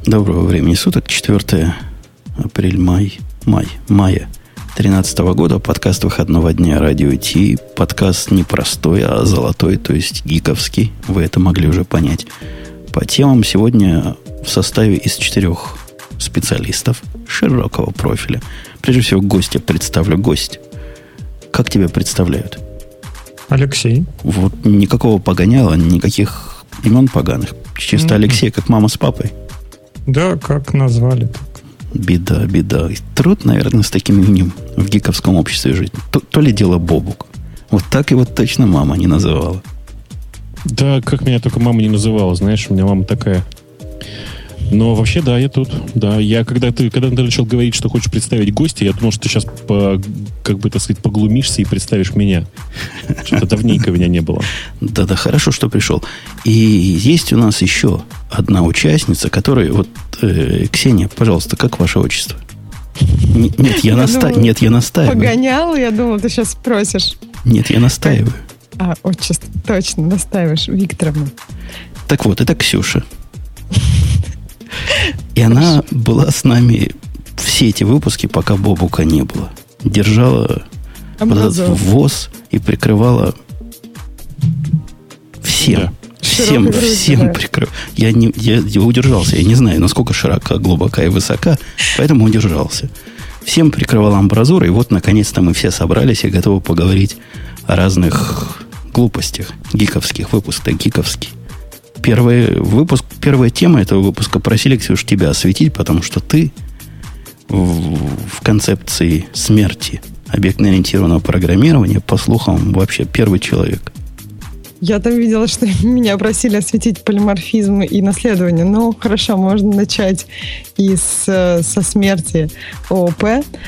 Доброго времени суток, 4 мая 2013 года, подкаст выходного дня Радио Ти. Подкаст не простой, а золотой, то есть гиковский, вы это могли уже понять. По темам сегодня в составе из 4 специалистов широкого профиля. Прежде всего, гостя представлю. Гость. Как тебя представляют? Алексей. Вот никакого погоняла, никаких имен поганых. Чисто Алексей, как мама с папой. Да, как назвали так. Беда. Труд, наверное, с таким именем в гиковском обществе жить. То ли дело Бобук. Вот так его точно мама не называла. Да, как меня только мама не называла. Знаешь, у меня мама такая. Но вообще, да, я тут. Да, когда ты начал говорить, что хочешь представить гостя, я думал, что ты сейчас, поглумишься и представишь меня. Что-то давненько меня не было. Да, хорошо, что пришел. И есть у нас еще одна участница, которая... Ксения, пожалуйста, как ваше отчество? Нет, я настаиваю. Погонял, я думал, ты сейчас спросишь. Нет, я настаиваю. Отчество, точно, настаиваешь. Викторовна. Так вот, это Ксюша. И она была с нами все эти выпуски, пока Бобука не было. Держала вот этот ВОЗ и прикрывала всем. Да. Всем прикрыл. Я удержался. Я не знаю, насколько широка, глубока и высока, поэтому удержался. Всем прикрывал амбразуру, и вот, наконец-то, мы все собрались и готовы поговорить о разных глупостях гиковских. Выпуск-то гиковский. Первая тема этого выпуска просили, Ксюш, тебя осветить, потому что ты в концепции смерти объектно-ориентированного программирования, по слухам, вообще первый человек. Я там видела, что меня просили осветить полиморфизм и наследование. Ну, хорошо, можно начать со смерти ООП.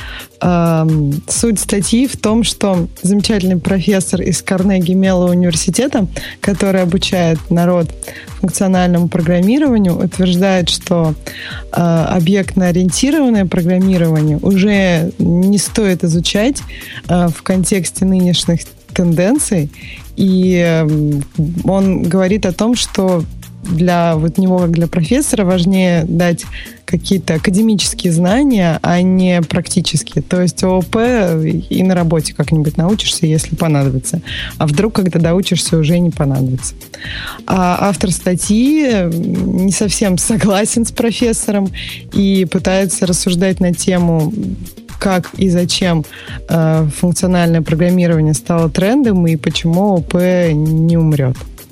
Суть статьи в том, что замечательный профессор из Карнеги Меллоу университета, который обучает народ функциональному программированию, утверждает, что объектно-ориентированное программирование уже не стоит изучать в контексте нынешних тенденций. И он говорит о том, что для него, как для профессора, важнее дать какие-то академические знания, а не практические. То есть ООП и на работе как-нибудь научишься, если понадобится. А вдруг, когда доучишься, уже не понадобится. А автор статьи не совсем согласен с профессором и пытается рассуждать на тему, как и зачем функциональное программирование стало трендом и почему ООП не умрет.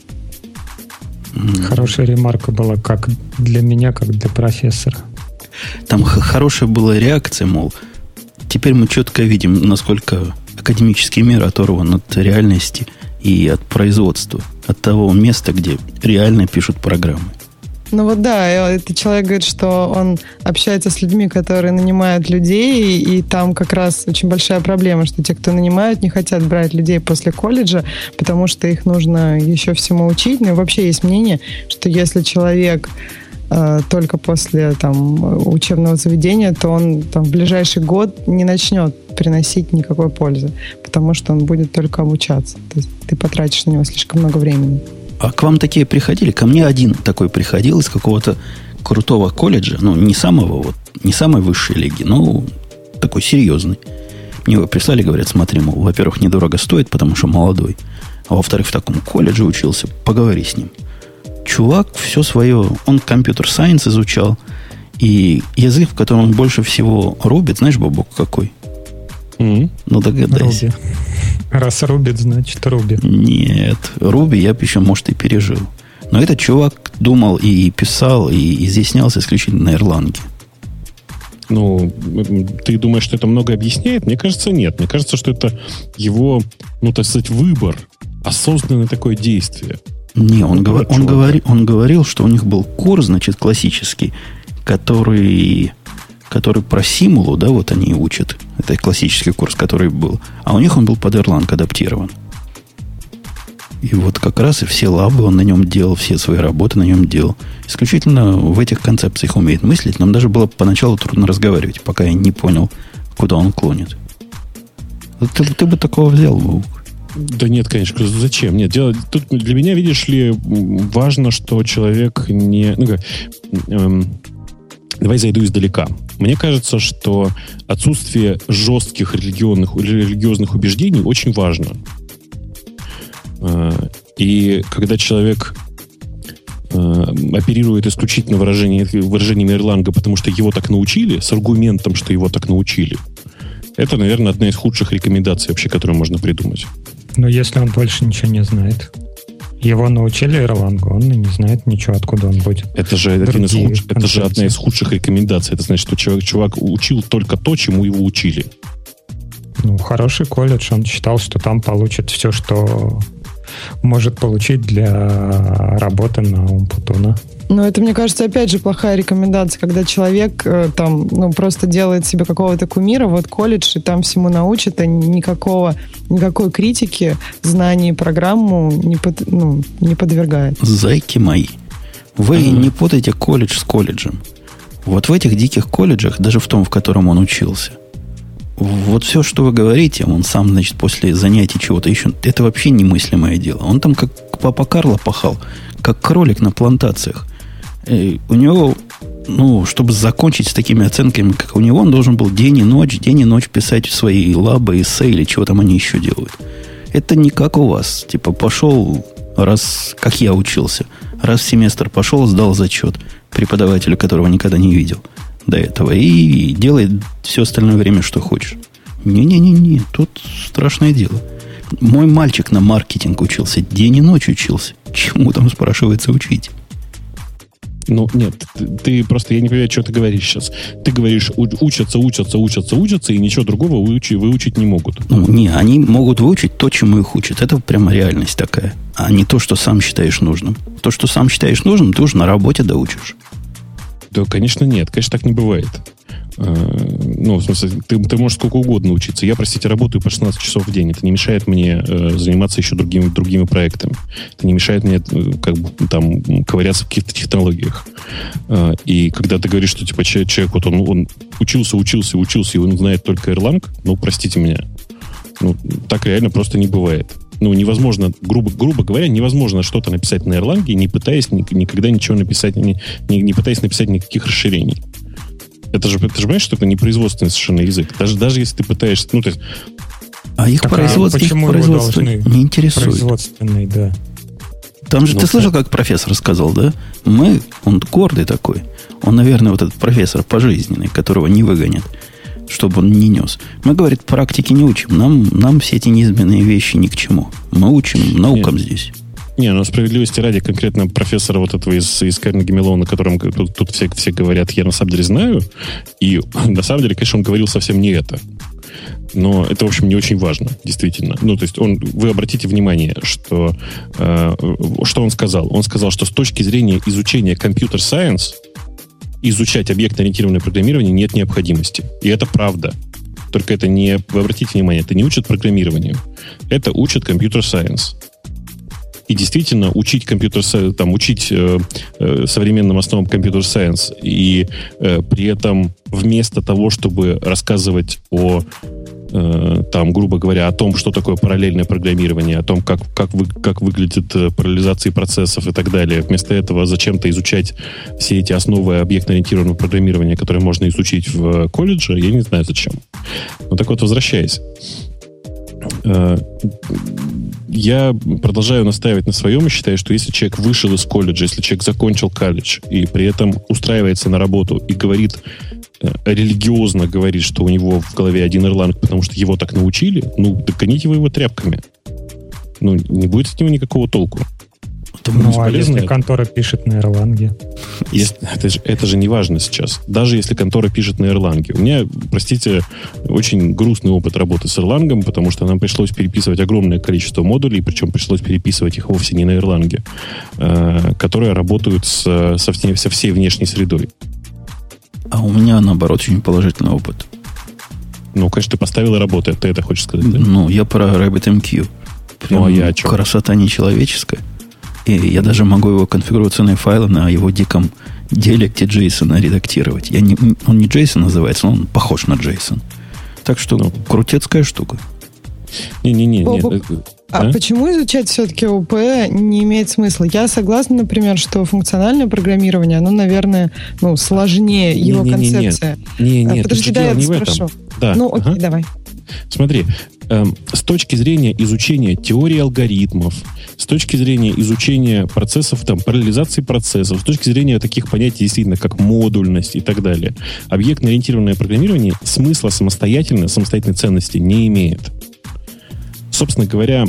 Хорошая ремарка была как для меня, как для профессора. Там хорошая была реакция, мол, теперь мы четко видим, насколько академический мир оторван от реальности и от производства, от того места, где реально пишут программы. Ну вот да, этот человек говорит, что он общается с людьми, которые нанимают людей, и там как раз очень большая проблема, что те, кто нанимают, не хотят брать людей после колледжа, потому что их нужно еще всему учить. Ну и вообще есть мнение, что если человек только после учебного заведения, то он в ближайший год не начнет приносить никакой пользы, потому что он будет только обучаться. То есть ты потратишь на него слишком много времени. А к вам такие приходили? Ко мне один такой приходил из какого-то крутого колледжа, не самой высшей лиги, но такой серьезный. Мне его прислали, говорят, смотри, мол, во-первых, недорого стоит, потому что молодой, а во-вторых, в таком колледже учился, поговори с ним. Чувак все свое, он компьютер-сайенс изучал, и язык, в котором он больше всего рубит, знаешь, Бобок, какой? Ну, догадайся. Руби. Раз рубит, значит руби. Нет, руби я бы еще, может, и пережил. Но этот чувак думал и писал, и изъяснялся исключительно на Erlang. Ну, ты думаешь, что это много объясняет? Мне кажется, нет. Мне кажется, что это его, так сказать, выбор, осознанное такое действие. Не, он говорил, что у них был курс, значит, классический, который про симулу, да, вот они учат. Это классический курс, который был. А у них он был под Erlang адаптирован. И вот как раз и все лабы он на нем делал, все свои работы на нем делал. Исключительно в этих концепциях умеет мыслить. Нам даже было поначалу трудно разговаривать, пока я не понял, куда он клонит. Ты бы такого взял, Вовк? Да нет, конечно. Зачем? Нет, тут для меня, видишь ли, важно, что человек не... Давай зайду издалека. Мне кажется, что отсутствие жестких религиозных убеждений очень важно. И когда человек оперирует исключительно выражениями Erlang, потому что его так научили, с аргументом, что его так научили, это, наверное, одна из худших рекомендаций вообще, которую можно придумать. Но если он больше ничего не знает. Его научили Erlang, он не знает ничего, откуда он будет. Это же одна из худших рекомендаций. Это значит, что чувак учил только то, чему его учили. Ну, хороший колледж, он считал, что там получит все, что может получить для работы на Умпутуна. Но это, мне кажется, опять же плохая рекомендация, когда человек там, просто делает себе какого-то кумира, вот колледж, и там всему научит, а никакой критики, знаний программу не подвергает. Зайки мои, вы не путайте колледж с колледжем. Вот в этих диких колледжах, даже в том, в котором он учился, вот все, что вы говорите, он сам, значит, после занятий чего-то еще, это вообще немыслимое дело. Он там как папа Карло пахал, как кролик на плантациях. И у него, чтобы закончить с такими оценками, как у него, он должен был день и ночь писать свои лабы, эссе или чего там они еще делают. Это не как у вас. Типа пошел, как я учился, раз в семестр пошел, сдал зачет преподавателю, которого никогда не видел до этого, и делает все остальное время, что хочешь. Не-не-не, тут страшное дело. Мой мальчик на маркетинг учился, день и ночь учился. Чему там, спрашивается, учить? Нет, ты просто, я не понимаю, что ты говоришь сейчас. Ты говоришь, учатся, и ничего другого выучить не могут. Они могут выучить то, чему их учат. Это прямо реальность такая. А не то, что сам считаешь нужным. То, что сам считаешь нужным, ты уже на работе доучишь. Да, конечно, нет. Конечно, так не бывает. В смысле, ты можешь сколько угодно учиться. Я, простите, работаю по 16 часов в день. Это не мешает мне заниматься еще другими проектами. Это не мешает мне ковыряться в каких-то технологиях. И когда ты говоришь, что типа человек вот он учился, и он знает только Erlang, простите меня, так реально просто не бывает. Невозможно, грубо говоря, невозможно что-то написать на Erlang, не пытаясь никогда ничего написать, не пытаясь написать никаких расширений. Ты же понимаешь, что это не производственный совершенно язык. Даже если ты пытаешься... их производство не интересует. Производственный, да. Там же ты слышал, как профессор сказал, да? Он гордый такой. Он, наверное, вот этот профессор пожизненный, которого не выгонят, чтобы он не нес. Мы, говорит, практики не учим. Нам все эти неизменные вещи ни к чему. Мы учим наукам здесь. Справедливости ради, конкретно профессора вот этого из Карнеги Меллона, о котором тут все говорят, я на самом деле знаю. И на самом деле, конечно, он говорил совсем не это. Но это, в общем, не очень важно, действительно. То есть вы обратите внимание, что он сказал. Он сказал, что с точки зрения изучения компьютер-сайенс изучать объектно-ориентированное программирование нет необходимости. И это правда. Только это не... Вы обратите внимание, это не учат программированию. Это учат компьютер-сайенс. И действительно учить современным основам компьютер-сайенс и при этом вместо того, чтобы рассказывать грубо говоря, о том, что такое параллельное программирование, о том, как выглядит параллелизация процессов и так далее. Вместо этого зачем-то изучать все эти основы объектно-ориентированного программирования, которые можно изучить в колледже, я не знаю зачем. Так вот, возвращаясь. Я продолжаю настаивать на своем и считаю, что если человек вышел из колледжа, если человек закончил колледж и при этом устраивается на работу и религиозно говорит, что у него в голове один Erlang, потому что его так научили, догоните вы его тряпками. Не будет от него никакого толку. А если контора пишет на Erlang? Это же не важно сейчас. Даже если контора пишет на Erlang. У меня, простите, очень грустный опыт работы с Erlang, потому что нам пришлось переписывать огромное количество модулей, причем пришлось переписывать их вовсе не на Erlang, которые работают со всей внешней средой. А у меня, наоборот, очень положительный опыт. Конечно, ты поставил и работает. Ты это хочешь сказать, да? Я про RabbitMQ. Прям я о чем? Красота нечеловеческая. И я даже могу его конфигурационные файлы на его диком диалекте JSON редактировать. Он не JSON называется, но он похож на JSON. Так что крутецкая штука. Не. А почему изучать все-таки ООП не имеет смысла? Я согласна, например, что функциональное программирование, оно, наверное, сложнее его концепция. Нет, подожди, да, я спрошу. Да. Окей, давай. Смотри, с точки зрения изучения теории алгоритмов, с точки зрения изучения процессов, параллелизации процессов, с точки зрения таких понятий действительно, как модульность и так далее, объектно-ориентированное программирование смысла самостоятельной ценности не имеет. Собственно говоря,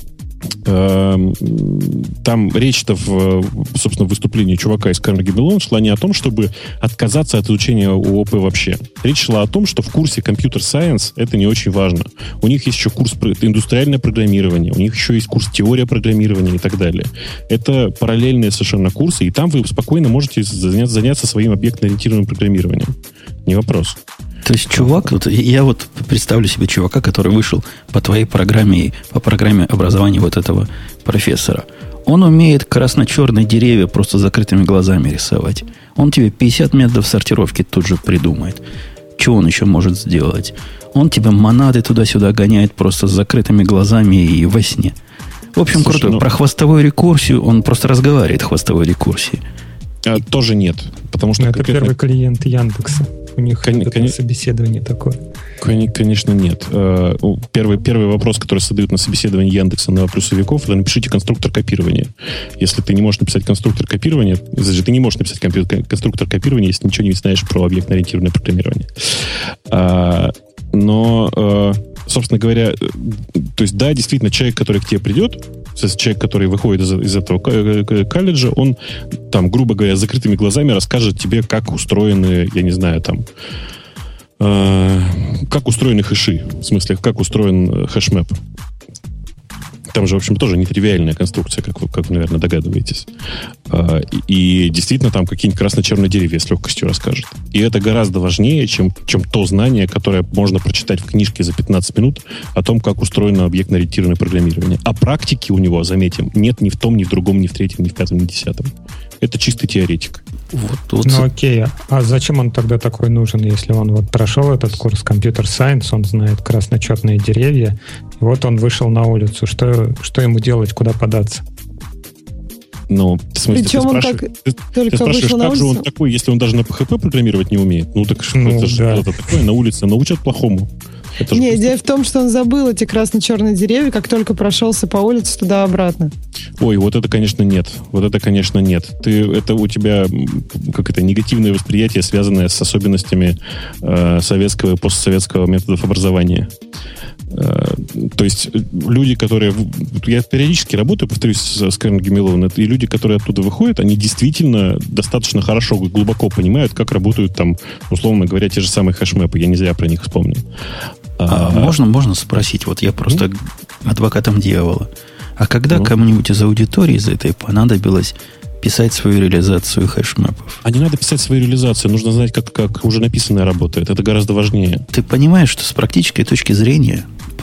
там речь-то в выступлении чувака из Carnegie Mellon шла не о том, чтобы отказаться от изучения ООП вообще. Речь шла о том, что в курсе Computer Science это не очень важно. У них есть еще курс индустриальное программирование, у них еще есть курс теория программирования и так далее. Это параллельные совершенно курсы, и там вы спокойно можете заняться своим объектно-ориентированным программированием. Не вопрос. То есть чувак, я представлю себе чувака, который вышел по твоей программе, по программе образования вот этого профессора. Он умеет красно-черные деревья просто закрытыми глазами рисовать. Он тебе 50 методов сортировки тут же придумает. Что он еще может сделать? Он тебе монады туда-сюда гоняет просто с закрытыми глазами и во сне. В общем, круто. Про хвостовую рекурсию он просто разговаривает хвостовой рекурсии. Тоже нет. Потому что это первый клиент Яндекса. У них собеседование такое. Конечно, нет. Первый вопрос, который задают на собеседовании Яндекса на плюсовиков, это напишите конструктор копирования. Если ты не можешь написать конструктор копирования, значит, ты не можешь написать конструктор копирования, если ничего не знаешь про объектно-ориентированное программирование. Но, собственно говоря, то есть, да, действительно, человек, который к тебе придет, человек, который выходит из этого колледжа, он там, грубо говоря, с закрытыми глазами расскажет тебе, как устроены, я не знаю, там, как устроены хэши, в смысле, как устроен хэшмэп. Там же, в общем, тоже нетривиальная конструкция, как вы, наверное, догадываетесь. И действительно там какие-нибудь красно-черные деревья с легкостью расскажет. И это гораздо важнее, чем то знание, которое можно прочитать в книжке за 15 минут о том, как устроено объектно-ориентированное программирование. А практики у него, заметим, нет ни в том, ни в другом, ни в третьем, ни в пятом, ни в десятом. Это чистый теоретик. Ну окей, а зачем он тогда такой нужен, если он прошел этот курс Computer Science, он знает красно-черные деревья, и он вышел на улицу. Что ему делать, куда податься? Ну, в смысле, причем он так только спрашиваешь, как же он такой, если он даже на PHP программировать не умеет? Ну, так это же такое, на улице научат плохому. Идея в том, что он забыл эти красно-черные деревья, как только прошелся по улице туда-обратно. Ой, это, конечно, нет. Это у тебя негативное восприятие, связанное с особенностями советского и постсоветского методов образования. То есть люди, которые... Я периодически работаю, повторюсь, с Carnegie Mellon, и люди, которые оттуда выходят, они действительно достаточно хорошо, глубоко понимают, как работают там, условно говоря, те же самые хэшмэпы. Я не зря про них вспомнил. Можно спросить, я просто адвокатом дьявола. А когда кому-нибудь из аудитории из этой понадобилось писать свою реализацию хэшмэпов? А не надо писать свою реализацию, нужно знать, как уже написанное работает. Это гораздо важнее. Ты понимаешь, что с практической точки зрения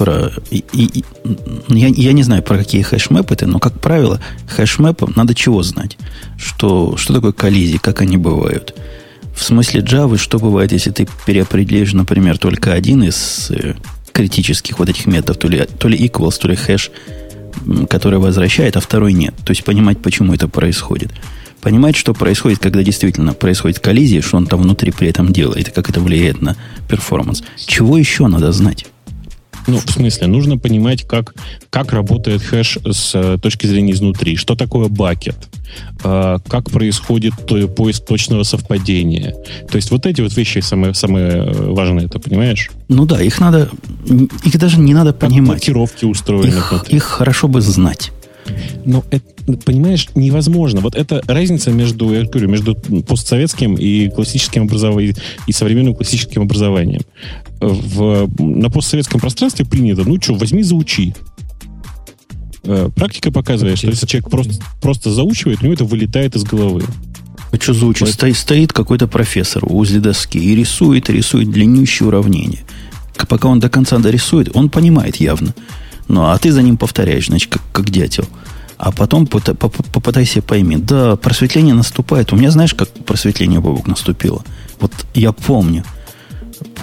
я не знаю, про какие хэшмэпы но, как правило, хэшмэпам надо чего знать? Что такое коллизии, как они бывают? В смысле Java, что бывает, если ты переопределишь, например, только один из критических этих методов, то ли equals, то ли хэш, который возвращает, а второй нет. То есть понимать, почему это происходит. Понимать, что происходит, когда действительно происходит коллизия, что он там внутри при этом делает, и как это влияет на перформанс. Чего еще надо знать? Ну, в смысле, нужно понимать, как работает хэш с точки зрения изнутри. Что такое бакет? Как происходит поиск точного совпадения? То есть эти вещи самые важные, ты понимаешь? Ну да, их даже не надо понимать. Как блокировки устроены. Их хорошо бы знать. Но, понимаешь, невозможно. Это разница между постсоветским и классическим образованием, и современным классическим образованием. На постсоветском пространстве принято, возьми, заучи. Практика показывает, что если человек просто заучивает, у него это вылетает из головы. А что заучить? Стоит какой-то профессор возле доски и рисует длиннющие уравнения. Пока он до конца дорисует, он понимает явно. А ты за ним повторяешь, значит, как дятел. А потом попытайся пойми. Да, просветление наступает. У меня, знаешь, как просветление, Бобок, наступило? Я помню.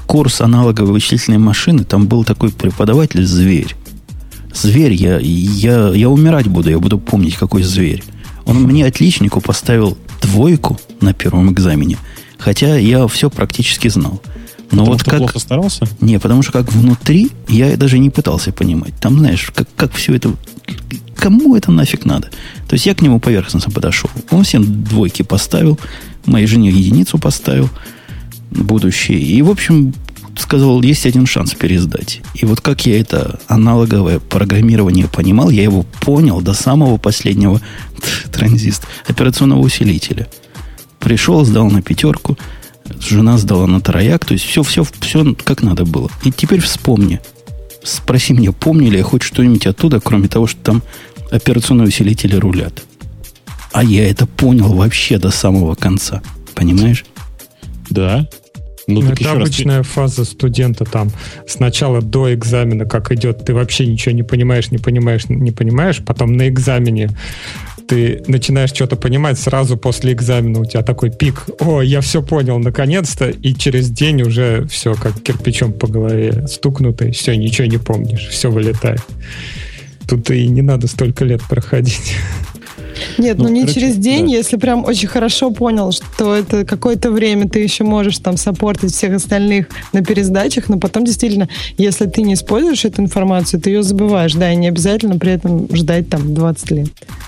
курс аналоговой вычислительной машины, там был такой преподаватель зверь. Зверь, я умирать буду, я буду помнить, какой зверь. Он мне, отличнику, поставил 2 на первом экзамене, хотя я все практически знал. Но потому вот что как... плохо старался? Не, потому что как внутри, я даже не пытался понимать. Там, знаешь, как все это... Кому это нафиг надо? То есть я к нему поверхностно подошел. Он всем 2 поставил, моей жене 1 поставил, будущее. И, в общем, сказал, есть 1 шанс пересдать. И вот как я это аналоговое программирование понимал, я его понял до самого последнего транзиста, операционного усилителя. Пришел, сдал на 5, жена сдала на 3, то есть все как надо было. И теперь вспомни. Спроси меня, помню ли я хоть что-нибудь оттуда, кроме того, что там операционные усилители рулят. А я это понял вообще до самого конца. Понимаешь? Да. Ну, это обычная фаза студента там. Сначала до экзамена, как идет, ты вообще ничего не понимаешь, потом на экзамене ты начинаешь что-то понимать, сразу после экзамена у тебя такой пик. О, я все понял, наконец-то. И через день уже все как кирпичом по голове стукнуто, и все, ничего не помнишь, все вылетает. Тут и не надо столько лет проходить. Нет, не через день, да. Если прям очень хорошо понял, что это какое-то время ты еще можешь там саппортить всех остальных на пересдачах, но потом действительно, если ты не используешь эту информацию, ты ее забываешь, да, и не обязательно при этом ждать там 20 лет.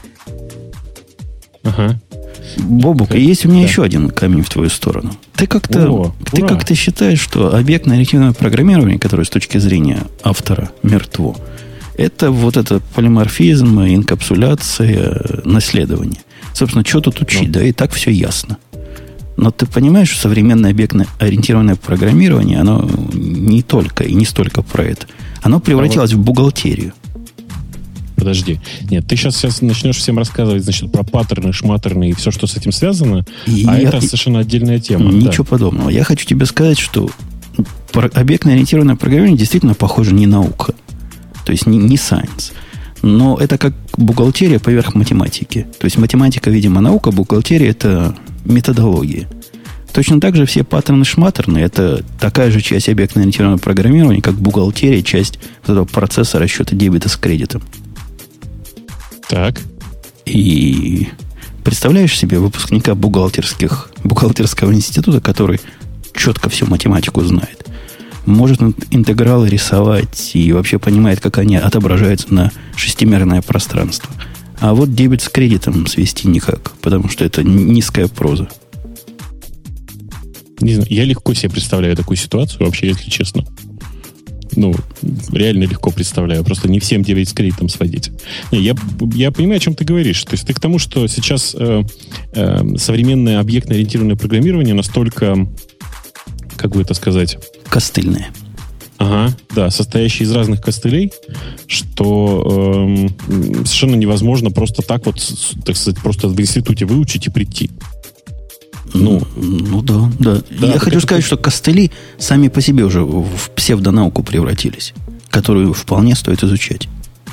Ага. Бобук, есть у меня еще один камень в твою сторону. Ты как-то считаешь, что объектно-ориентированное программирование, которое с точки зрения автора мертво, это вот это полиморфизм, инкапсуляция, наследование. Собственно, что тут учить? Да и так все ясно. Но ты понимаешь, что современное объектно-ориентированное программирование, оно не только и не столько про это. Оно превратилось в бухгалтерию. Подожди. Нет, ты сейчас начнешь всем рассказывать, значит, про паттерны, шматтерны и все, что с этим связано, это совершенно отдельная тема. Ничего подобного. Я хочу тебе сказать, что объектно-ориентированное программирование действительно похоже не наука. То есть не science. Но это как бухгалтерия поверх математики. То есть математика, видимо, наука, бухгалтерия – это методология. Точно так же все паттерны-шматтерны – это такая же часть объектно-ориентированного программирования, как бухгалтерия, часть вот этого процесса расчета дебета с кредитом. Так. И представляешь себе выпускника бухгалтерского института, который четко всю математику знает, может интегралы рисовать и вообще понимает, как они отображаются на шестимерное пространство. А вот дебет с кредитом свести никак, потому что это низкая проза. Не знаю, я легко себе представляю такую ситуацию, вообще, если честно. Реально легко представляю. Просто не всем дебет с кредитом сводить. Я понимаю, о чем ты говоришь. То есть ты к тому, что сейчас современное объектно-ориентированное программирование настолько, как бы это сказать... Костыльное. Ага, да, состоящее из разных костылей, что совершенно невозможно просто так вот, так сказать, просто в институте выучить и прийти. Да. Я хочу сказать, что костыли сами по себе уже в псевдонауку превратились, которую вполне стоит изучать.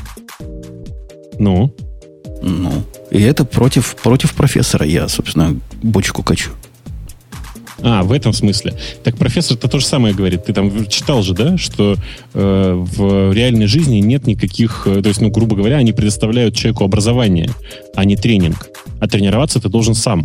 И это против профессора. Я, собственно, бочку качу. В этом смысле. Так профессор-то то же самое говорит. Ты там читал же, да, что в реальной жизни нет никаких... То есть, грубо говоря, они предоставляют человеку образование, а не тренинг. А тренироваться ты должен сам.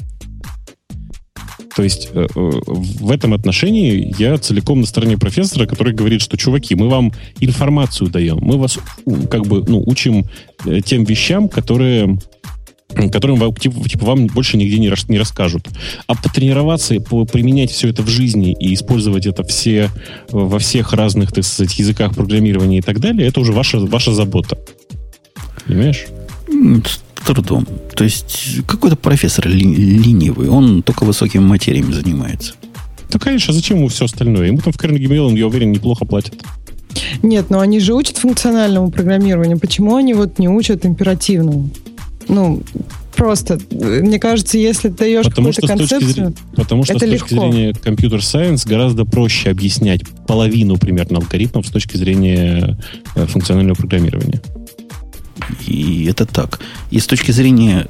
То есть в этом отношении я целиком на стороне профессора, который говорит, что, чуваки, мы вам информацию даем, мы вас учим тем вещам, которым вам больше нигде не расскажут. А потренироваться, применять все это в жизни и использовать это во всех разных, так сказать, языках программирования и так далее, это уже ваша забота. Понимаешь? С трудом. То есть какой-то профессор ленивый, он только высокими материями занимается. Да, конечно, зачем ему все остальное? Ему там в Carnegie Mellon, я уверен, неплохо платят. Нет, но они же учат функциональному программированию. Почему они не учат императивному? Просто, мне кажется, если ты даешь какую-то концепцию, потому что это с точки зрения компьютер сайенс гораздо проще объяснять половину примерно алгоритмов с точки зрения функционального программирования. И это так. И с точки зрения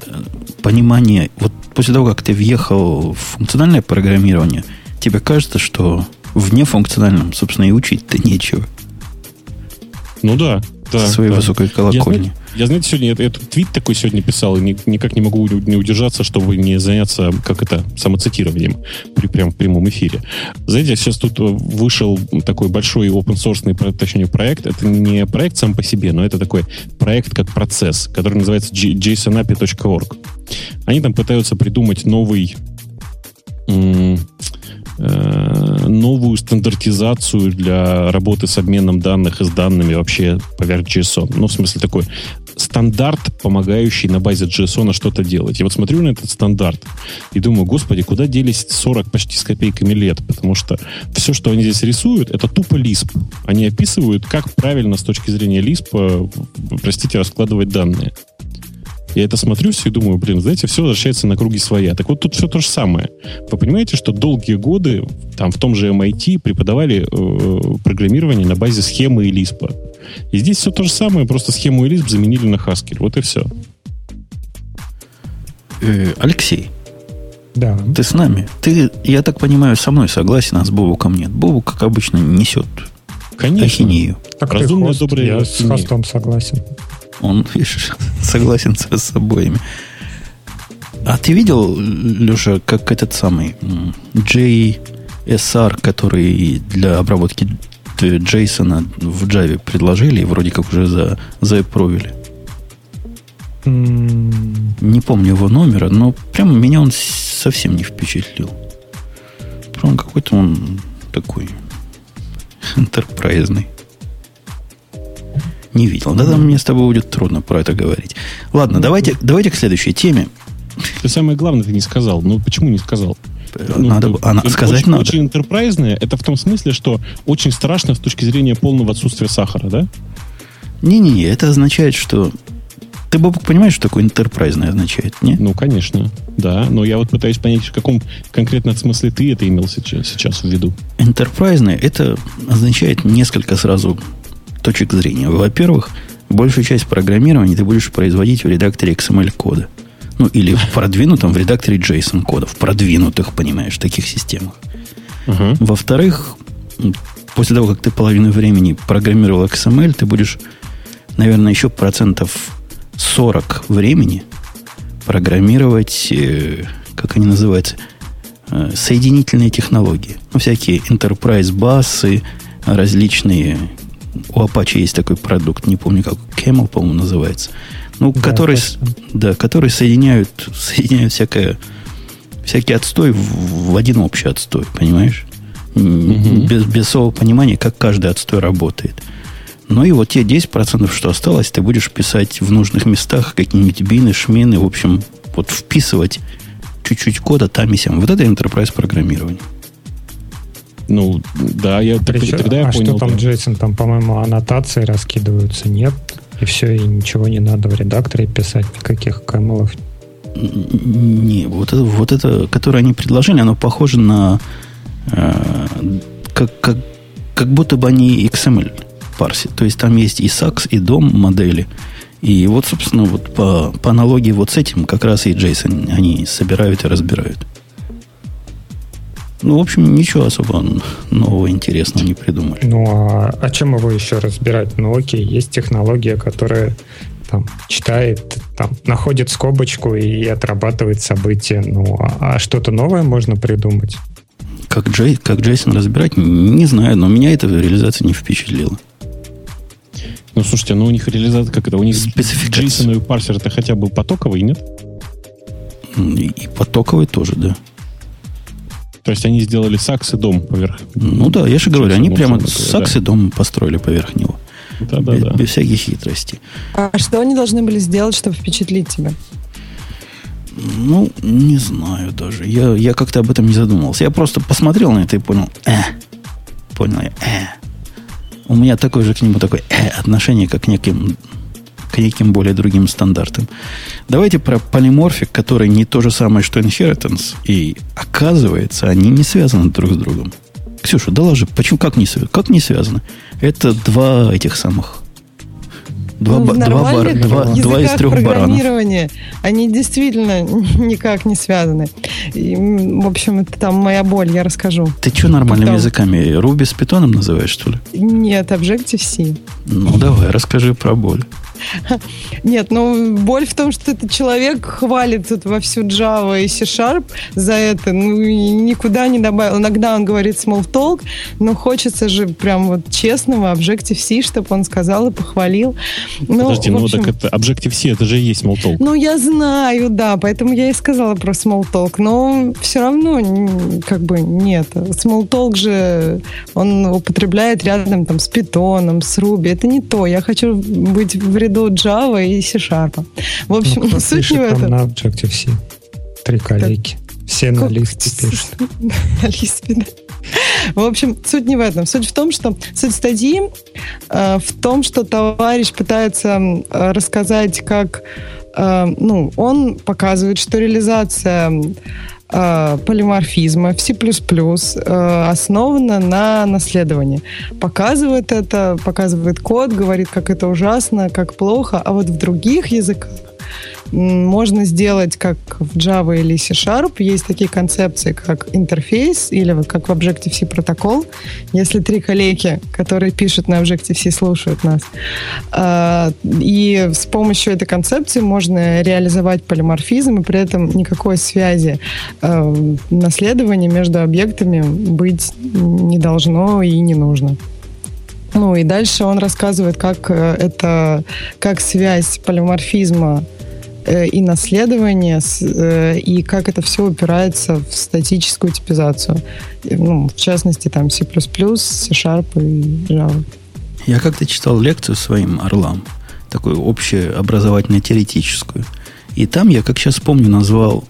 понимания, вот после того, как ты въехал в функциональное программирование, тебе кажется, что В нефункциональном, собственно, и учить-то нечего. Ну да. Со своей высокой колокольни. Я, знаете, сегодня этот твит такой сегодня писал, и никак не могу не удержаться, чтобы не заняться, самоцитированием прямо в прямом эфире. Знаете, сейчас тут вышел такой большой open-source, точнее, проект. Это не проект сам по себе, но это такой проект как процесс, который называется jsonapi.org. Они там пытаются придумать новую стандартизацию для работы с обменом данных и с данными вообще поверх JSON. Ну, в смысле, такой стандарт, помогающий на базе JSON что-то делать. Я вот смотрю на этот стандарт и думаю, господи, куда делись 40 почти с копейками лет? Потому что все, что они здесь рисуют, это тупо Lisp. Они описывают, как правильно с точки зрения Lisp, раскладывать данные. Я это смотрю все и думаю, знаете, все возвращается на круги своя. Так вот тут все то же самое. Вы понимаете, что долгие годы там в том же MIT преподавали программирование на базе схемы и Lisp. И здесь все то же самое, просто схему и Lisp заменили на Haskell. Вот и все. Алексей. Да. Ты с нами? Ты, я так понимаю, со мной согласен, а с Бобуком нет. Бобук, как обычно, несет ахинею. Так разумно, добрый. Я с хостом согласен. Он, видишь, согласен с обоими. А ты видел, Леша, как этот самый JSR, который для обработки JSON в Java предложили и вроде как уже заапровили? Не помню его номера, но прямо меня он совсем не впечатлил. Прям какой-то он такой энтерпрайзный. Не видел. Да, там мне с тобой будет трудно про это говорить. Ладно, давайте к следующей теме. Ты самое главное ты не сказал. Ну, почему не сказал? Сказать очень, надо. Очень энтерпрайзное. Это в том смысле, что очень страшно с точки зрения полного отсутствия сахара, да? Не-не-не, это означает, что... Ты, Бобок, понимаешь, что такое энтерпрайзное означает, не? Ну, конечно, да. Но я вот пытаюсь понять, в каком конкретно смысле ты это имел сейчас в виду. Энтерпрайзное, это означает несколько сразу точек зрения. Во-первых, большую часть программирования ты будешь производить в редакторе XML-кода. Ну, или в продвинутом в редакторе JSON-кода. В продвинутых, понимаешь, таких системах. Uh-huh. Во-вторых, после того, как ты половину времени программировал XML, ты будешь, наверное, еще 40% времени программировать, как они называются, соединительные технологии. Ну, всякие enterprise-басы, различные... У Apache есть такой продукт, не помню, как Camel, по-моему, называется. Ну, да, которые соединяют всякий отстой в один общий отстой, понимаешь? Без особого понимания, как каждый отстой работает. Ну и вот те 10%, что осталось, ты будешь писать в нужных местах какие-нибудь бины, шмины, в общем, вот вписывать чуть-чуть кода там и сям. Вот это enterprise программирование. Ну, да, тогда я понял. А что там JSON? Там, по-моему, аннотации раскидываются, нет? И все, и ничего не надо в редакторе писать, никаких камелов. Не, вот это, которое они предложили, оно похоже на... как будто бы они XML парсят. То есть там есть и SAX, и DOM модели. И вот, собственно, вот по аналогии вот с этим как раз и JSON они собирают и разбирают. Ну, в общем, ничего особо нового интересного не придумали. Ну, а чем его еще разбирать? Ну, окей, есть технология, которая там читает, там, находит скобочку и отрабатывает события. Ну, а что-то новое можно придумать? Как JSON разбирать? Не знаю, но меня эта реализация не впечатлила. Ну, слушайте, у них реализация, как это? У них JSON парсер это хотя бы потоковый, нет? И потоковый тоже, да. То есть они сделали SAX и DOM поверх. Ну да, я же говорю, они прямо SAX и DOM построили поверх него. Да. Без всяких хитростей. А что они должны были сделать, чтобы впечатлить тебя? Ну, не знаю даже. Я как-то об этом не задумывался. Я просто посмотрел на это и понял. Понял я. У меня такое же к нему такое отношение, как к неким более другим стандартам. Давайте про полиморфик, который не то же самое, что inheritance. И оказывается, они не связаны друг с другом. Ксюша, доложи, почему, как не связаны? Это два этих самых В нормальных языках 3 программирования они действительно никак не связаны. И, в общем, это там моя боль, я расскажу. Ты что нормальными языками? Ruby с Python называешь, что ли? Нет, Objective-C. Ну, давай, расскажи про боль. Нет, боль в том, что этот человек хвалит тут вовсю Java и C# за это, и никуда не добавил. Иногда он говорит small talk, но хочется же прям вот честного Objective-C, чтобы он сказал и похвалил. Подожди, так это Objective-C, это же и есть small talk. Я знаю, да, поэтому я и сказала про small talk, но все равно как бы нет. Small talk же он употребляет рядом там с Python, с Ruby. Это не то. Я хочу быть в ряду Java и C#. В общем, суть не в этом. На Objective-C 3 коллеги. Все на листе пишут. На листе, да. В общем, суть не в этом. Суть в том, что суть статьи в том, что товарищ пытается рассказать, как он показывает, что реализация полиморфизма в C++ основана на наследовании. Показывает код, говорит, как это ужасно, как плохо, а вот в других языках можно сделать, как в Java или C#, есть такие концепции, как интерфейс или вот как в Objective-C протокол. Если 3 коллеги, которые пишут на Objective-C, слушают нас, и с помощью этой концепции можно реализовать полиморфизм, и при этом никакой связи наследования между объектами быть не должно и не нужно. И дальше он рассказывает, как связь полиморфизма и наследования, и как это все упирается в статическую типизацию. В частности, там C++, C# и Java. Я как-то читал лекцию своим орлам, такую общеобразовательно-теоретическую. И там я, как сейчас помню, назвал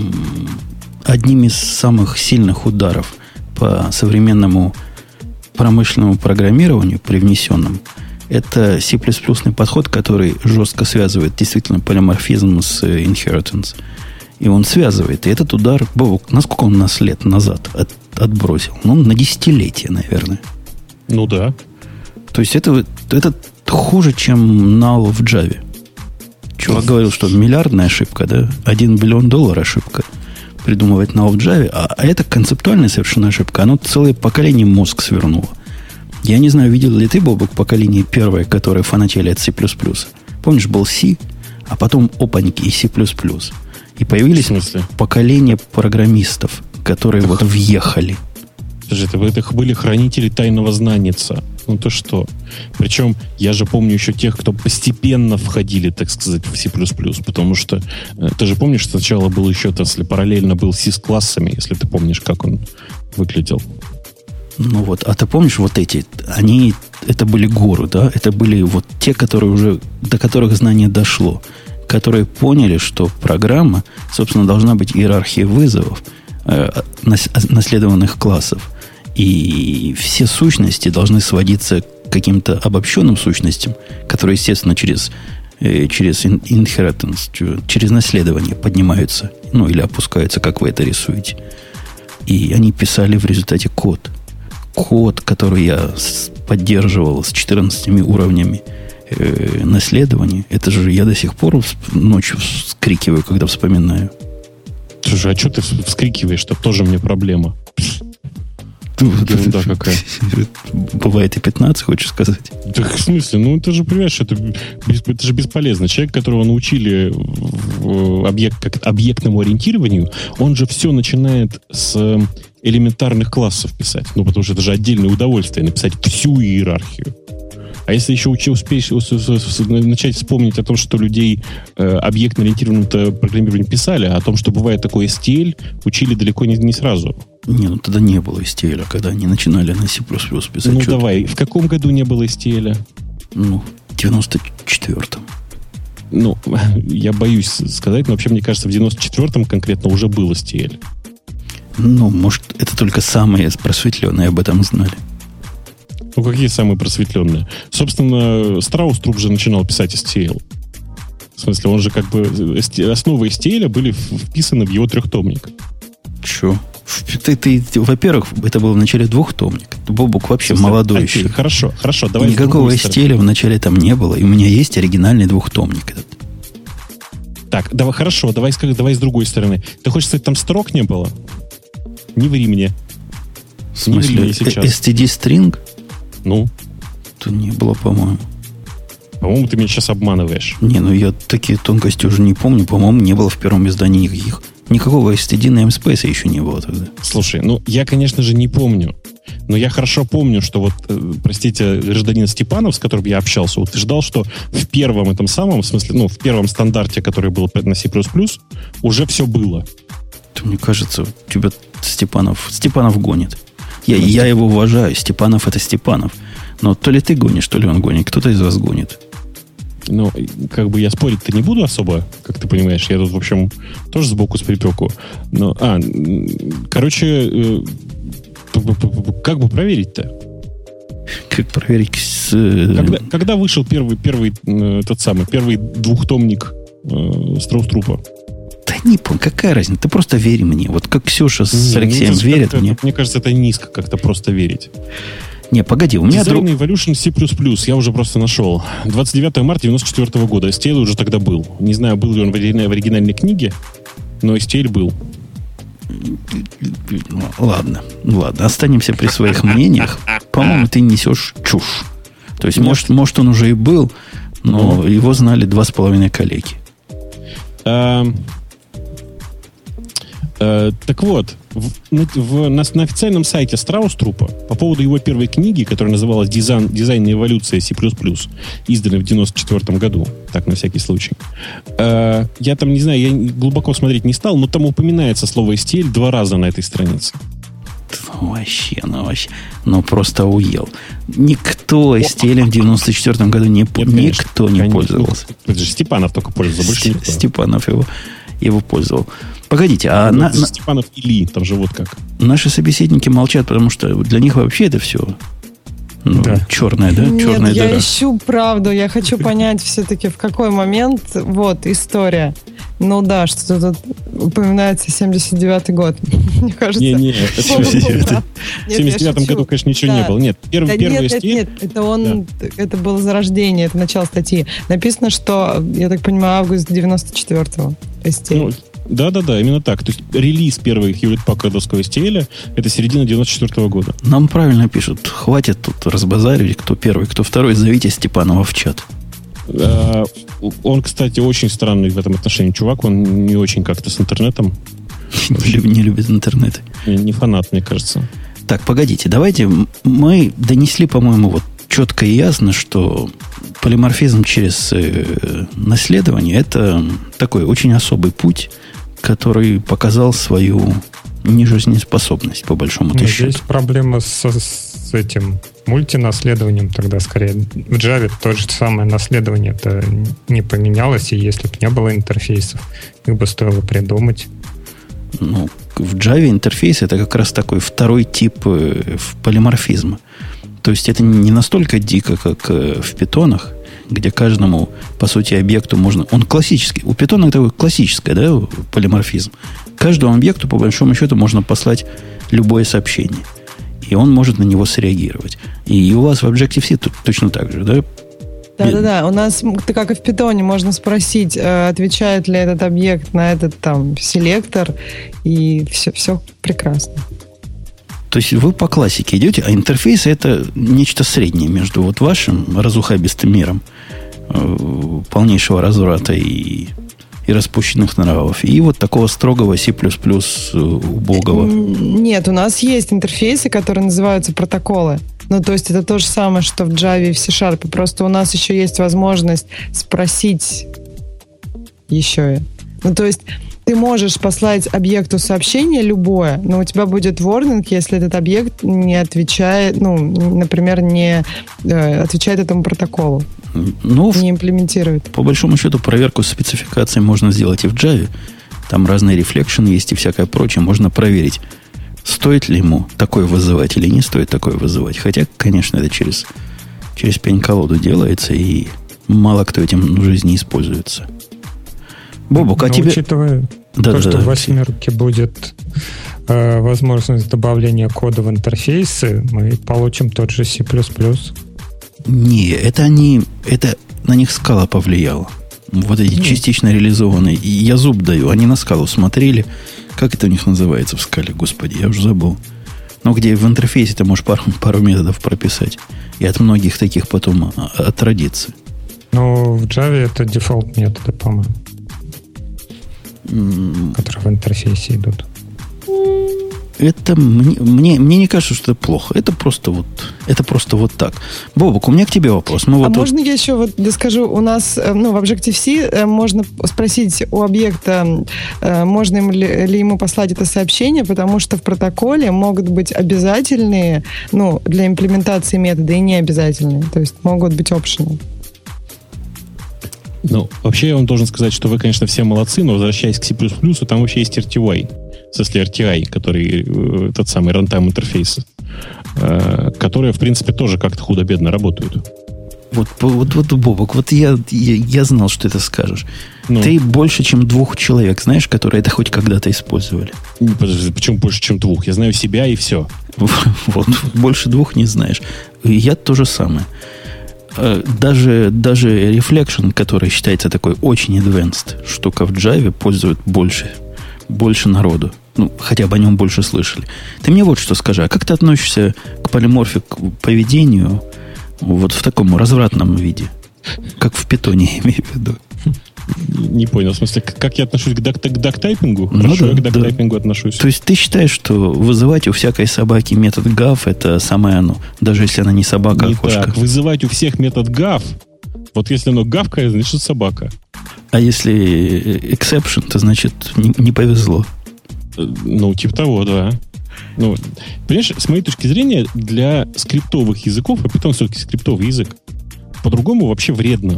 одним из самых сильных ударов по современному промышленному программированию, привнесенным, это C++-ный подход, который жестко связывает действительно полиморфизм с inheritance. И он связывает. И этот удар, Бобок, насколько он нас лет назад отбросил? На десятилетие, наверное. Да. То есть это хуже, чем null в Java. Чувак говорил, что миллиардная ошибка, да? $1 billion ошибка. Придумывать null в Java. А это концептуальная совершенно ошибка. Оно целое поколение мозг свернуло. Я не знаю, видел ли ты, Бобок, поколение первое, которое фанатели от C++. Помнишь, был C, а потом опаньки и C++. И появились поколения программистов, которые въехали. Это были хранители тайного знаница. То что? Причем я же помню еще тех, кто постепенно входили, так сказать, в C++, потому что ты же помнишь, что сначала был еще, если параллельно был C с классами, если ты помнишь, как он выглядел. А ты помнишь эти? Это были гуру, да? Это были те, которые уже, до которых знание дошло, которые поняли, что программа, собственно, должна быть иерархией вызовов наследованных классов. И все сущности должны сводиться к каким-то обобщенным сущностям, которые, естественно, через inheritance, через наследование поднимаются, или опускаются, как вы это рисуете. И они писали в результате код. Код, который я поддерживал с 14 уровнями наследования, это же я до сих пор ночью вскрикиваю, когда вспоминаю. Слушай, а что ты вскрикиваешь? Это тоже мне проблема. Ерунда какая. Бывает и 15, хочешь сказать? Так, в смысле? Ты же понимаешь, это же бесполезно. Человек, которого научили объектному ориентированию, он же все начинает с элементарных классов писать. Потому что это же отдельное удовольствие написать всю иерархию. А если еще успеешь начать вспомнить о том, что людей объектно-ориентированным программированием писали, а о том, что бывает такой STL, учили далеко не сразу. Тогда не было STL, когда они начинали на C++ писать. Давай, в каком году не было STL? В 94-м. Я боюсь сказать, но вообще, мне кажется, в 94-м конкретно уже был STL. Может, это только самые просветленные об этом знали. Какие самые просветленные? Собственно, Страуструп же начинал писать STL. В смысле, он же основы STL были вписаны в его трехтомник. Чё? Во-первых, это был в начале двухтомник. Бобук вообще молодой еще. Хорошо. Давай никакого STL в начале там не было. И у меня есть оригинальный двухтомник этот. Так, давай с другой стороны. Ты хочешь сказать, там строк не было? Не ври мне. В смысле, STD string? Ну? Тут не было, по-моему. По-моему, ты меня сейчас обманываешь. Не, я такие тонкости уже не помню. По-моему, не было в первом издании никаких. Никакого STD на MSpace еще не было тогда. Слушай, я, конечно же, не помню. Но я хорошо помню, что простите, гражданин Степанов, с которым я общался, утверждал, что в первом этом самом, в смысле, в первом стандарте, который был на C++, уже все было. Мне кажется, тебя Степанов гонит. Я его уважаю. Степанов — это Степанов. Но то ли ты гонишь, то ли он гонит. Кто-то из вас гонит. Я спорить-то не буду особо, как ты понимаешь. Я тут, в общем, тоже сбоку с припеку. Как бы проверить-то? Как проверить? Когда вышел первый двухтомник Страус-Трупа? Да не помню, какая разница? Ты просто верь мне. Вот как Ксюша с Алексеем верят мне. Мне кажется, это низко как-то просто верить. Не, погоди, у меня... Design Evolution C++, я уже просто нашел. 29 марта 1994 года. STL уже тогда был. Не знаю, был ли он в оригинальной книге, но STL был. Ладно. Останемся при своих мнениях. По-моему, ты несешь чушь. То есть, может, он уже и был, но его знали 2,5 коллеги. Так вот, на официальном сайте Страус-Трупа по поводу его первой книги, которая называлась «Дизайн и эволюция C++», изданной в 1994 году, так, на всякий случай. Я там, не знаю, я глубоко смотреть не стал, но там упоминается слово STL 2 раза на этой странице. Вообще. Просто уел. Никто STL в 1994 году никто не пользовался. Степанов только пользовался, больше никто. Степанов его пользовал. Погодите, Степанов Или, там же вот как. Наши собеседники молчат, потому что для них вообще это все черная, да? Нет, черная дыра. Я ищу правду, я хочу понять все-таки, в какой момент, история. Что тут упоминается 79-й год. Мне кажется. Не, это 79-й. В 79-м году, конечно, ничего не было. Нет, первый STL... Нет, это было зарождение, это начало статьи. Написано, что, я так понимаю, август 94-го STL. Да, именно так. То есть релиз первого Hewlett-Packard'овского STL это середина 94 года. Нам правильно пишут. Хватит тут разбазаривать, кто первый, кто второй. Зовите Степанова в чат. Он, кстати, очень странный в этом отношении чувак. Он не очень как-то с интернетом. Не любит интернет. Не фанат, мне кажется. Так, погодите. Давайте мы донесли, по-моему, четко и ясно, что полиморфизм через наследование это такой очень особый путь, который показал свою нежизнеспособность, по большому счету. Здесь проблема с этим мультинаследованием тогда скорее. В Java то же самое наследование это не поменялось, и если бы не было интерфейсов, их бы стоило придумать. В Java интерфейс это как раз такой второй тип полиморфизма. То есть это не настолько дико, как в питонах, где каждому, по сути, объекту можно... Он классический. У питона такой классический, да, полиморфизм. Каждому объекту, по большому счету, можно послать любое сообщение. И он может на него среагировать. И у вас в Objective-C точно так же, да? Да. У нас, как и в питоне, можно спросить, отвечает ли этот объект на этот селектор, и все прекрасно. То есть вы по классике идете, а интерфейс это нечто среднее между вашим разухабистым миром полнейшего разврата и распущенных нравов, и такого строгого C++ убогого. Нет, у нас есть интерфейсы, которые называются протоколы. То есть это то же самое, что в Java и в C-Sharp. Просто у нас еще есть возможность спросить еще. То есть ты можешь послать объекту сообщение любое, но у тебя будет warning, если этот объект не отвечает, например, не отвечает этому протоколу. Не имплементирует. По большому счету, проверку спецификации можно сделать и в Java. Там разные рефлекшены есть и всякое прочее. Можно проверить, стоит ли ему такое вызывать или не стоит такое вызывать. Хотя, конечно, это через пень-колоду делается, и мало кто этим в жизни используется. Бобук, а тебе... Учитывая что в восьмерке будет возможность добавления кода в интерфейсы, мы получим тот же C++. Не, это на них скала повлияла. Вот эти частично реализованные. И я зуб даю. Они на скалу смотрели. Как это у них называется в скале? Господи, я уже забыл. Но где в интерфейсе ты можешь пару методов прописать. И от многих таких потом отродиться. Ну, в Java это дефолт методы, по-моему. Которые в интерфейсе идут. Это мне не кажется, что это плохо. Это просто вот так. Бобок, у меня к тебе вопрос. Можно я еще вот доскажу? У нас, в Objective-C можно спросить у объекта, можно ли ему послать это сообщение, потому что в протоколе могут быть обязательные, для имплементации метода и необязательные. То есть могут быть optional. Вообще я вам должен сказать, что вы, конечно, все молодцы, но возвращаясь к C++, там вообще есть RTY. В смысле RTI, который тот самый runtime интерфейс, которые, в принципе, тоже как-то худо-бедно работают. Вот, Бобок, я знал, что ты это скажешь. Ты больше, чем 2 человек знаешь, которые это хоть когда-то использовали. Подожди, почему больше, чем 2? Я знаю себя и все. Вот, больше 2 не знаешь. И я то же самое. Даже Reflection, который считается такой очень advanced штука в Java, пользует больше народу. Хотя бы о нем больше слышали. Ты мне вот что скажи. А как ты относишься к полиморфик поведению вот в таком развратном виде? Как в питоне, я имею в виду. Не понял. В смысле, как я отношусь к дактайпингу? Хорошо, я к дактайпингу отношусь. То есть ты считаешь, что вызывать у всякой собаки метод gav это самое оно, даже если она не собака, а кошка? Так, вызывать у всех метод gav, вот если оно гавкает, значит собака. А если exception, то значит не повезло. Типа того, да. Понимаешь, с моей точки зрения, для скриптовых языков, а Python все-таки скриптовый язык, по-другому вообще вредно.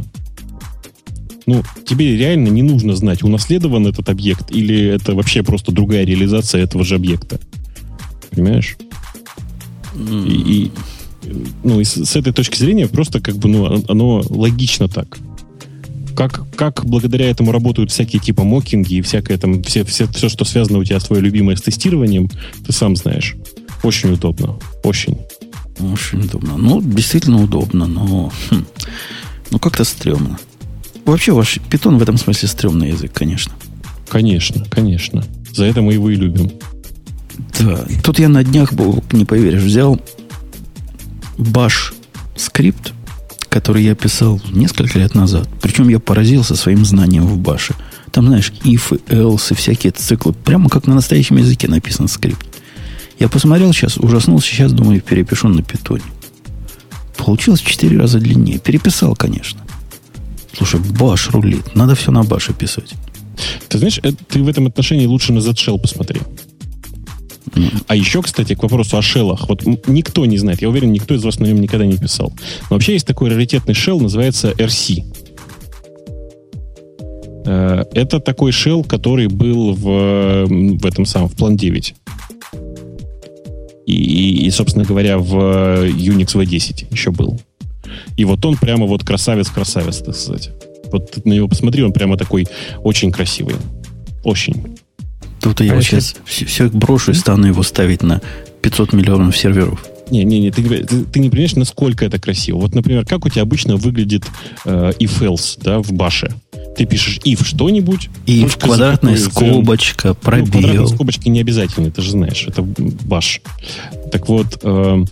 Тебе реально не нужно знать, унаследован этот объект или это вообще просто другая реализация этого же объекта. Понимаешь? И с этой точки зрения просто оно логично так. Как благодаря этому работают всякие типа мокинги и всякое там, все, что связано у тебя с твоей любимой с тестированием, ты сам знаешь. Очень удобно. Очень. Очень удобно. Действительно удобно, но как-то стрёмно. Вообще ваш Python в этом смысле стрёмный язык, конечно. Конечно. За это мы его и любим. Да. Тут я на днях, не поверишь, взял bash скрипт, который я писал несколько лет назад. Причем я поразился своим знанием в баше. Там, знаешь, if, else и всякие циклы. Прямо как на настоящем языке написан скрипт. Я посмотрел сейчас, ужаснулся. Сейчас, думаю, перепишу на питоне. Получилось в 4 раза длиннее. Переписал, конечно. Слушай, баш рулит. Надо все на баше писать. Ты знаешь, ты в этом отношении лучше на Z-Shell посмотри. А еще, кстати, к вопросу о шеллах. Вот никто не знает. Я уверен, никто из вас на нем никогда не писал. Но вообще есть такой раритетный шелл, называется RC. Это такой шелл, который был в этом самом, в Plan 9. И, собственно говоря, в Unix V10 еще был. И вот он прямо вот красавец-красавец, так сказать. Вот ты на него посмотри, он прямо такой очень красивый. Очень. Тут я сейчас все брошу и стану его ставить на 500 миллионов серверов. Не, ты не понимаешь, насколько это красиво. Вот, например, как у тебя обычно выглядит if-else, да, в баше. Ты пишешь if что-нибудь. И в квадратная скобочка, пробел. Квадратные скобочки не обязательно, ты же знаешь, это баш. Так вот, там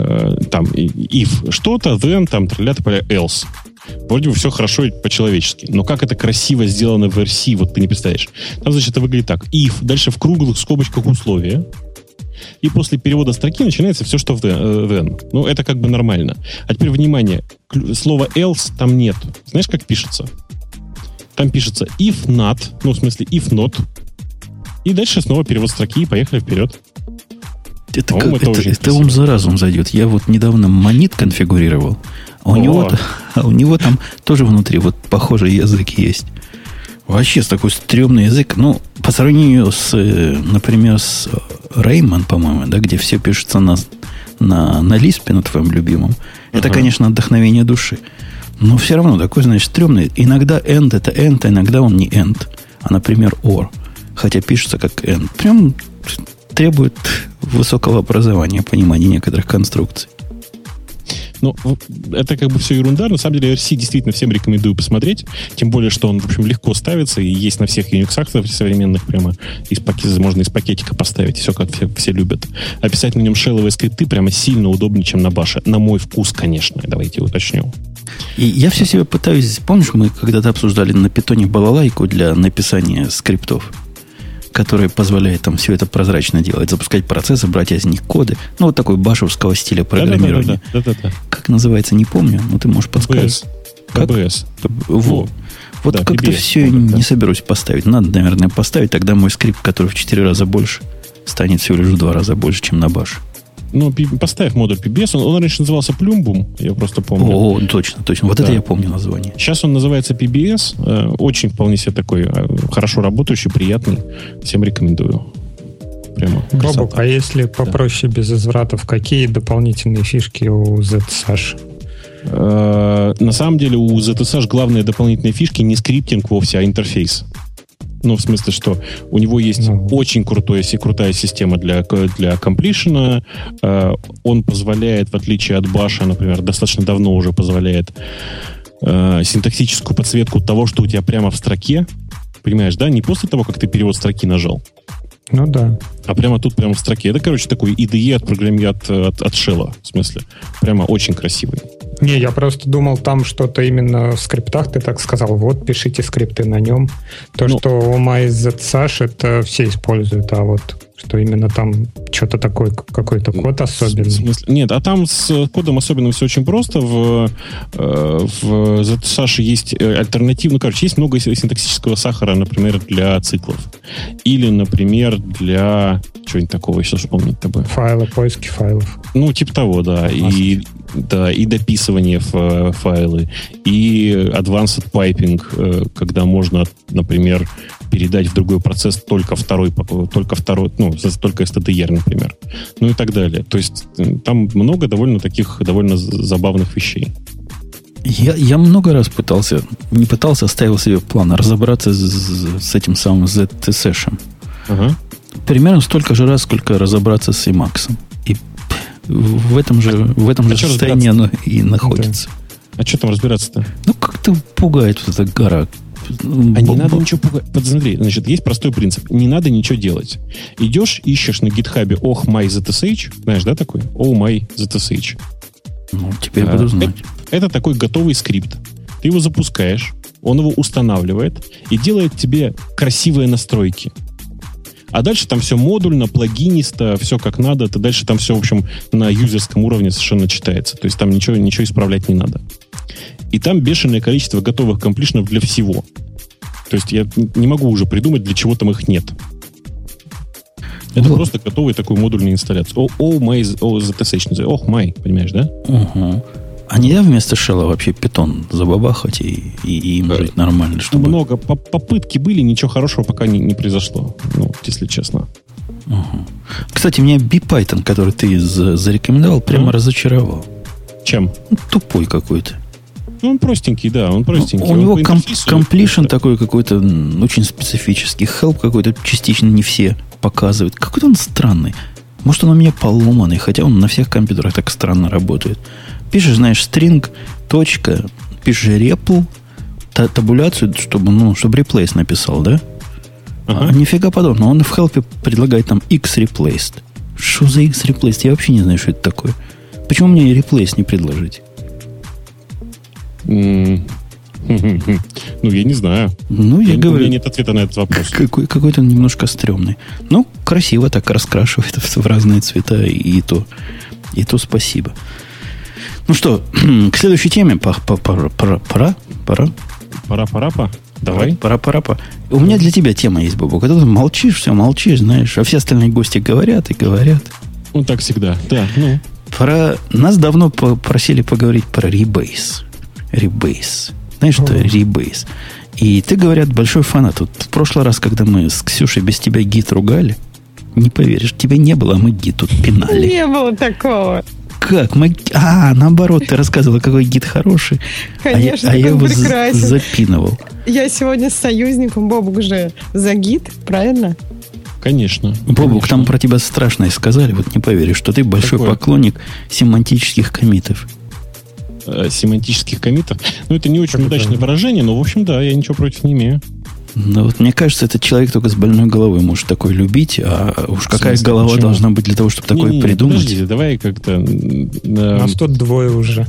if что-то, then, там, else. Вроде бы все хорошо и по-человечески. Но как это красиво сделано в RC, вот ты не представляешь. Там, значит, это выглядит так. If, дальше в круглых скобочках условия. И после перевода строки начинается все, что в then. Ну, это как бы нормально. А теперь, внимание, слова else там нет. Знаешь, как пишется? Там пишется if not, ну, в смысле if not. И дальше снова перевод строки, и поехали вперед. Это ум за разум зайдет. Я вот недавно монит конфигурировал, а у него там тоже внутри вот похожий язык есть. Вообще такой стрёмный язык. Ну, по сравнению с, например, с Rayman, по-моему, да, где все пишется на Lisp, на твоем любимом. Это, конечно, отдохновение души. Но все равно такой, значит, стрёмный. Иногда end это end, а иногда он не end. А, например, or. Хотя пишется как end. Прям требует высокого образования, понимания некоторых конструкций. Ну, это как бы все ерунда. На самом деле, RC действительно всем рекомендую посмотреть. Тем более, что он, в общем, легко ставится и есть на всех Unix-ах современных прямо. Можно из пакетика поставить. Все, как все любят. А писать на нем шелловые скрипты прямо сильно удобнее, чем на баше. На мой вкус, конечно. Давайте уточню. И я все себе пытаюсь... Помнишь, мы когда-то обсуждали на питоне балалайку для написания скриптов, который позволяет там все это прозрачно делать, запускать процессы, брать из них коды. Ну, вот такой башевского стиля программирования. Да. Как называется, не помню, но ты можешь подсказать. PBS. Вот да, как-то PBS, все не соберусь поставить. Надо, наверное, поставить, тогда мой скрипт, который в 4 раза больше, станет всего лишь в 2 раза больше, чем на баше. Ну, поставь модуль PBS. Он раньше назывался Plumbum, я просто помню. О, точно. Вот да. Это я помню название. Сейчас он называется PBS. Очень вполне себе такой хорошо работающий, приятный. Всем рекомендую. Прямо красота. Бобок, а если попроще без извратов, какие дополнительные фишки у ZSash? На самом деле у ZSash главные дополнительные фишки не скриптинг вовсе, а интерфейс. Ну, в смысле, что у него есть очень крутая система для комплишена. Он позволяет, в отличие от баша, например, достаточно давно уже позволяет синтаксическую подсветку того, что у тебя прямо в строке. Понимаешь, да? Не после того, как ты перевод строки нажал. Ну да. А прямо тут, прямо в строке. Это, короче, такой IDE от шелла. В смысле, прямо очень красивый. Не, я просто думал, там что-то именно в скриптах, ты так сказал, вот, пишите скрипты на нем. Что у MyZSash это все используют, а вот что именно там что-то такое, какой-то код особенный. В смысле? Нет, а там с кодом особенным все очень просто. В ZSash есть альтернативно, есть много синтаксического сахара, например, для циклов. Или, например, для чего-нибудь такого, еще вспомнить тобой. Файлы, поиски файлов. Ну, типа того, да. И дописывание в файлы, и advanced piping, когда можно, например, передать в другой процесс только STDR, например. Ну и так далее. То есть там много довольно забавных вещей. Я много раз ставил себе план разобраться с этим самым ZSash. Ага. Примерно столько же раз, сколько разобраться с Emacs. И в этом же состоянии оно и находится. Да. А что там разбираться-то? Ну, как-то пугает вот эта гора. А не надо ничего пугать. Подсмотри, значит, есть простой принцип. Не надо ничего делать. Идешь, ищешь на гитхабе MyZSH. Знаешь, да, такой? MyZSH. Ну, теперь буду знать. Это такой готовый скрипт. Ты его запускаешь, он его устанавливает и делает тебе красивые настройки. А дальше там все модульно, плагинисто, все как надо. Дальше там все, в общем, на юзерском уровне совершенно читается. То есть там ничего исправлять не надо. И там бешеное количество готовых комплишенов для всего. То есть я не могу уже придумать, для чего там их нет. Это просто готовый такой модульный инсталляция. ZSH, понимаешь, да? Угу. А нельзя вместо шелла вообще питон забабахать и им жить нормально? Чтобы... Много попытки были, ничего хорошего пока не произошло. Ну, если честно. Угу. Кстати, меня BPython, который ты зарекомендовал, прямо разочаровал. Чем? Тупой какой-то. Ну, он простенький, да, он простенький. У него комплишн такой какой-то очень специфический. Help какой-то частично не все показывают. Какой-то он странный. Может, он у меня поломанный, хотя он на всех компьютерах так странно работает. Пишешь, знаешь, string, точка, пишешь REPL, табуляцию, чтобы replace написал, да? Ага. А нифига подобного. Он в help предлагает там x replaced. Что за x replaced? Я вообще не знаю, что это такое. Почему мне replace не предложить? Ну, я не знаю. Ну, я говорю, у меня нет ответа на этот вопрос. Какой-то он немножко стрёмный. Ну, красиво так раскрашивает в разные цвета, и то спасибо. Ну что, к следующей теме пора? Давай. Пора. У меня для тебя тема есть, Бобок. А ты молчишь, знаешь, а все остальные гости говорят и говорят. Ну, так всегда, да. Ну. Нас давно просили поговорить про Rebase. Знаешь, что Rebase? И ты, говорят, большой фанат. Вот в прошлый раз, когда мы с Ксюшей без тебя гид ругали, не поверишь, тебя не было, а мы гид тут пинали. Не было такого. Как? Наоборот, ты рассказывала, какой гид хороший. Конечно, а я его прекрасен. запинывал. Я сегодня с союзником, Бобок же за гид, правильно? Конечно. Бобук, там про тебя страшное сказали, вот не поверишь, что ты большой поклонник семантических коммитов. Семантических коммитов? Ну, это не очень удачное выражение, но, в общем, да, я ничего против не имею. Ну, вот мне кажется, этот человек только с больной головой может такой любить, а уж какая голова должна быть для того, чтобы такое придумать? Подожди, давай как-то... У нас тут двое уже.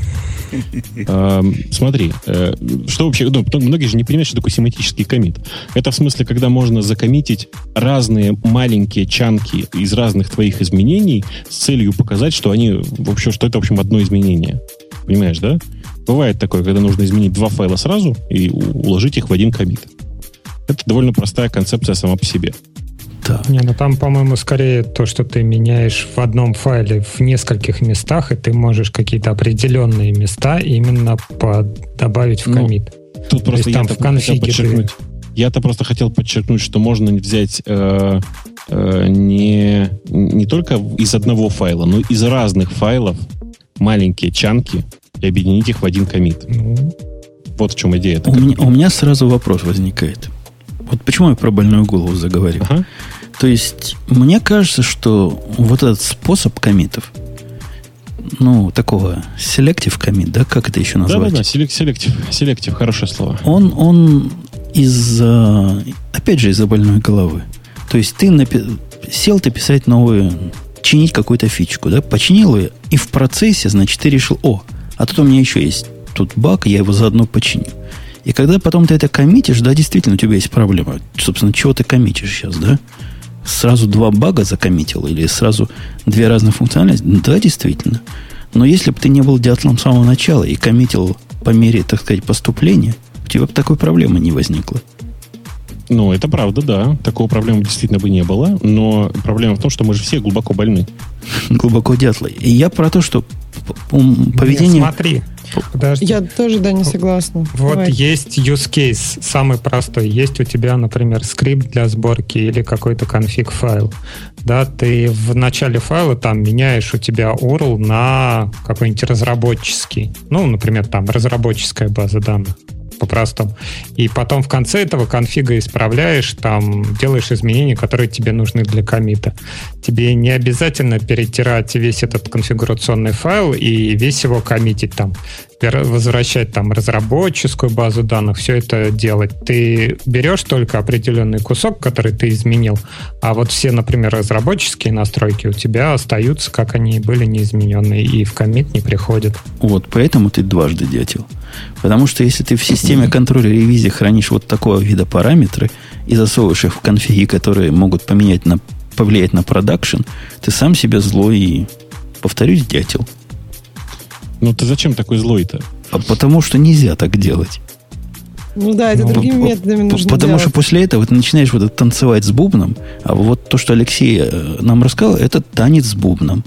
Смотри, что вообще... Ну, многие же не понимают, что такое семантический коммит. Это в смысле, когда можно закоммитить разные маленькие чанки из разных твоих изменений с целью показать, что они что это, в общем, одно изменение. Понимаешь, да? Бывает такое, когда нужно изменить два файла сразу и уложить их в один коммит. Это довольно простая концепция сама по себе. Да. Не, ну там, по-моему, скорее то, что ты меняешь в одном файле в нескольких местах, и ты можешь какие-то определенные места именно добавить в коммит. Тут просто там в конфиге я-то просто хотел подчеркнуть, что можно взять не только из одного файла, но из разных файлов маленькие чанки и объединить их в один коммит. Вот в чем идея. У меня сразу вопрос возникает. Вот почему я про больную голову заговорил? Ага. То есть, мне кажется, что вот этот способ коммитов, ну, такого selective commit, да, как это еще назвать? Да, selective, хорошее слово. Он опять же, из-за больной головы. То есть, ты сел ты писать чинить какую-то фичку, да, починил ее, и в процессе, значит, ты решил, а тут у меня еще есть тут баг, я его заодно починю. И когда потом ты это коммитишь, да, действительно, у тебя есть проблема. Собственно, чего ты коммитишь сейчас, да? Сразу два бага закоммитил или сразу две разных функциональности? Да, действительно. Но если бы ты не был дятлом с самого начала и коммитил по мере, так сказать, поступления, у тебя бы такой проблемы не возникло. Ну, это правда, да. Такого проблемы действительно бы не было. Но проблема в том, что мы же все глубоко больны. Глубоко дятлы. И я про то, что поведение... Нет, смотри. Подожди. Я тоже, не согласна. Вот давай. Есть use case, самый простой. Есть у тебя, например, скрипт для сборки или какой-то конфиг файл. Да, ты в начале файла там меняешь у тебя URL на какой-нибудь разработческий. Ну, например, там разработческая база данных. По-простому. И потом в конце этого конфига исправляешь, там делаешь изменения, которые тебе нужны для коммита. Тебе не обязательно перетирать весь этот конфигурационный файл и весь его коммитить там, возвращать там разработческую базу данных, все это делать. Ты берешь только определенный кусок, который ты изменил, а вот все, например, разработческие настройки у тебя остаются, как они были неизмененные, и в коммит не приходят. Вот, поэтому ты дважды дятел. Потому что если ты в системе контроля ревизии хранишь вот такого вида параметры и засовываешь их в конфиги, которые могут повлиять на продакшн, ты сам себе злой и, повторюсь, дятел. Ну ты зачем такой злой-то? Потому что нельзя так делать. Ну да, это другими методами нужно Потому делать. что после этого ты начинаешь вот танцевать с бубном, а вот то, что Алексей нам рассказал, это танец с бубном.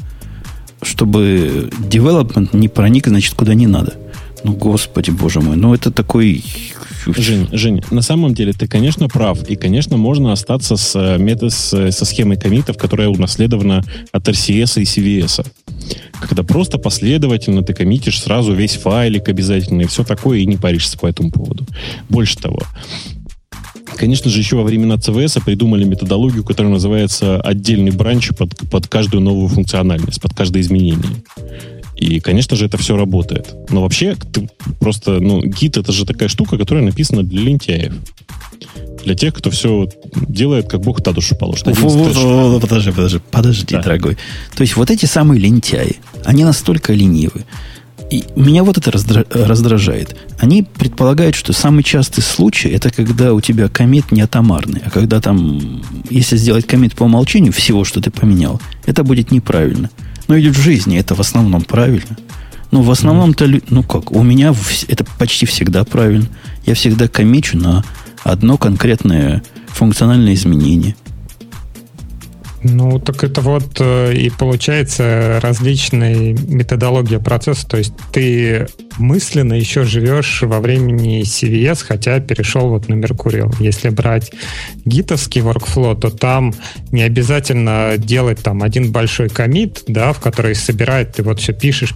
Чтобы девелопмент не проник, значит, куда не надо. Ну, господи, боже мой, это такой... Жень, на самом деле ты, конечно, прав. И, конечно, можно остаться со схемой коммитов, которая унаследована от RCS и CVS. Когда просто последовательно ты коммитишь сразу весь файлик обязательно и все такое, и не паришься по этому поводу. Больше того, конечно же, еще во времена CVS придумали методологию, которая называется отдельный бранч под каждую новую функциональность, под каждое изменение. И, конечно же, это все работает. Но вообще, гид — это же такая штука, которая написана для лентяев. Для тех, кто все делает, как Бог на душу положит. Подожди, да. Дорогой. То есть вот эти самые лентяи, они настолько ленивы. И меня вот это раздражает. Они предполагают, что самый частый случай — это когда у тебя коммит не атомарный, а когда там, если сделать коммит по умолчанию всего, что ты поменял, это будет неправильно. Но ведь в жизни это в основном правильно. Ну, в основном-то, у меня это почти всегда правильно. Я всегда коммичу на одно конкретное функциональное изменение. Ну, так это вот и получается различные методологии процесса. То есть ты мысленно еще живешь во времени CVS, хотя перешел вот на Mercurial. Если брать гитовский workflow, то там не обязательно делать там один большой коммит, да, в который собирает, ты вот все пишешь,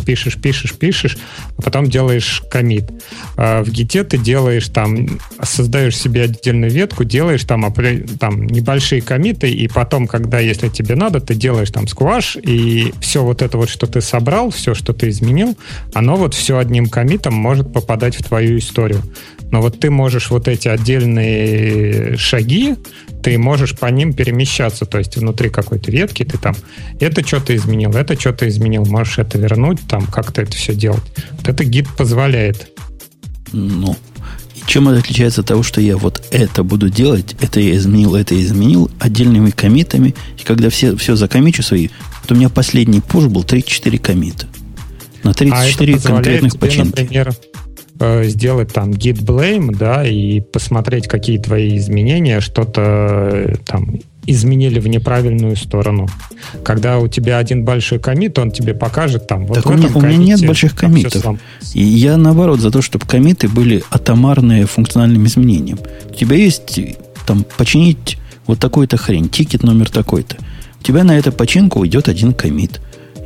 а потом делаешь коммит. А в гите ты делаешь там, создаешь себе отдельную ветку, делаешь там небольшие коммиты, и потом, когда, если тебе надо, ты делаешь там скваш, и все вот это вот, что ты собрал, все, что ты изменил, оно вот все одним коммитом может попадать в твою историю. Но вот ты можешь вот эти отдельные шаги, ты можешь по ним перемещаться, то есть внутри какой-то ветки ты там это что-то изменил, можешь это вернуть, там как-то это все делать. Вот это гид позволяет. Ну, и чем это отличается от того, что я вот это буду делать, это я изменил отдельными коммитами, и когда все закоммичу свои, вот у меня последний пуш был 34 коммита. На 34 конкретных починки. Например, сделать там git blame, да, и посмотреть, какие твои изменения, что-то там изменили в неправильную сторону. Когда у тебя один большой коммит, он тебе покажет там... Так вот у меня нет больших коммитов. И я, наоборот, за то, чтобы коммиты были атомарные функциональным изменением. У тебя есть там починить вот такую-то хрень, тикет номер такой-то. У тебя на эту починку уйдет один коммит.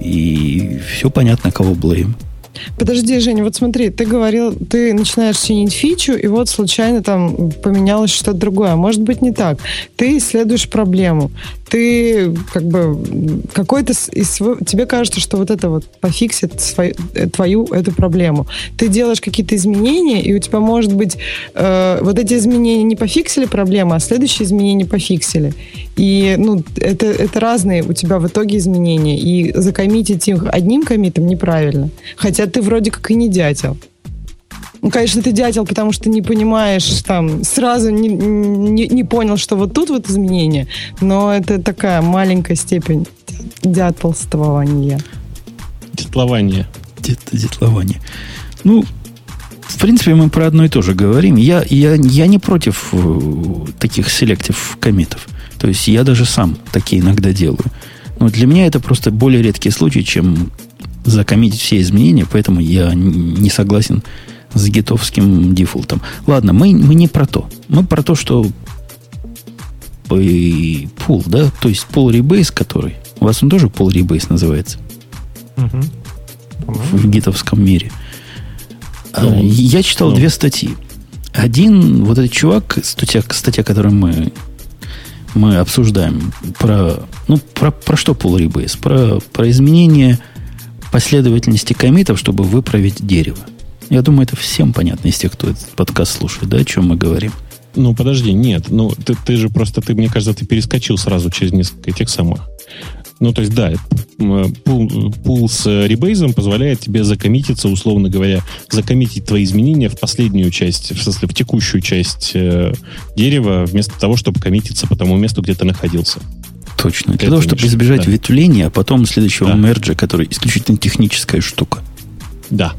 И все понятно, кого блейм. Подожди, Женя, вот смотри, ты говорил, ты начинаешь чинить фичу, и вот случайно там поменялось что-то другое. Может быть, не так. Ты исследуешь проблему. Ты как бы какой-то тебе кажется, что вот это вот пофиксит твою эту проблему. Ты делаешь какие-то изменения, и у тебя, может быть, вот эти изменения не пофиксили проблему, а следующие изменения пофиксили. И это разные у тебя в итоге изменения. И закоммитить их одним коммитом неправильно. Хотя ты вроде как и не дятел. Ну, конечно, ты дятел, потому что не понимаешь, там, сразу не понял, что вот тут вот изменение, но это такая маленькая степень дятлствования. Детлование. Детлование. Ну, в принципе, мы про одно и то же говорим. Я не против таких селектив коммитов. То есть я даже сам такие иногда делаю. Но для меня это просто более редкий случай, чем закоммитить все изменения, поэтому я не согласен с гитовским дефолтом. Ладно, мы не про то. Мы про то, что пул, да, то есть пул ребейс, который... У вас он тоже пул ребейс называется? В гитовском мире. Я читал две статьи. Один, вот этот чувак, статья, которую мы обсуждаем, про что пул ребейс? Про изменение последовательности коммитов, чтобы выправить дерево. Я думаю, это всем понятно из тех, кто этот подкаст слушает, да, о чем мы говорим. Ну, подожди, нет. Ну, ты же просто, мне кажется, ты перескочил сразу через несколько этих самых. Ну, то есть, да, пул с ребейзом позволяет тебе закоммититься, условно говоря, закоммитить твои изменения в последнюю часть, в смысле, в текущую часть дерева, вместо того, чтобы коммититься по тому месту, где ты находился. Точно. Для того, чтобы избежать ветвления, а потом следующего мерджа, который исключительно техническая штука. Да.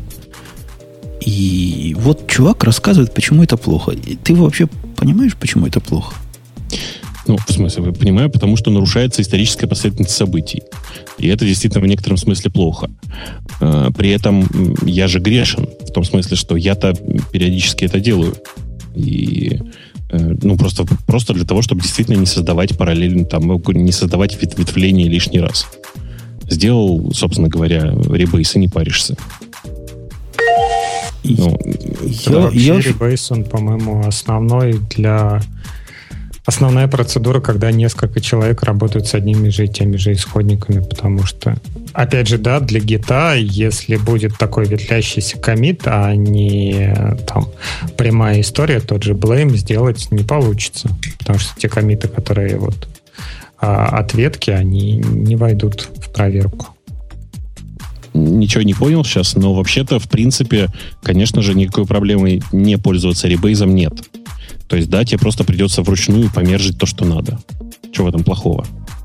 И вот чувак рассказывает, почему это плохо. И ты вообще понимаешь, почему это плохо? Ну, в смысле, я понимаю, потому что нарушается историческая последовательность событий. И это действительно в некотором смысле плохо. При этом я же грешен, в том смысле, что я-то периодически это делаю. И просто для того, чтобы действительно не создавать параллельно, там, не создавать ветвление лишний раз. Сделал, собственно говоря, ребейс и не паришься. Ребейс, он, по-моему, основная процедура, когда несколько человек работают с одними же и теми же исходниками, потому что, опять же, да, для гита, если будет такой ветвлящийся коммит, а не там прямая история, тот же blame сделать не получится, потому что те коммиты, которые вот от ветки, они не войдут в проверку. Ничего не понял сейчас, но вообще-то, в принципе, конечно же, никакой проблемы не пользоваться ребейзом нет. То есть, да, тебе просто придется вручную помержить то, что надо. Чего в этом плохого?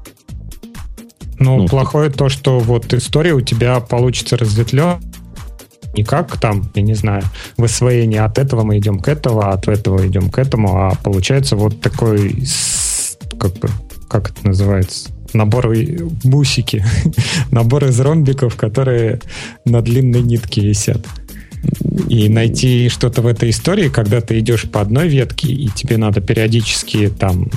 Ну, плохое то, что вот история у тебя получится разветвлена. Не как там, я не знаю, в освоении от этого мы идем к этому, а от этого идем к этому, а получается вот такой, как это называется, набор бусики, набор из ромбиков, которые на длинной нитке висят. И найти что-то в этой истории, когда ты идешь по одной ветке, и тебе надо периодически там...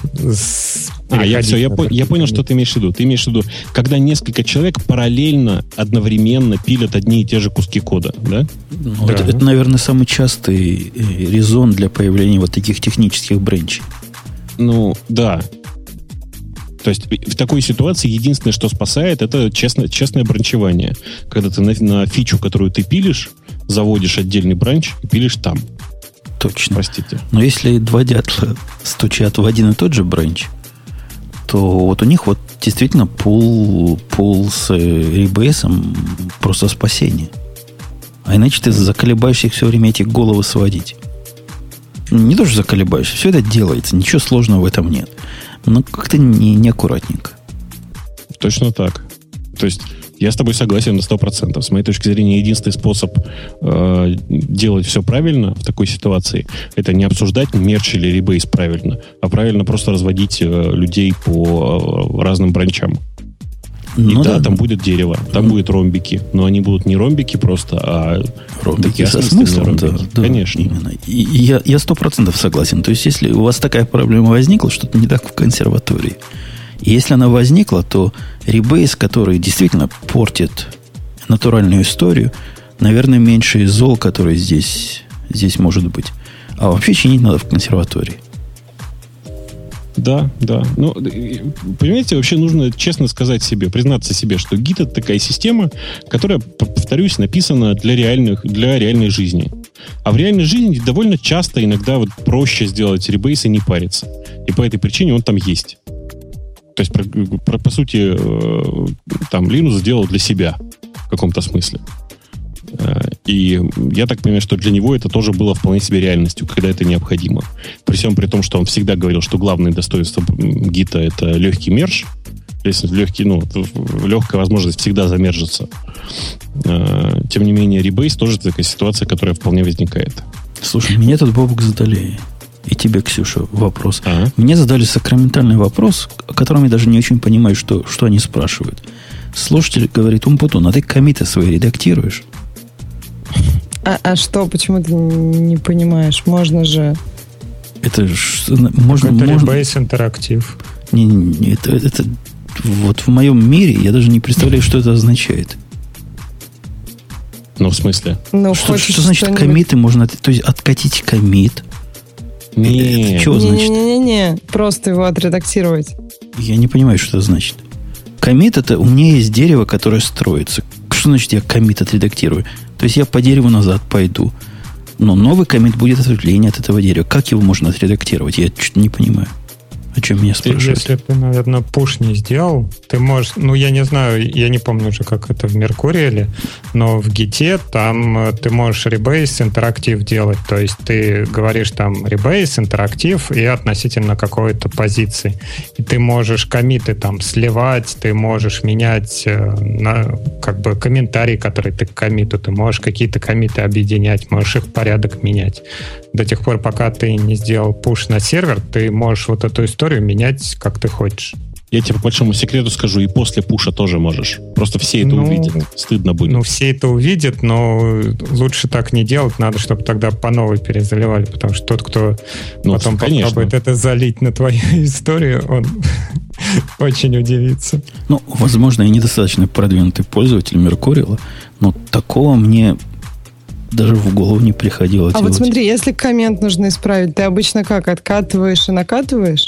Я понял, что ты имеешь в виду. Ты имеешь в виду, когда несколько человек параллельно, одновременно пилят одни и те же куски кода, да? Ну, да. Это, наверное, самый частый резон для появления вот таких технических бренчей. Ну, да. То есть в такой ситуации единственное, что спасает, это честное бранчевание. Когда ты на фичу, которую ты пилишь, заводишь отдельный бранч и пилишь там. Точно. Простите. Но если два дятла стучат в один и тот же бранч, то вот у них вот действительно пул с ребейсом просто спасение. А иначе ты заколебаешься их все время эти головы сводить. Не то, что заколебаешься, все это делается, ничего сложного в этом нет. Но как-то неаккуратненько. Точно так. То есть я с тобой согласен на 100%. С моей точки зрения, единственный способ делать все правильно в такой ситуации — это не обсуждать, мерч или ребейс правильно, а правильно просто разводить людей по разным бранчам. Ну, и да, там будет дерево, там будет ромбики. Но они будут не ромбики просто, а ромбики со смыслом. Да, конечно. Именно. И я 100% согласен. То есть, если у вас такая проблема возникла, что-то не так в консерватории. И если она возникла, то ребейс, который действительно портит натуральную историю, наверное, меньше зол, который здесь может быть. А вообще чинить надо в консерватории. Да. Ну, понимаете, вообще нужно честно сказать себе, признаться себе, что Git — это такая система, которая, повторюсь, написана для реальной жизни. А в реальной жизни довольно часто иногда вот проще сделать ребейс и не париться. И по этой причине он там есть. То есть, по сути, там Linux сделал для себя в каком-то смысле. И я так понимаю, что для него это тоже было вполне себе реальностью, когда это необходимо. При всем при том, что он всегда говорил, что главное достоинство гита — это легкий мерж. Если легкая возможность всегда замержиться. Тем не менее, ребейс тоже такая ситуация, которая вполне возникает. Слушай, мне тут, Бобук, задали, и тебе, Ксюша, вопрос. Мне задали сакраментальный вопрос, о котором я даже не очень понимаю, что они спрашивают. Слушатель говорит: Умпутун, а ты коммиты свои редактируешь? А что, почему ты не понимаешь? Можно же... Это можно... Rebase интерактив. Это вот в моем мире я даже не представляю, что это означает. Ну, в смысле? Что значит коммиты можно... То есть откатить коммит? Нет. Что значит? Не, просто его отредактировать. Я не понимаю, что это значит. Коммит — это у меня есть дерево, которое строится. Что значит я коммит отредактирую? То есть я по дереву назад пойду. Но новый коммит будет ответвление от этого дерева. Как его можно отредактировать? Я что-то не понимаю. О чем меня спрашивают? Если ты, наверное, пуш не сделал, ты можешь... Ну, я не знаю, я не помню уже, как это в Меркуриале, но в Гите там ты можешь ребейс интерактив делать. То есть ты говоришь там ребейс интерактив и относительно какой-то позиции. И ты можешь коммиты там сливать, ты можешь менять как бы комментарии, которые ты к коммиту. Ты можешь какие-то коммиты объединять, можешь их порядок менять. До тех пор, пока ты не сделал пуш на сервер, ты можешь вот эту историю менять, как ты хочешь. Я тебе по большому секрету скажу, и после пуша тоже можешь. Просто все это увидят. Стыдно будет. Ну, все это увидят, но лучше так не делать. Надо, чтобы тогда по новой перезаливали, потому что тот, кто потом попробует это залить на твою историю, он очень удивится. Ну, возможно, я недостаточно продвинутый пользователь Меркуриала, но такого мне даже в голову не приходило делать. А вот смотри, если коммент нужно исправить, ты обычно как, откатываешь и накатываешь?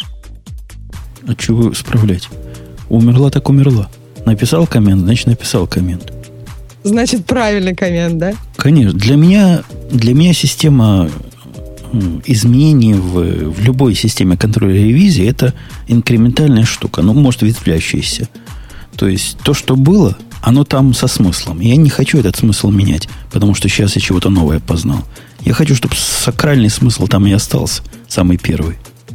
А чего исправлять? Умерла так умерла. Написал коммент, значит написал коммент. Значит, правильный коммент, да? Конечно. Для меня система изменений в любой системе контроля ревизии — это инкрементальная штука, ну, может, ветвлящаяся. То есть то, что было, оно там со смыслом. Я не хочу этот смысл менять, потому что сейчас я чего-то новое познал. Я хочу, чтобы сакральный смысл там и остался, самый первый.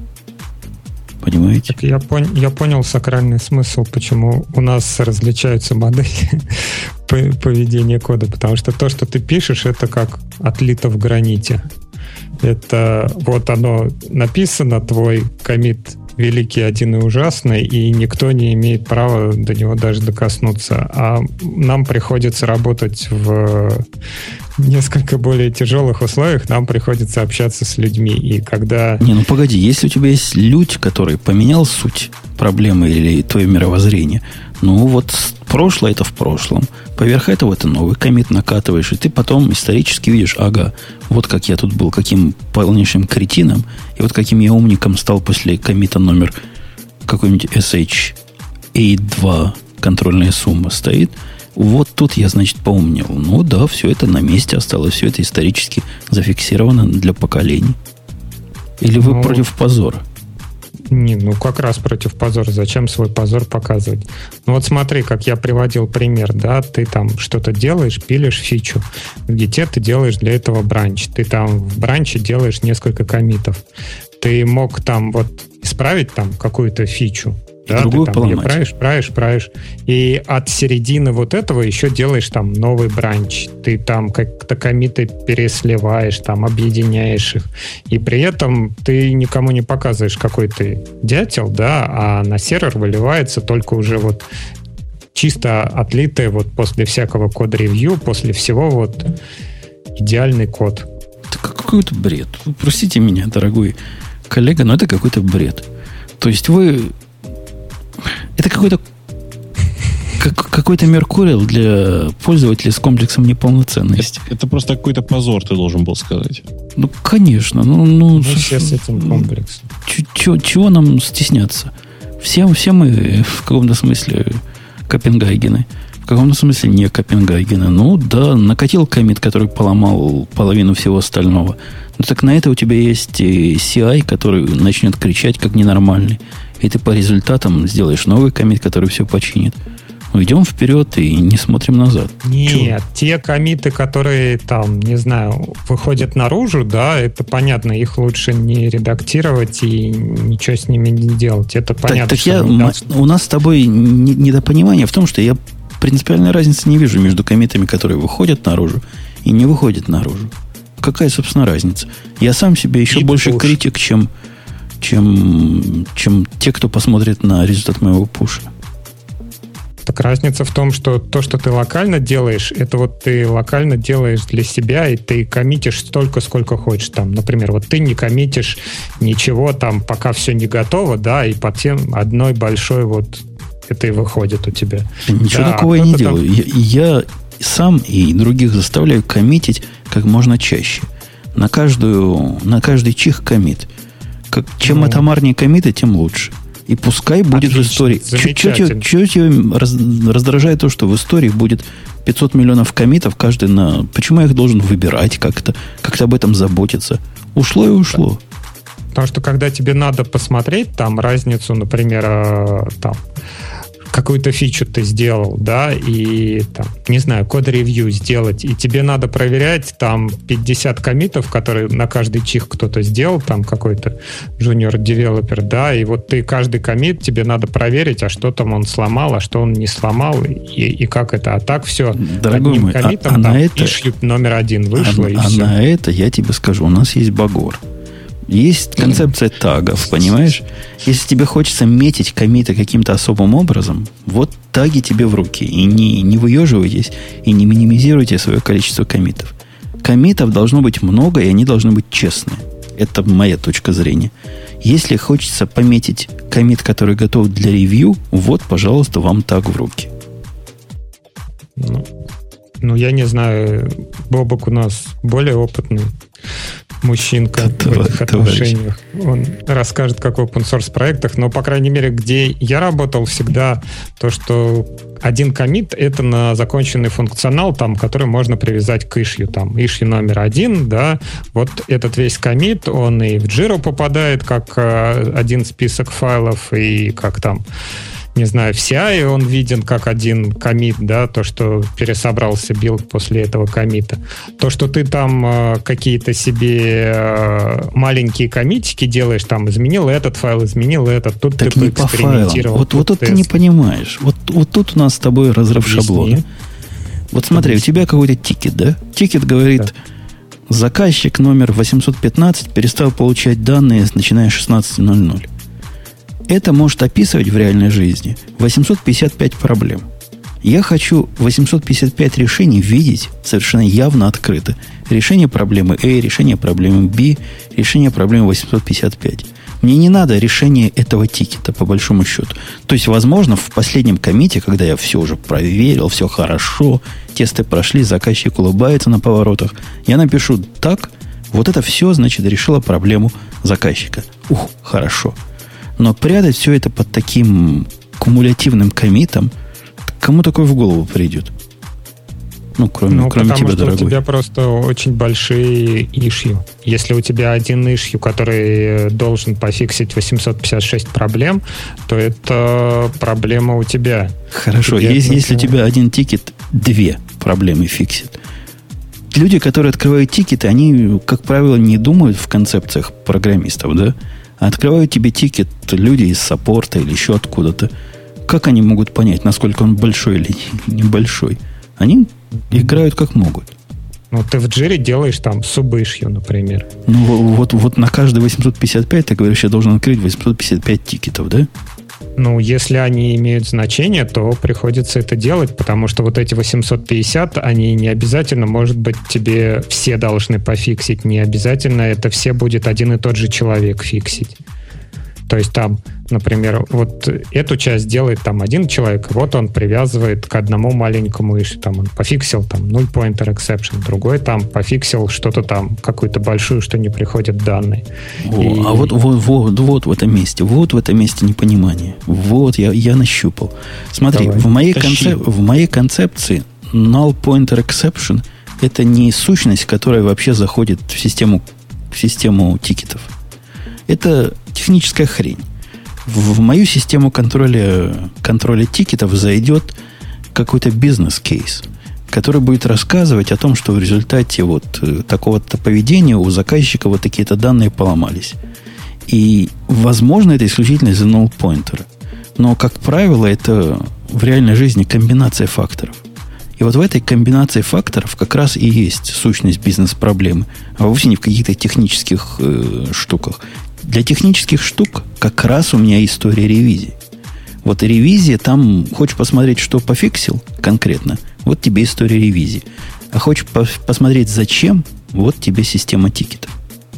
Понимаете? Так я понял сакральный смысл, почему у нас различаются модели поведения кода. Потому что то, что ты пишешь, это как отлито в граните. Это вот оно написано, твой коммит великий, один и ужасный, и никто не имеет права до него даже докоснуться. А нам приходится работать в несколько более тяжелых условиях нам приходится общаться с людьми. И когда... Не, ну погоди, если у тебя есть людь, который поменял суть проблемы или твое мировоззрение, ну вот прошлое это в прошлом. Поверх этого ты новый коммит накатываешь, и ты потом исторически видишь, ага, вот как я тут был, каким полнейшим кретином, и вот каким я умником стал после коммита номер какой-нибудь SH82 контрольная сумма стоит. Вот тут я, значит, поумнел. Ну да, все это на месте осталось, все это исторически зафиксировано для поколений. Или вы против позора? Не, ну как раз против позора. Зачем свой позор показывать? Ну вот смотри, как я приводил пример, да, ты там что-то делаешь, пилишь фичу. В Git ты делаешь для этого бранч. Ты там в бранче делаешь несколько коммитов. Ты мог там вот исправить там какую-то фичу, да, другую ты там ее поломать. правишь. И от середины вот этого еще делаешь там новый бранч. Ты там как-то коммиты пересливаешь, там объединяешь их. И при этом ты никому не показываешь, какой ты дятел, да, а на сервер выливается только уже вот чисто отлитое вот после всякого код-ревью, после всего вот идеальный код. Это какой-то бред. Простите меня, дорогой коллега, но это какой-то бред. То есть вы... Это какой-то Меркурий для пользователей с комплексом неполноценности. Это просто какой-то позор, ты должен был сказать. Ну, конечно. Ну все с этим комплексом. Чего нам стесняться? Все мы в каком-то смысле Копенгагены. В каком-то смысле не Копенгагены. Ну, да, накатил коммит, который поломал половину всего остального. Ну, так на это у тебя есть CI, который начнет кричать как ненормальный. И ты по результатам сделаешь новый коммит, который все починит. Ну, идем вперед и не смотрим назад. Нет, Чего? те коммиты, которые там, не знаю, выходят наружу, да, это понятно, их лучше не редактировать и ничего с ними не делать. Это понятно. У нас с тобой недопонимание в том, что я принципиальной разницы не вижу между коммитами, которые выходят наружу и не выходят наружу. Какая, собственно, разница? Я сам себе еще больше критик, чем те, кто посмотрит на результат моего пуша. Так разница в том, что то, что ты локально делаешь, это вот ты локально делаешь для себя, и ты коммитишь столько, сколько хочешь. Там, например, вот ты не коммитишь ничего там, пока все не готово, да, и потом одной большой вот это и выходит у тебя. Ничего такого я не делаю. Я сам и других заставляю коммитить как можно чаще. На каждый чих коммит. Чем атомарнее коммиты, тем лучше. И пускай будет в истории. Чего тебя раздражает то, что в истории будет 500 миллионов коммитов, каждый на... Почему я их должен выбирать как-то об этом заботиться? Ушло и ушло. Потому что когда тебе надо посмотреть там разницу, например, там какую-то фичу ты сделал, да, и там, не знаю, код-ревью сделать, и тебе надо проверять там 50 коммитов, которые на каждый чих кто-то сделал, там какой-то junior-девелопер, да, и вот ты каждый коммит, тебе надо проверить, а что там он сломал, а что он не сломал, и как это. А так все, дорогой одним мой, коммитом там issue номер 1 вышло, и все. А на это я тебе скажу, у нас есть багор. Есть концепция тагов, понимаешь? Если тебе хочется метить коммиты каким-то особым образом, вот таги тебе в руки. И не выеживайтесь, и не минимизируйте свое количество коммитов. Коммитов должно быть много, и они должны быть честные. Это моя точка зрения. Если хочется пометить коммит, который готов для ревью, вот, пожалуйста, вам таг в руки. Ну, я не знаю, Бобок у нас более опытный мужчинка в этих отношениях. Он расскажет, как в open-source проектах, но, по крайней мере, где я работал, всегда то, что один коммит — это на законченный функционал, там, который можно привязать к issue. Там, issue номер 1, да, вот этот весь коммит, он и в Jira попадает как один список файлов, и как там, не знаю, в CI он виден как один коммит, да, то, что пересобрался билд после этого коммита. То, что ты там какие-то себе маленькие коммитики делаешь, там, изменил этот файл, изменил этот, тут так ты поэкспериментировал. Вот тут ты не понимаешь. Вот тут у нас с тобой разрыв шаблона. Вот смотри, у тебя какой-то тикет, да? Тикет говорит, да. Заказчик номер 815 перестал получать данные, начиная с 16:00. Это может описывать в реальной жизни 855 проблем. Я хочу 855 решений видеть совершенно явно открыто. Решение проблемы A, решение проблемы B, решение проблемы 855. Мне не надо решение этого тикета, по большому счету. То есть, возможно, в последнем коммите, когда я все уже проверил, все хорошо, тесты прошли, заказчик улыбается на поворотах, я напишу так, вот это все, значит, решило проблему заказчика. Ух, хорошо. Но прятать все это под таким кумулятивным коммитом, кому такое в голову придет? Ну, кроме тебя, дорогой. Потому что у тебя просто очень большие ишью. Если у тебя один ишью, который должен пофиксить 856 проблем, то это проблема у тебя. Хорошо, если у тебя один тикет, 2 проблемы фиксит. Люди, которые открывают тикеты, они, как правило, не думают в концепциях программистов, да? А открывают тебе тикет люди из саппорта или еще откуда-то. Как они могут понять, насколько он большой или небольшой? Они играют как могут. Ну, ты в джире делаешь там субишью, например. Ну, вот на каждый 855, ты говоришь, я должен открыть 855 тикетов, да? Ну, если они имеют значение, то приходится это делать, потому что вот эти 850, они не обязательно, может быть, тебе все должны пофиксить. Не обязательно это все будет один и тот же человек фиксить. То есть там, например, вот эту часть делает там один человек, вот он привязывает к одному маленькому issue. Там он пофиксил там null pointer exception, другой там пофиксил что-то там, какую-то большую, что не приходят данные. А вот в этом месте, непонимание. Вот, я нащупал. Смотри, в моей концепции null pointer exception это не сущность, которая вообще заходит в систему тикетов. Это техническая хрень. В мою систему контроля тикетов зайдет какой-то бизнес-кейс, который будет рассказывать о том, что в результате вот такого-то поведения у заказчика вот такие-то данные поломались. И, возможно, это исключительно из-за null pointer. Но, как правило, это в реальной жизни комбинация факторов. И вот в этой комбинации факторов как раз и есть сущность бизнес-проблемы, а вовсе не в каких-то технических штуках. Для технических штук как раз у меня история ревизии. Вот ревизия, там хочешь посмотреть, что пофиксил конкретно, вот тебе история ревизии. А хочешь посмотреть, зачем, вот тебе система тикетов.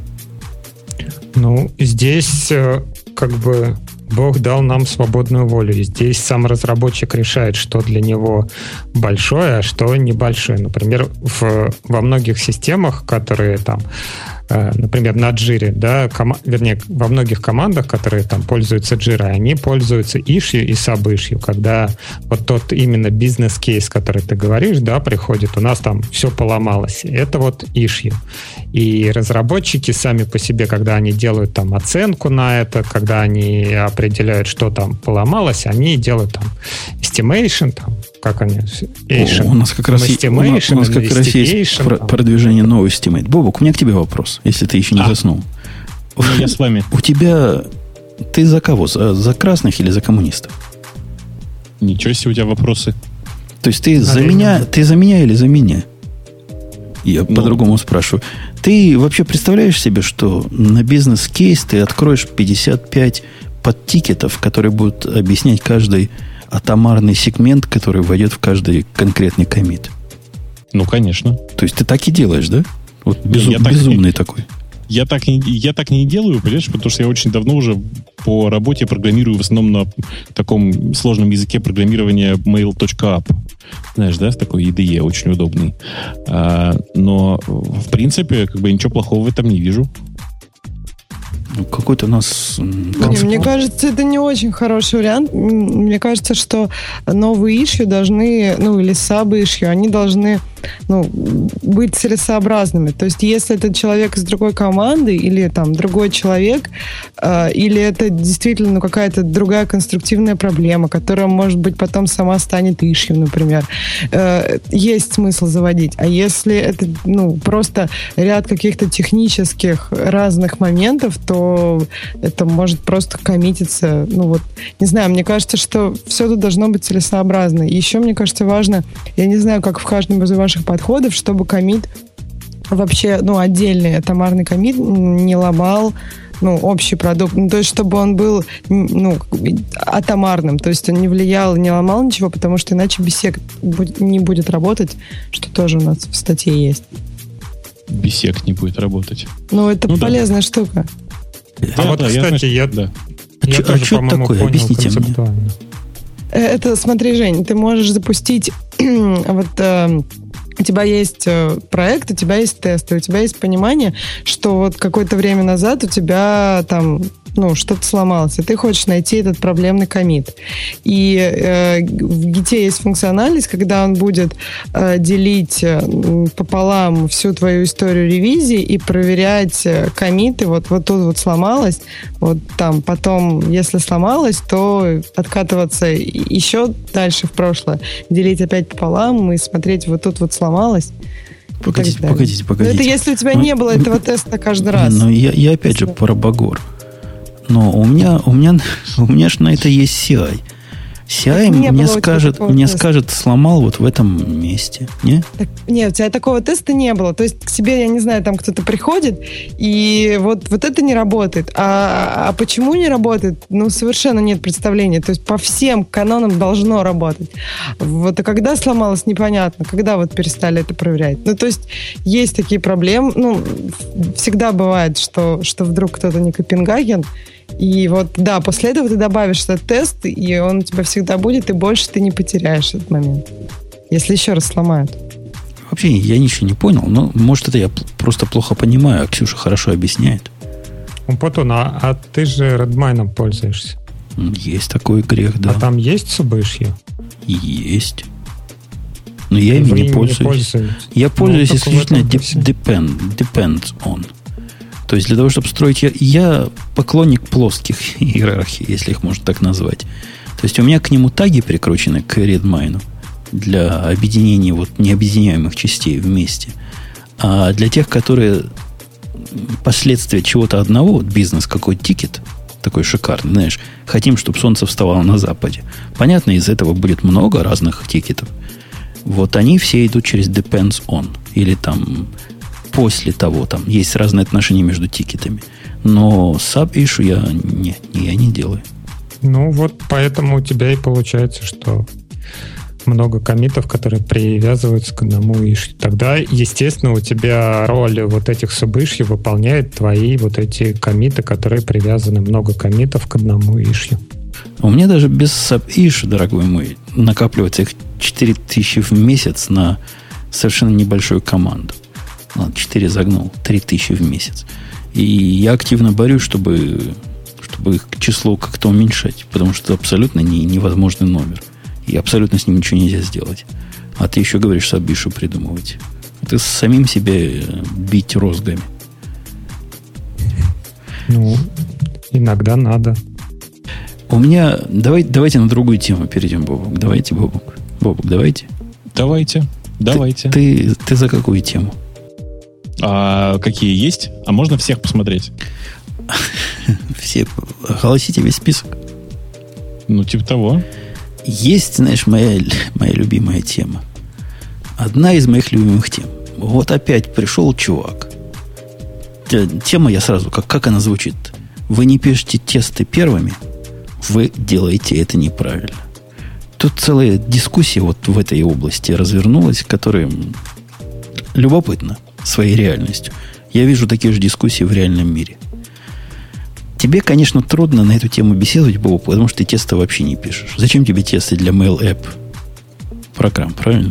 Ну, здесь как бы Бог дал нам свободную волю. И здесь сам разработчик решает, что для него большое, а что небольшое. Например, во многих системах, которые там, например, на Jira, да, вернее, во многих командах, которые там пользуются Jira, они пользуются issue и sub-issue, когда вот тот именно бизнес-кейс, который ты говоришь, да, приходит, у нас там все поломалось. Это вот issue. И разработчики сами по себе, когда они делают там оценку на это, когда они определяют, что там поломалось, они делают там estimation, там, как они? У нас как раз есть продвижение нового estimate. Бобок, у меня к тебе вопрос, если ты еще не заснул. Я с вами. У тебя... Ты за кого? За красных или за коммунистов? Ничего себе у тебя вопросы. То есть ты за меня или за меня? Я по-другому спрашиваю. Ты вообще представляешь себе, что на бизнес-кейс ты откроешь 55 подтикетов, которые будут объяснять каждый атомарный сегмент, который войдет в каждый конкретный коммит? Ну, конечно. То есть ты так и делаешь, да? Вот безумный такой. Я так не делаю, понимаешь, потому что я очень давно уже по работе программирую в основном на таком сложном языке программирования mail.app. Знаешь, да, такой IDE, очень удобный. Но, в принципе, как бы ничего плохого в этом не вижу. Какой-то у нас... Мне кажется, это не очень хороший вариант. Мне кажется, что новые issue должны, или sub-issue, они должны быть целесообразными. То есть, если это человек из другой команды, или там другой человек, или это действительно какая-то другая конструктивная проблема, которая, может быть, потом сама станет issue, например, есть смысл заводить. А если это, просто ряд каких-то технических разных моментов, то это может просто коммититься. Не знаю, мне кажется, что все тут должно быть целесообразно. И еще, мне кажется, важно, я не знаю, как в каждом из ваших подходов, чтобы коммит вообще, отдельный атомарный коммит не ломал общий продукт. То есть, чтобы он был атомарным. То есть, он не влиял, не ломал ничего, потому что иначе BSEC не будет работать, что тоже у нас в статье есть. BSEC не будет работать. Это полезная штука. Да, кстати, я тоже, по-моему, такое? понял Объясните концептуально. мне. Это, смотри, Жень, ты можешь запустить у тебя есть проект, у тебя есть тесты, у тебя есть понимание, что вот какое-то время назад у тебя там что-то сломалось, и ты хочешь найти этот проблемный коммит. И в Git есть функциональность, когда он будет делить пополам всю твою историю ревизии и проверять коммиты. Вот тут сломалось, вот там потом, если сломалось, то откатываться еще дальше в прошлое, делить опять пополам и смотреть, вот тут сломалось. Погодите. Это если у тебя не было этого теста каждый раз. Я опять же про багор. Но у меня же на это есть CI. CI мне скажет, сломал вот в этом месте. Не? Нет, у тебя такого теста не было. То есть к тебе, я не знаю, там кто-то приходит, и вот это не работает. А почему не работает? Совершенно нет представления. То есть по всем канонам должно работать. А когда сломалось, непонятно. Когда перестали это проверять. То есть есть такие проблемы. Всегда бывает, что вдруг кто-то не Копенгаген. И после этого ты добавишь этот тест, и он у тебя всегда будет, и больше ты не потеряешь этот момент. Если еще раз сломают. Вообще, я ничего не понял, но может это я просто плохо понимаю, а Ксюша хорошо объясняет. Путун, а ты же Redmine пользуешься? Есть такой грех, да. А там есть субышье? Есть. Но я им не пользуюсь. Я пользуюсь исключительно depends on. То есть для того, чтобы строить... Я поклонник плоских иерархий, если их можно так назвать. То есть у меня к нему таги прикручены к Redmine для объединения необъединяемых частей вместе. А для тех, которые последствия чего-то одного, бизнес какой тикет, такой шикарный, знаешь, хотим, чтобы солнце вставало на западе. Понятно, из этого будет много разных тикетов. Они все идут через depends on. Или там... После того, там есть разные отношения между тикетами. Но sub-issue я не делаю. Поэтому у тебя и получается, что много коммитов, которые привязываются к одному issue. Тогда, естественно, у тебя роль этих sub-issue выполняет твои эти коммиты, которые привязаны, много коммитов к одному issue. У меня даже без sub-issue, дорогой мой, накапливается их 4000 в месяц на совершенно небольшую команду. 4 загнул, 3000 в месяц. И я активно борюсь, чтобы их число как-то уменьшать, потому что это абсолютно невозможный номер. И абсолютно с ним ничего нельзя сделать. А ты еще говоришь, сабишу придумывать. Ты с самим себе бить розгами. Иногда надо. У меня... Давайте на другую тему перейдем, Бобук. Давайте, Бобук. Бобук, давайте. Давайте. Ты за какую тему? Какие есть? А можно всех посмотреть? Все. Оголосите весь список. Типа того. Есть, знаешь, моя любимая тема. Одна из моих любимых тем. Опять пришел чувак. Тема я сразу, как она звучит. Вы не пишете тесты первыми, вы делаете это неправильно. Тут целая дискуссия в этой области развернулась, которая любопытна своей реальностью. Я вижу такие же дискуссии в реальном мире. Тебе, конечно, трудно на эту тему беседовать, Боб, потому что ты тесты вообще не пишешь. Зачем тебе тесты для Mail App программ, правильно?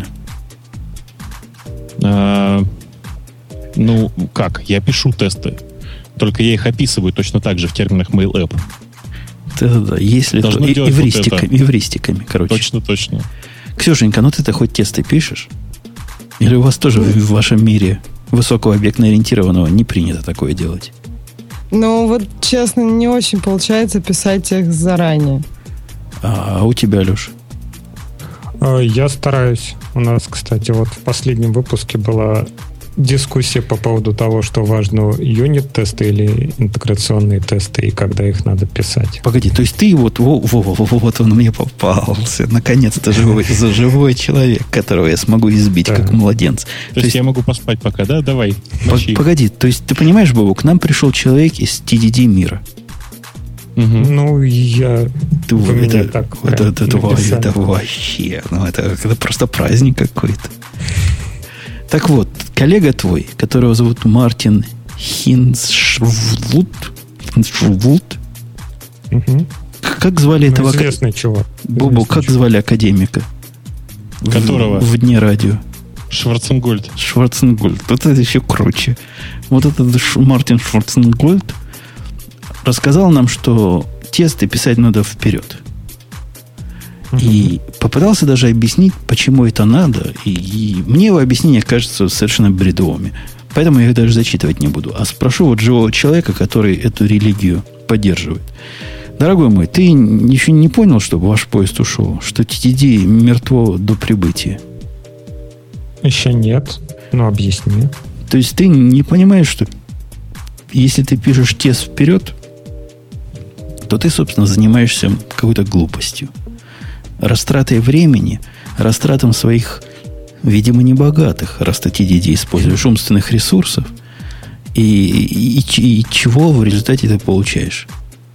Как? Я пишу тесты. Только я их описываю точно так же в терминах Mail App. Да. Если то эвристиками, короче. Точно. Ксюшенька, ты-то хоть тесты пишешь? Или у вас тоже в вашем мире высокого объектно-ориентированного не принято такое делать? Честно, не очень получается писать их заранее. А у тебя, Леш? Я стараюсь. У нас, кстати, в последнем выпуске была дискуссия по поводу того, что важно юнит-тесты или интеграционные тесты, и когда их надо писать. Погоди, то есть ты вот он мне попался. Наконец-то живой человек, которого я смогу избить, как младенца. То есть я могу поспать пока, да? Давай. Погоди, то есть ты понимаешь, Бобу, к нам пришел человек из TDD мира. Ну, это вообще, это просто праздник какой-то. Так вот, коллега твой, которого зовут Мартин Хиншвуд, как звали этого? Известный чувак. Бобу, как звали академика? Которого? В дне радио. Шварценгольд. Вот это еще круче. Вот этот Мартин Шварценгольд рассказал нам, что тесты писать надо вперед. И попытался даже объяснить, почему это надо. И мне его объяснение кажется совершенно бредовыми. Поэтому я их даже зачитывать не буду. А спрошу вот живого человека, который эту религию поддерживает. Дорогой мой, ты еще не понял, что ваш поезд ушел? Что TDD мертво до прибытия? Еще нет. Но объясни. То есть ты не понимаешь, что если ты пишешь тест вперед, то ты, собственно, занимаешься какой-то глупостью. Растратой времени, растратом своих, видимо, небогатых, раз ты TDD используешь, умственных ресурсов, и чего в результате ты получаешь?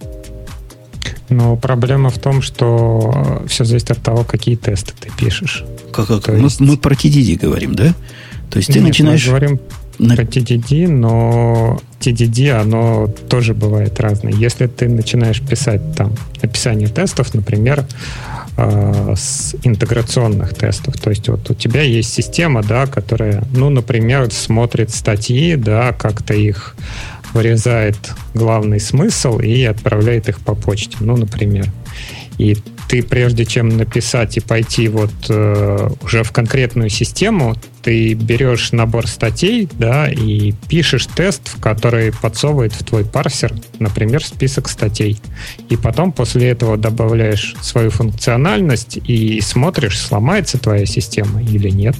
Но проблема в том, что все зависит от того, какие тесты ты пишешь. Мы про TDD говорим, да? То есть ты начинаешь... Мы говорим про TDD, но TDD, оно тоже бывает разное. Если ты начинаешь писать там описание тестов, например, с интеграционных тестов. То есть вот у тебя есть система, да, которая, ну, например, смотрит статьи, да, как-то их вырезает главный смысл и отправляет их по почте, ну, например. И ты, прежде чем написать и пойти вот уже в конкретную систему, ты берешь набор статей, да, и пишешь тест, в который подсовывает в твой парсер, например, список статей. И потом после этого добавляешь свою функциональность и смотришь, сломается твоя система или нет.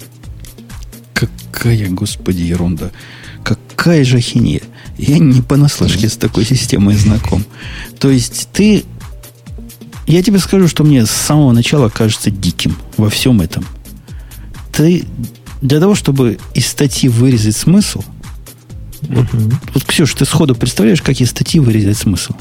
Какая, господи, ерунда. Какая же ахинея. Я не понаслышке с такой системой знаком. То есть ты... Я тебе скажу, что мне с самого начала кажется диким во всем этом. Ты для того, чтобы из статьи вырезать смысл... Вот, Ксюш, ты сходу представляешь, как из статьи вырезать смысл?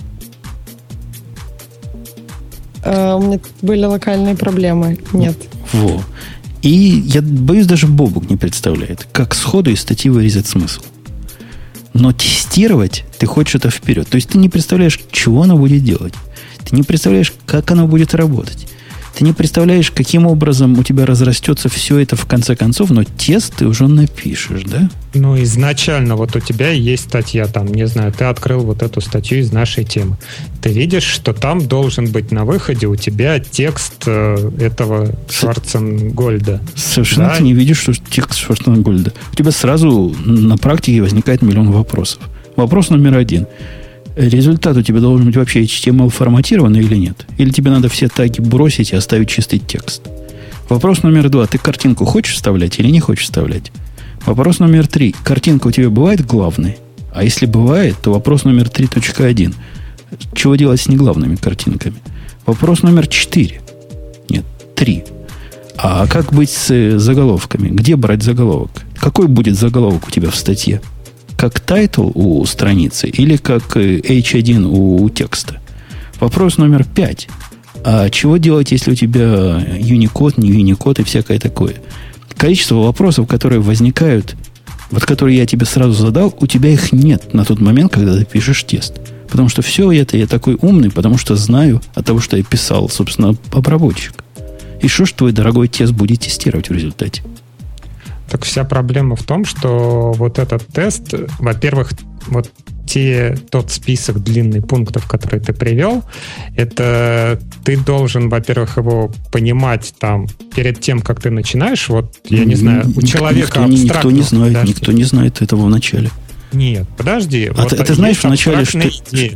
У меня были локальные проблемы. Нет. Во. И я боюсь, даже Бобук не представляет, как сходу из статьи вырезать смысл. Но тестировать ты хочешь это вперед. То есть ты не представляешь, чего она будет делать. Ты не представляешь, как она будет работать. Ты не представляешь, каким образом у тебя разрастется все это в конце концов, но тест ты уже напишешь, да? Ну, изначально вот у тебя есть статья, там, не знаю, ты открыл вот эту статью из нашей темы. Ты видишь, что там должен быть на выходе у тебя текст этого Шварценгольда. Совершенно да? Ты не видишь, что текст Шварценгольда. У тебя сразу на практике возникает миллион вопросов. Вопрос номер 1. Результат у тебя должен быть вообще HTML форматированный или нет? Или тебе надо все таги бросить и оставить чистый текст? Вопрос номер 2. Ты картинку хочешь вставлять или не хочешь вставлять? Вопрос номер 3. Картинка у тебя бывает главной? А если бывает, то вопрос номер 3.1. Чего делать с неглавными картинками? Вопрос номер 4. Нет, 3. А как быть с заголовками? Где брать заголовок? Какой будет заголовок у тебя в статье? Как тайтл у страницы или как H1 у текста? Вопрос номер 5. А чего делать, если у тебя Unicode, не Unicode и всякое такое? Количество вопросов, которые возникают, вот которые я тебе сразу задал, у тебя их нет на тот момент, когда ты пишешь тест. Потому что все это я такой умный, потому что знаю от того, что я писал, собственно, обработчик. И что ж твой дорогой тест будет тестировать в результате? Так вся проблема в том, что вот этот тест, во-первых, вот тот список длинный пунктов, который ты привел, это ты должен, во-первых, его понимать там перед тем, как ты начинаешь. Вот, я не знаю, у человека никто не знает этого в начале. Нет, подожди. А вот ты знаешь вначале, что,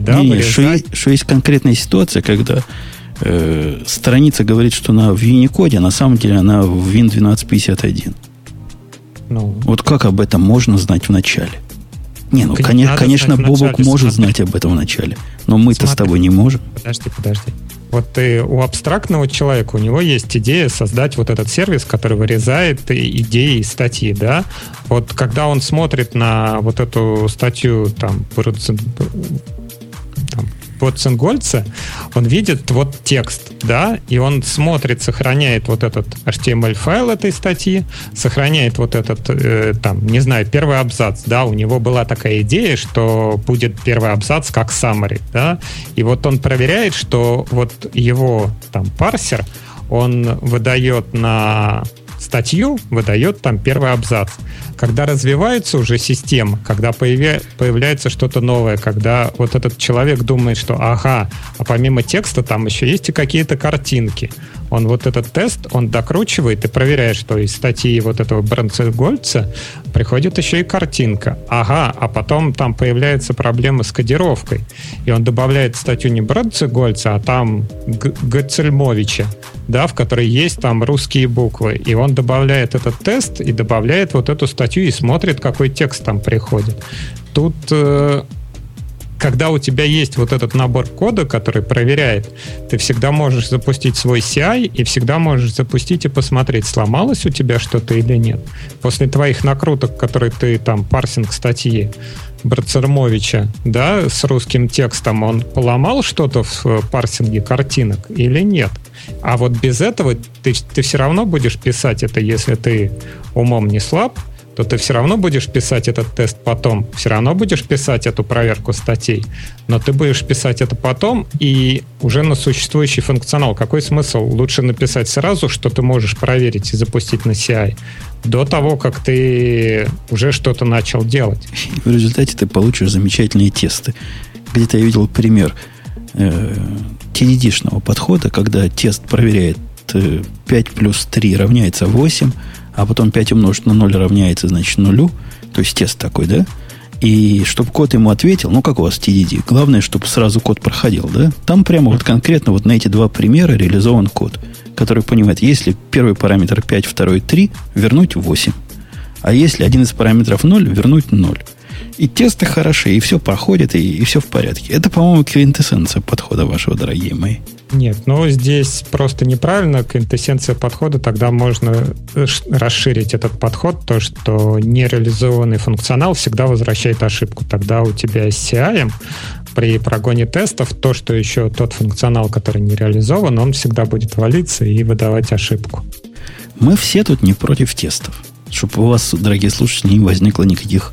что есть конкретная ситуация, когда страница говорит, что она в Unicode, а на самом деле она в Win 1251. Ну, вот как об этом можно знать в начале? Не, ну, конечно, Бобок может знать об этом в начале, но мы-то с тобой не можем. Подожди. Вот ты у абстрактного человека, у него есть идея создать вот этот сервис, который вырезает идеи из статьи, да? Вот когда он смотрит на вот эту статью там Потценгольца, он видит вот текст, да, и он смотрит, сохраняет вот этот HTML-файл этой статьи, сохраняет вот этот, там, не знаю, первый абзац, да, у него была такая идея, что будет первый абзац как summary, да, и вот он проверяет, что вот его там парсер, он выдает на статью, выдает там первый абзац. Когда развивается уже система, когда появляется что-то новое, когда вот этот человек думает, что ага, а помимо текста там еще есть и какие-то картинки. Он вот этот тест, он докручивает и проверяет, что из статьи вот этого Потценгольца приходит еще и картинка. Ага, а потом там появляется проблема с кодировкой. И он добавляет статью не Потценгольца, а там Гцельмовича, да, в которой есть там русские буквы. И он добавляет этот тест и добавляет вот эту статью и смотрит, какой текст там приходит. Тут... Когда у тебя есть вот этот набор кода, который проверяет, ты всегда можешь запустить свой CI и всегда можешь запустить и посмотреть, сломалось у тебя что-то или нет. После твоих накруток, которые ты там, парсинг статьи Брацермовича, да, с русским текстом, он поломал что-то в парсинге картинок или нет? А вот без этого ты все равно будешь писать это, если ты умом не слаб, то ты все равно будешь писать этот тест потом, все равно будешь писать эту проверку статей, но ты будешь писать это потом и уже на существующий функционал. Какой смысл? Лучше написать сразу, что ты можешь проверить и запустить на CI, до того, как ты уже что-то начал делать. И в результате ты получишь замечательные тесты. Где-то я видел пример TDD-шного подхода, когда тест проверяет 5 плюс 3 равняется 8, а потом 5 умножить на 0 равняется, значит, 0. То есть тест такой, да? И чтобы код ему ответил, ну, как у вас TDD, главное, чтобы сразу код проходил, да? Там прямо вот конкретно вот на эти два примера реализован код, который понимает, если первый параметр 5, второй 3, вернуть 8. А если один из параметров 0, вернуть 0. И тесты хороши, и все проходит, и все в порядке. Это, по-моему, квинтэссенция подхода вашего, дорогие мои. Нет, ну здесь просто неправильно. Квинтэссенция подхода, тогда можно расширить этот подход, то, что нереализованный функционал всегда возвращает ошибку. Тогда у тебя с CI при прогоне тестов то, что еще тот функционал, который не реализован, он всегда будет валиться и выдавать ошибку. Мы все тут не против тестов. Чтобы у вас, дорогие слушатели, не возникло никаких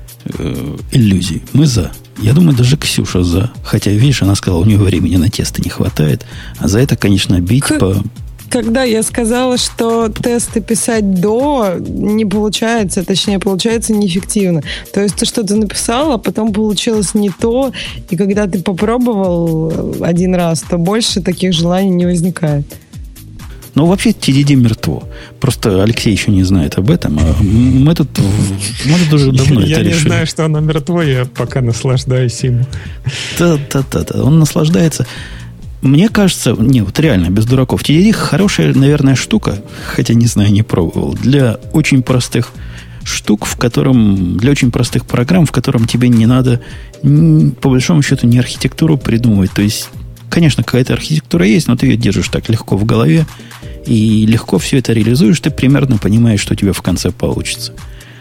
иллюзий. Мы за. Я думаю, даже Ксюша за. Хотя, видишь, она сказала, у нее времени на тесты не хватает. А за это, конечно, бить по... Когда я сказала, что тесты писать до, не получается, точнее, получается неэффективно. То есть ты что-то написал, а потом получилось не то, и когда ты попробовал один раз, то больше таких желаний не возникает. Ну, вообще, TDD мертво. Просто Алексей еще не знает об этом, а мы тут уже давно это решили. Я не знаю, что оно мертво, я пока наслаждаюсь им. Да, он наслаждается. Мне кажется, не, вот реально, без дураков, TDD хорошая, наверное, штука, хотя, не знаю, не пробовал, для очень простых штук, для очень простых программ, в котором тебе не надо, по большому счету, не архитектуру придумывать. То есть, конечно, какая-то архитектура есть, но ты ее держишь так легко в голове, и легко все это реализуешь, ты примерно понимаешь, что у тебя в конце получится.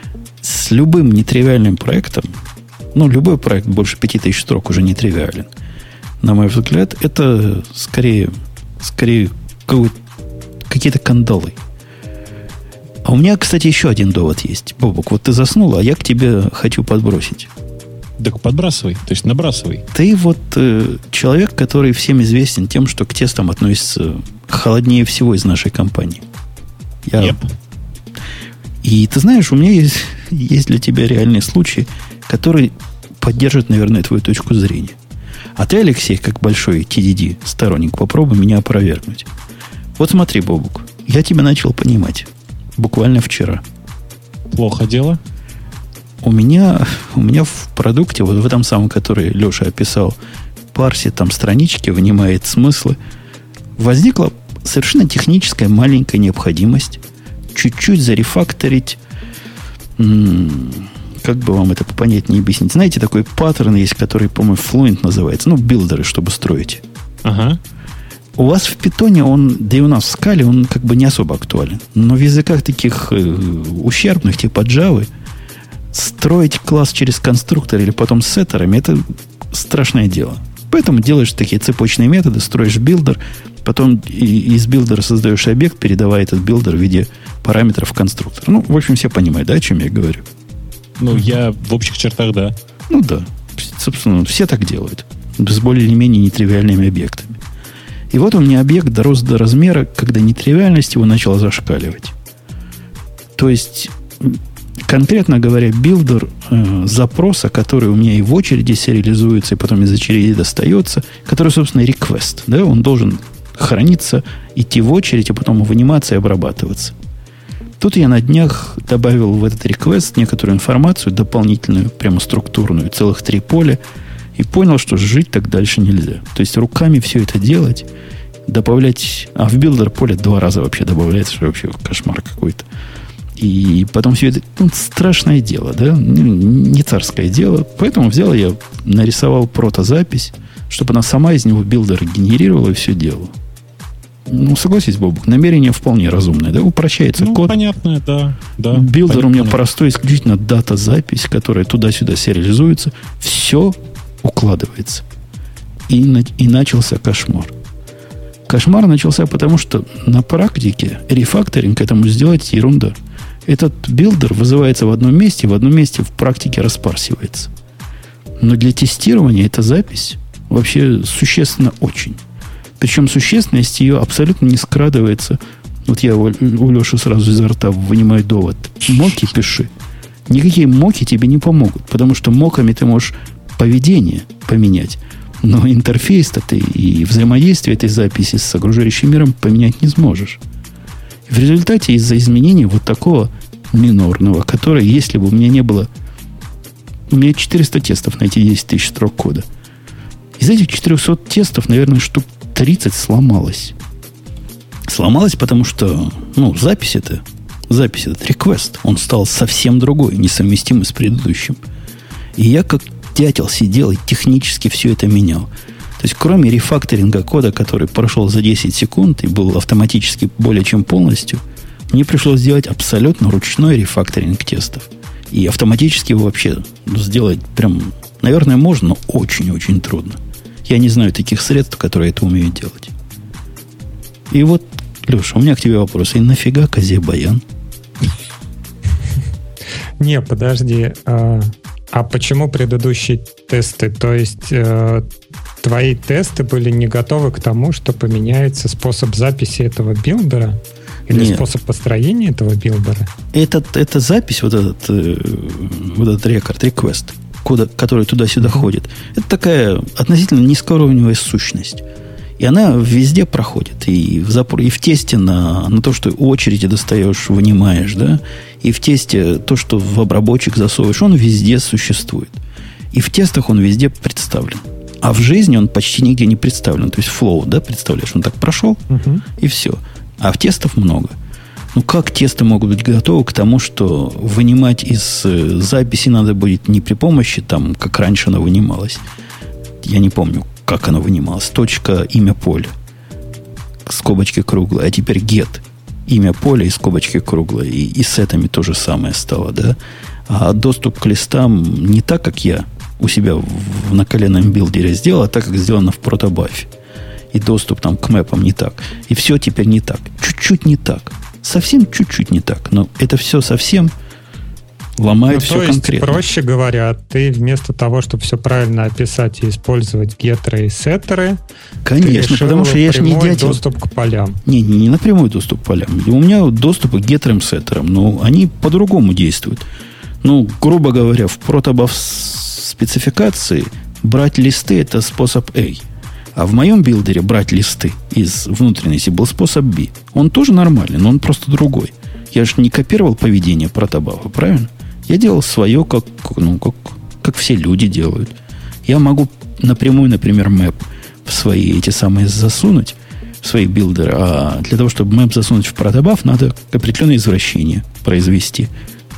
С любым нетривиальным проектом, любой проект больше 5000 строк уже нетривиален, на мой взгляд, это скорее какие-то кандалы. А у меня, кстати, еще один довод есть. Бобок, вот ты заснул, а я к тебе хочу подбросить. Так подбрасывай, то есть набрасывай. Ты вот человек, который всем известен тем, что к тестам относится холоднее всего из нашей компании. Yep. И ты знаешь, у меня есть для тебя реальный случай, который поддержит, наверное, твою точку зрения. А ты, Алексей, как большой TDD сторонник, попробуй меня опровергнуть. Вот смотри, Бобук, я тебя начал понимать буквально вчера. Плохо дело? У меня в продукте, вот в этом самом, который Леша описал, парсит там странички, вынимает смыслы, возникла совершенно техническая маленькая необходимость чуть-чуть зарефакторить Как бы вам это понятнее объяснить? Знаете, такой паттерн есть, который, по-моему, Fluent называется. Билдеры, чтобы строить. Ага. У вас в Python он, да и у нас в Scala, он как бы не особо актуален. Но в языках таких ущербных, типа Java, строить класс через конструктор или потом с сеттерами, это страшное дело. Поэтому делаешь такие цепочные методы, строишь билдер, потом из билдера создаешь объект, передавая этот билдер в виде параметров в конструктор. В общем, все понимают, да, о чем я говорю? Я в общих чертах, да. Да. Собственно, все так делают. С более-менее нетривиальными объектами. И вот у меня объект дорос до размера, когда нетривиальность его начала зашкаливать. То есть, конкретно говоря, билдер запроса, который у меня и в очереди сериализуется, и потом из очереди достается, который, собственно, request. Да, он должен храниться, идти в очередь, а потом выниматься и обрабатываться. Тут я на днях добавил в этот request некоторую информацию дополнительную, прямо структурную, целых 3 поля, и понял, что жить так дальше нельзя. То есть руками все это делать, добавлять... А в билдер поле 2 раза вообще добавляется, что вообще кошмар какой-то. И потом все это... страшное дело, да? Не царское дело. Поэтому взял я, нарисовал протозапись, чтобы она сама из него билдер генерировала и все делала. Согласись, Бобук, намерение вполне разумное, да? Упрощается код. Понятно, да. Билдер у меня простой, исключительно дата-запись, которая туда-сюда сериализуется. Все укладывается. И начался кошмар. Кошмар начался потому, что на практике рефакторинг этому сделать ерунда. Этот билдер вызывается в одном месте в практике распарсивается. Но для тестирования эта запись вообще существенно очень. Причем существенность ее абсолютно не скрадывается. Вот я у Леши сразу изо рта вынимаю довод. Моки пиши. Никакие моки тебе не помогут, потому что моками ты можешь поведение поменять. Но интерфейс-то ты и взаимодействие этой записи с окружающим миром поменять не сможешь. И в результате из-за изменения вот такого минорного, которое, если бы у меня не было... У меня 400 тестов на эти 10 тысяч строк кода. Из этих 400 тестов, наверное, штук 30 сломалось. Сломалось, потому что, запись этот request, он стал совсем другой, несовместимый с предыдущим. И я как дятел сидел и технически все это менял. То есть, кроме рефакторинга кода, который прошел за 10 секунд и был автоматически более чем полностью, мне пришлось сделать абсолютно ручной рефакторинг тестов. И автоматически его вообще сделать прям, наверное, можно, но очень-очень трудно. Я не знаю таких средств, которые это умеют делать. И вот, Леша, у меня к тебе вопрос. И нафига козе баян? Не, подожди. А почему предыдущие тесты? То есть твои тесты были не готовы к тому, что поменяется способ записи этого билдера? Или Нет. Способ построения этого билдера? Эта запись, вот этот request, который туда-сюда ходит, это такая относительно низкоуровневая сущность. И она везде проходит. И в тесте на то, что очереди достаешь, вынимаешь, да, и в тесте то, что в обработчик засовываешь, он везде существует. И в тестах он везде представлен. А в жизни он почти нигде не представлен. То есть flow, да, представляешь, он так прошел, и все. А в тестах много. Как тесты могут быть готовы к тому, что вынимать из записи надо будет не при помощи, там, как раньше она вынималась. Я не помню, как она вынималась. Точка, имя поля. Скобочки круглые. А теперь get. Имя поля и скобочки круглые. И с сетами то же самое стало, да? А доступ к листам не так, как я у себя на коленном билдере сделал, а так, как сделано в протобафе. И доступ там к мэпам не так. И все теперь не так. Чуть-чуть не так. Совсем чуть-чуть не так. Но это все совсем ломает все конкретно. Проще говоря, ты вместо того, чтобы все правильно описать и использовать геттеры и сеттеры, конечно, потому что я же не дятел. Доступ к полям. Не напрямую доступ к полям. У меня доступы к геттерам, сеттерам, но они по-другому действуют. Грубо говоря, в протобаф спецификации брать листы – это способ A. А в моем билдере брать листы из внутренности был способ B. Он тоже нормальный, но он просто другой. Я же не копировал поведение протобафа, правильно? Я делал свое, как все люди делают. Я могу напрямую, например, мэп в свои эти самые засунуть, в свои билдеры. А для того, чтобы мэп засунуть в протобаф, надо определенное извращение произвести.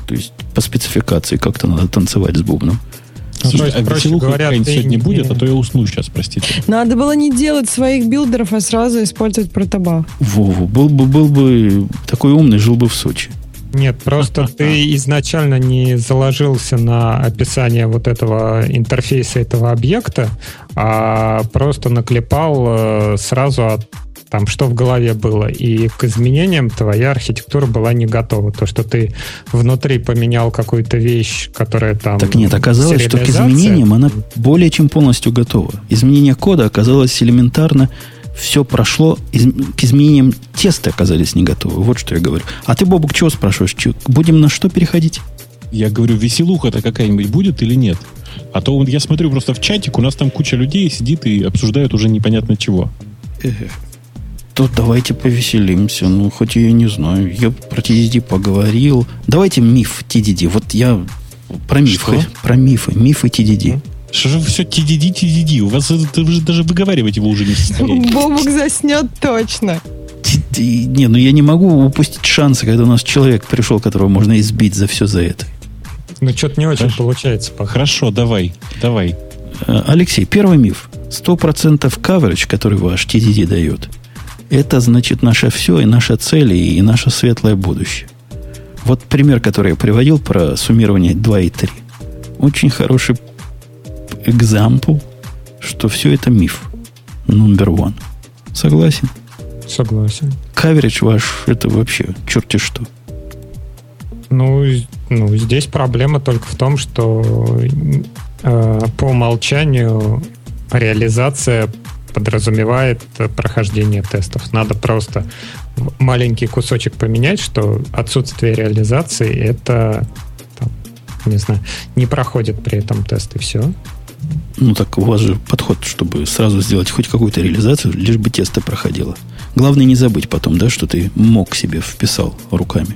То есть по спецификации как-то надо танцевать с бубном. Слушай, а веселуха какая-нибудь сегодня будет, а то я усну сейчас, простите. Надо было не делать своих билдеров, а сразу использовать протобаф. Вову, был бы такой умный, жил бы в Сочи. Нет, просто ты изначально не заложился на описание вот этого интерфейса этого объекта, а просто наклепал сразу там, что в голове было. И к изменениям твоя архитектура была не готова. То, что ты внутри поменял какую-то вещь, которая там... Так нет, оказалось, что к изменениям она более чем полностью готова. Изменение кода оказалось элементарно. Все прошло, к изменениям тесты оказались не готовы. Вот что я говорю. А ты, Бобук, чего спрашиваешь? Будем на что переходить? Я говорю, веселуха-то какая-нибудь будет или нет? А то я смотрю просто в чатик, у нас там куча людей сидит и обсуждают уже непонятно чего. То давайте повеселимся. Ну, хоть я не знаю. Я про TDD поговорил. Давайте миф TDD. Вот я про мифы. Про мифы TDD. Что же все TDD? У вас это вы даже выговаривать его уже не в состоянии. Бобук заснет точно. Не, ну я не могу упустить шансы, когда у нас человек пришел, которого можно избить за все за это. Ну, что-то не очень получается. Хорошо, давай. Алексей, первый миф. 100% coverage, который ваш TDD дает, это значит наше все, и наша цель, и наше светлое будущее. Вот пример, который я приводил про суммирование 2 и 3. Очень хороший example, что все это миф. Number one. Согласен? Согласен. Coverage ваш, это вообще черти что. Ну, здесь проблема только в том, что по умолчанию реализация подразумевает прохождение тестов. Надо просто маленький кусочек поменять, что отсутствие реализации это, не знаю, не проходит при этом тест, и все. Ну так у вас же подход, чтобы сразу сделать хоть какую-то реализацию, лишь бы тесты проходило. Главное не забыть потом, да, что ты мог себе вписал руками.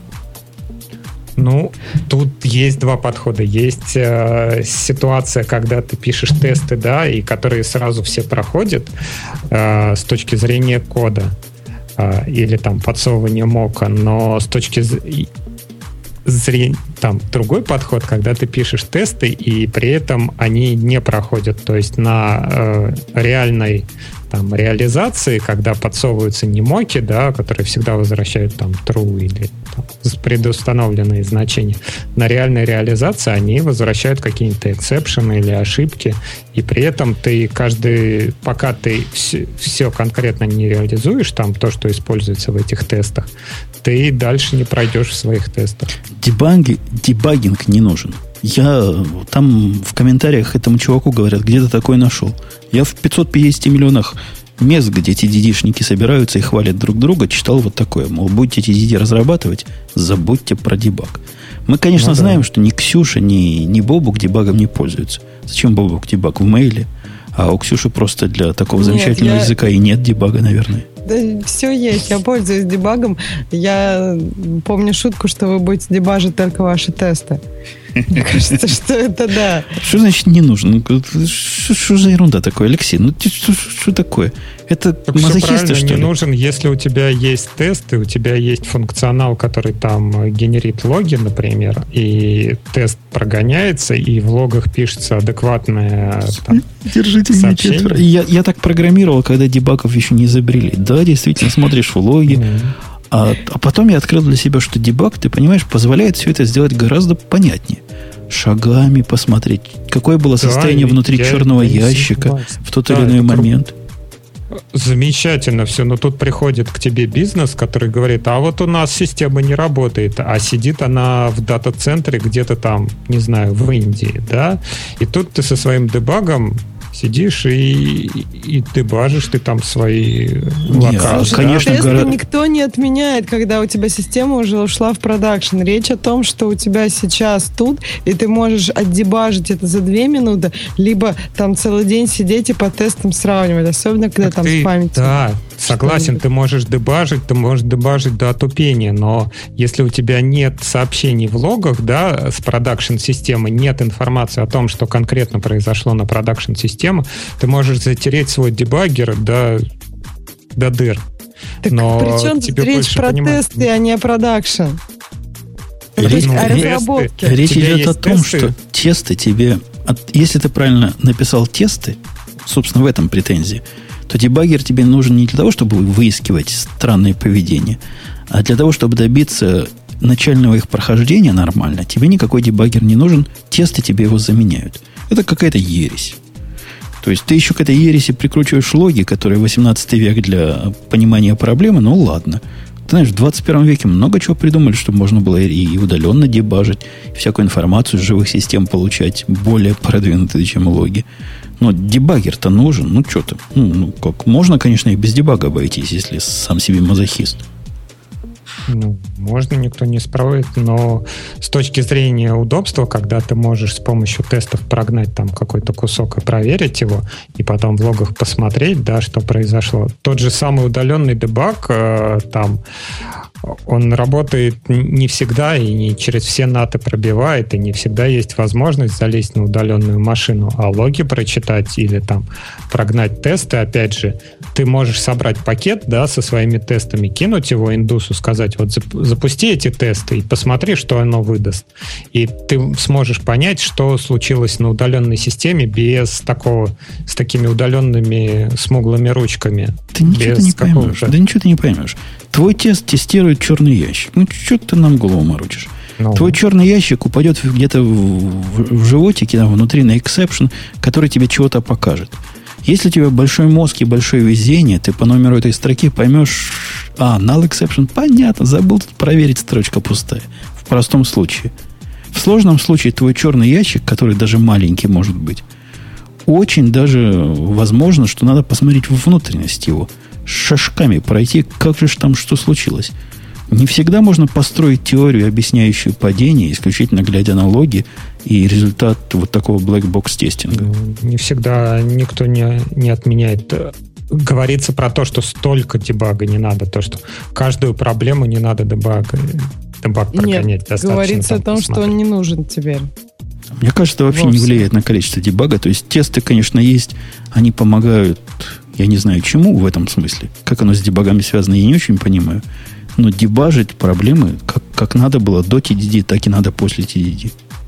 Ну, тут есть два подхода. Есть ситуация, когда ты пишешь тесты, да, и которые сразу все проходят с точки зрения кода или там подсовывания мока, но с точки зрения там другой подход, когда ты пишешь тесты, и при этом они не проходят. То есть на реальной там реализации, когда подсовываются не моки, да, которые всегда возвращают там true или там, предустановленные значения, на реальной реализации они возвращают какие-то эксепшены или ошибки, и при этом ты пока ты все конкретно не реализуешь, там то, что используется в этих тестах, ты дальше не пройдешь в своих тестах. Дебагинг не нужен. Я там в комментариях этому чуваку говорят, где-то такой нашел. Я в 550 миллионах мест, где TDD-шники собираются и хвалят друг друга, читал вот такое. Мол, будете TDD разрабатывать, забудьте про дебаг. Мы, конечно, знаем, что ни Ксюша, ни Бобук дебагом не пользуются. Зачем Бобук дебаг в мейле? А у Ксюши просто для такого замечательного языка и нет дебага, наверное. Да, все есть, я пользуюсь дебагом. Я помню шутку, что вы будете дебажить только ваши тесты. Мне кажется, что это да. Что значит не нужно? Что за ерунда такое, Алексей? Ну, что такое? Это мазохисты, что ли? Не нужен, если у тебя есть тесты, у тебя есть функционал, который там генерит логи, например, и тест прогоняется, и в логах пишется адекватное Держите мне четверо. Я так программировал, когда дебагов еще не изобрели. Да, действительно, смотришь в логи, а потом я открыл для себя, что дебаг, ты понимаешь, позволяет все это сделать гораздо понятнее. Шагами посмотреть, какое было состояние внутри черного ящика в тот или иной момент. Замечательно все, но тут приходит к тебе бизнес, который говорит, а вот у нас система не работает, а сидит она в дата-центре где-то там, не знаю, в Индии, да, и тут ты со своим дебагом сидишь и дебажишь ты там свои локации. Слушай, конечно, тесты никто не отменяет, когда у тебя система уже ушла в продакшн. Речь о том, что у тебя сейчас тут, и ты можешь отдебажить это за 2 минуты, либо там целый день сидеть и по тестам сравнивать, особенно когда так там с памятью. Да, согласен, ты можешь дебажить до отупения, но если у тебя нет сообщений в логах, да, с продакшн-системы, нет информации о том, что конкретно произошло на продакшн-системе, ты можешь затереть свой дебаггер до дыр. Так но причем тебе речь про тесты, а не о продакшн? разработки. Речь идет о том, что тесты тебе... Если ты правильно написал тесты, собственно, в этом претензии, то дебаггер тебе нужен не для того, чтобы выискивать странное поведение, а для того, чтобы добиться начального их прохождения нормально. Тебе никакой дебаггер не нужен, тесты тебе его заменяют. Это какая-то ересь. То есть ты еще к этой ереси прикручиваешь логи, которые 18 век для понимания проблемы, ну ладно. Ты знаешь, в 21 веке много чего придумали, чтобы можно было и удаленно дебажить, всякую информацию из живых систем получать, более продвинутые, чем логи. Но дебаггер-то нужен. Ну, что ты? Ну, как? Можно, конечно, и без дебага обойтись, если сам себе мазохист. Ну, можно, никто не спорит, но с точки зрения удобства, когда ты можешь с помощью тестов прогнать там какой-то кусок и проверить его, и потом в логах посмотреть, да, что произошло. Тот же самый удаленный дебаг, там, он работает не всегда и не через все наты пробивает, и не всегда есть возможность залезть на удаленную машину, а логи прочитать или там прогнать тесты, опять же, ты можешь собрать пакет, да, со своими тестами, кинуть его индусу, сказать, вот запусти эти тесты и посмотри, что оно выдаст. И ты сможешь понять, что случилось на удаленной системе без такого, с такими удаленными смуглыми ручками. Ты ничего не поймешь. Да ничего ты не поймешь. Твой тест тестирует черный ящик. Ну, что ты нам голову морочишь? Твой черный ящик упадет где-то в животике, там, внутри на эксепшн, который тебе чего-то покажет. Если у тебя большой мозг и большое везение, ты по номеру этой строки поймешь, null exception, понятно, забыл тут проверить, строчка пустая. В простом случае. В сложном случае твой черный ящик, который даже маленький может быть, очень даже возможно, что надо посмотреть в внутренность его, шажками пройти, как же там что случилось. Не всегда можно построить теорию, объясняющую падение, исключительно глядя на логи и результат вот такого black-box-тестинга. Не всегда никто не отменяет. Говорится про то, что столько дебага не надо, то, что каждую проблему не надо дебаг прогонять. Нет, говорится о том, что он не нужен теперь. Мне кажется, это вообще не влияет на количество дебага. То есть тесты, конечно, есть, они помогают, я не знаю чему в этом смысле. Как оно с дебагами связано, я не очень понимаю. Но дебажить проблемы как надо было до TDD, так и надо после TDD.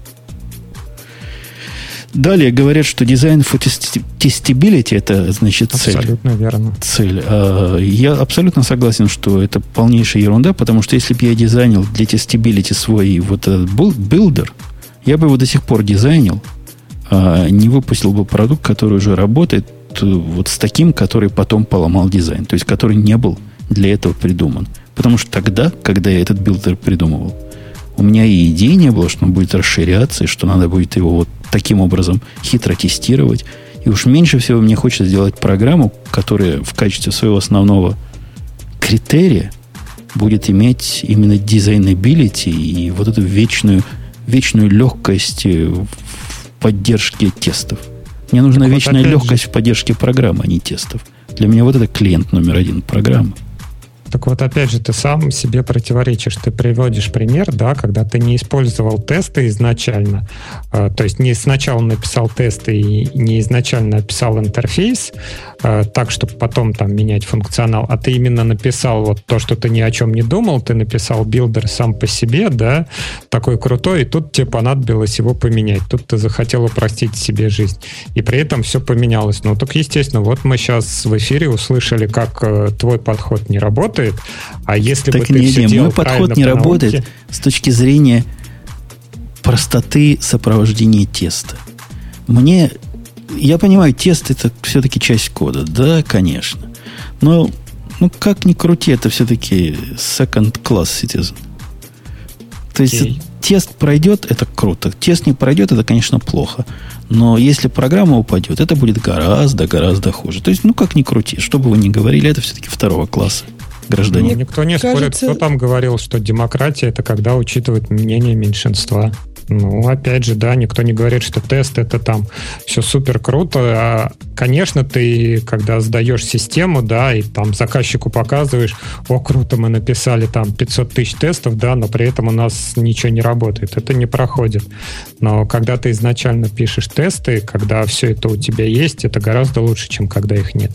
Далее говорят, что дизайн for testability это, значит, цель. Абсолютно верно. Цель. Я абсолютно согласен, что это полнейшая ерунда, потому что если бы я дизайнил для testability свой вот этот билдер, я бы его до сих пор дизайнил, не выпустил бы продукт, который уже работает вот с таким, который потом поломал дизайн. То есть, который не был для этого придуман. Потому что тогда, когда я этот билдер придумывал, у меня и идеи не было, что он будет расширяться, и что надо будет его вот таким образом хитро тестировать. И уж меньше всего мне хочется сделать программу, которая в качестве своего основного критерия будет иметь именно designability и вот эту вечную легкость в поддержке тестов. Мне нужна так вечная вот легкость в поддержке программы, а не тестов. Для меня вот это клиент номер один программы. Так вот, опять же, ты сам себе противоречишь. Ты приводишь пример, да, когда ты не использовал тесты изначально, то есть не сначала написал тесты и не изначально описал интерфейс, так, чтобы потом там менять функционал, а ты именно написал вот то, что ты ни о чем не думал, ты написал билдер сам по себе, да, такой крутой, и тут тебе понадобилось его поменять. Тут ты захотел упростить себе жизнь. И при этом все поменялось. Ну, так, естественно, вот мы сейчас в эфире услышали, как твой подход не работает. А если так бы ты все делал мой подход не работает с точки зрения простоты сопровождения теста. Я понимаю, тест это все-таки часть кода. Да, конечно. Но как ни крути, это все-таки second class citizen. То есть тест пройдет, это круто. Тест не пройдет, это, конечно, плохо. Но если программа упадет, это будет гораздо хуже. То есть, как ни крути, что бы вы ни говорили, это все-таки второго класса граждане. Никто не спорит. Кто там говорил, что демократия это когда учитывают мнение меньшинства? Ну, опять же, да, никто не говорит, что тест это там все супер круто. А, конечно, ты, когда сдаешь систему, да, и там заказчику показываешь, круто, мы написали там 500 тысяч тестов, да, но при этом у нас ничего не работает. Это не проходит. Но когда ты изначально пишешь тесты, когда все это у тебя есть, это гораздо лучше, чем когда их нет.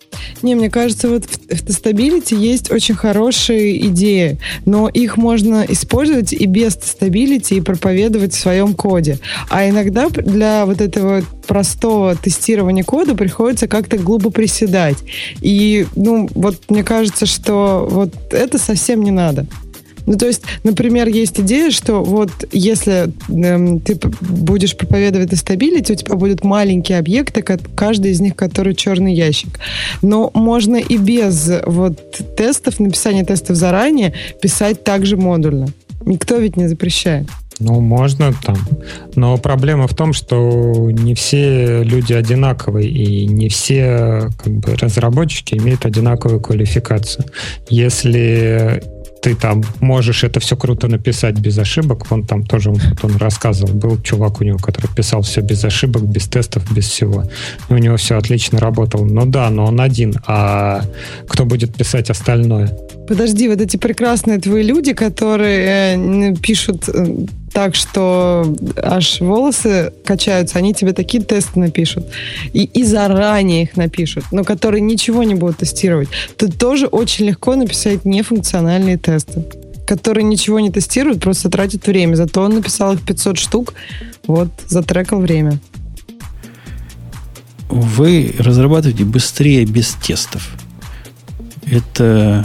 Не, мне кажется, вот в тестабилити есть очень хорошие идеи, но их можно использовать и без тестабилити, и проповедовать в своем коде. А иногда для вот этого простого тестирования кода приходится как-то глупо приседать. И, вот мне кажется, что вот это совсем не надо. То есть, например, есть идея, что вот если ты будешь проповедовать тестабилити, у тебя будут маленькие объекты, каждый из них, который черный ящик. Но можно и без тестов, написания тестов заранее, писать также модульно. Никто ведь не запрещает. Можно там. Но проблема в том, что не все люди одинаковые, и не все разработчики имеют одинаковую квалификацию. Если ты там можешь это все круто написать без ошибок. Он там тоже, он рассказывал, был чувак у него, который писал все без ошибок, без тестов, без всего. И у него все отлично работало. Но он один. А кто будет писать остальное? Подожди, вот эти прекрасные твои люди, которые пишут так, что аж волосы качаются, они тебе такие тесты напишут. И заранее их напишут, но которые ничего не будут тестировать. Тут тоже очень легко написать нефункциональные тесты, которые ничего не тестируют, просто тратят время. Зато он написал их 500 штук, затрекал время. Вы разрабатываете быстрее без тестов. Это...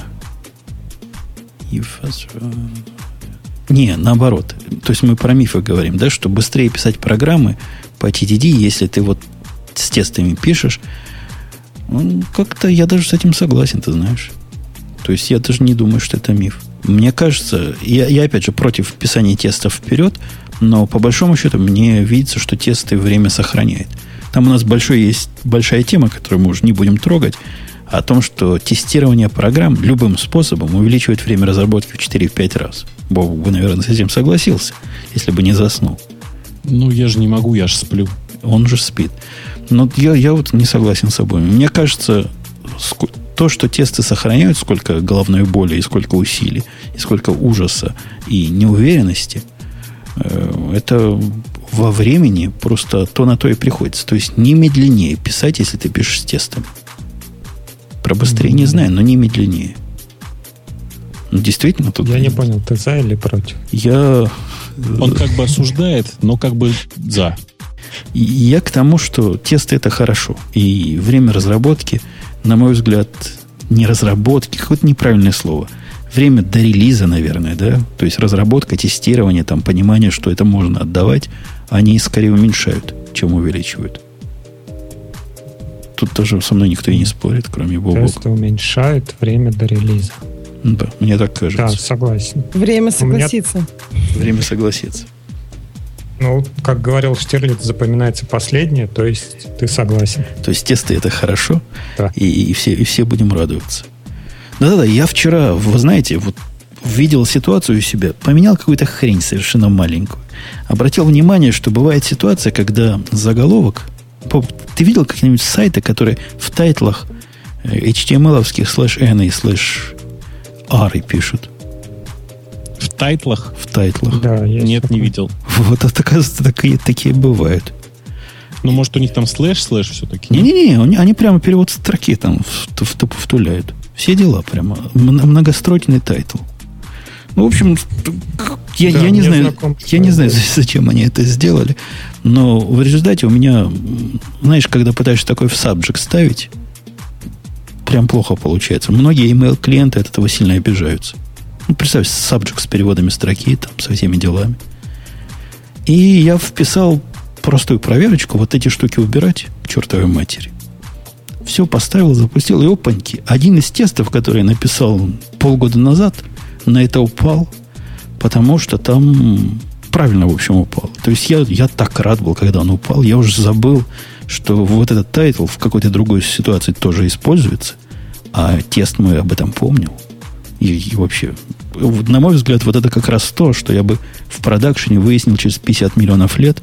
Не, наоборот. То есть мы про мифы говорим, да, что быстрее писать программы по TDD, если ты с тестами пишешь. Как-то я даже с этим согласен, ты знаешь. То есть я даже не думаю, что это миф. Мне кажется, я опять же против писания тестов вперед, но по большому счету мне видится, что тесты время сохраняют. Там у нас большая тема, которую мы уже не будем трогать, о том, что тестирование программ любым способом увеличивает время разработки в 4-5 раз. Бог бы, наверное, с этим согласился, если бы не заснул. Я же не могу, я же сплю. Он же спит. Но я не согласен с собой. Мне кажется, то, что тесты сохраняют, сколько головной боли, и сколько усилий, и сколько ужаса и неуверенности, это во времени просто то на то и приходится. То есть не медленнее писать, если ты пишешь с тестом. Про быстрее не знаю, но не медленнее. Действительно, тут... Я не понял, ты за или против? Он как бы осуждает, но как бы за. Я к тому, что тесты это хорошо. И время разработки, на мой взгляд, не разработки, какое-то неправильное слово. Время до релиза, наверное, да? То есть разработка, тестирование, там, понимание, что это можно отдавать, они скорее уменьшают, чем увеличивают. Тут тоже со мной никто и не спорит, кроме Бобока. Тесты уменьшают время до релиза. Да, мне так кажется. Да, согласен. Время согласиться. Время согласиться. Как говорил Штирлиц, запоминается последнее, то есть ты согласен. То есть тесты это хорошо, да. и все будем радоваться. Да-да-да, я вчера, вы знаете, видел ситуацию у себя, поменял какую-то хрень совершенно маленькую. Обратил внимание, что бывает ситуация, когда заголовок... Ты видел какие-нибудь сайты, которые в тайтлах HTML-овских /n и /r пишут? В тайтлах? В тайтлах. Да, нет, такое. Не видел. Это, оказывается, такие бывают. Может, у них там слэш все-таки? Не-не-не, они прямо перевод строки там втуляют. Все дела прямо. Многострочный тайтл. В общем, я не знаю, зачем они это сделали. Но в результате у меня, знаешь, когда пытаешься такой в subject ставить, прям плохо получается. Многие email-клиенты от этого сильно обижаются. Представь, subject с переводами строки, там, со всеми делами. И я вписал простую проверочку, эти штуки убирать, к чертовой матери. Все поставил, запустил, и опаньки. Один из тестов, который я написал полгода назад, на это упал, потому что там правильно, в общем, упал. То есть я так рад был, когда он упал. Я уже забыл, что этот тайтл в какой-то другой ситуации тоже используется, а тест мой об этом помнил. И вообще, на мой взгляд, это как раз то, что я бы в продакшене выяснил через 50 миллионов лет,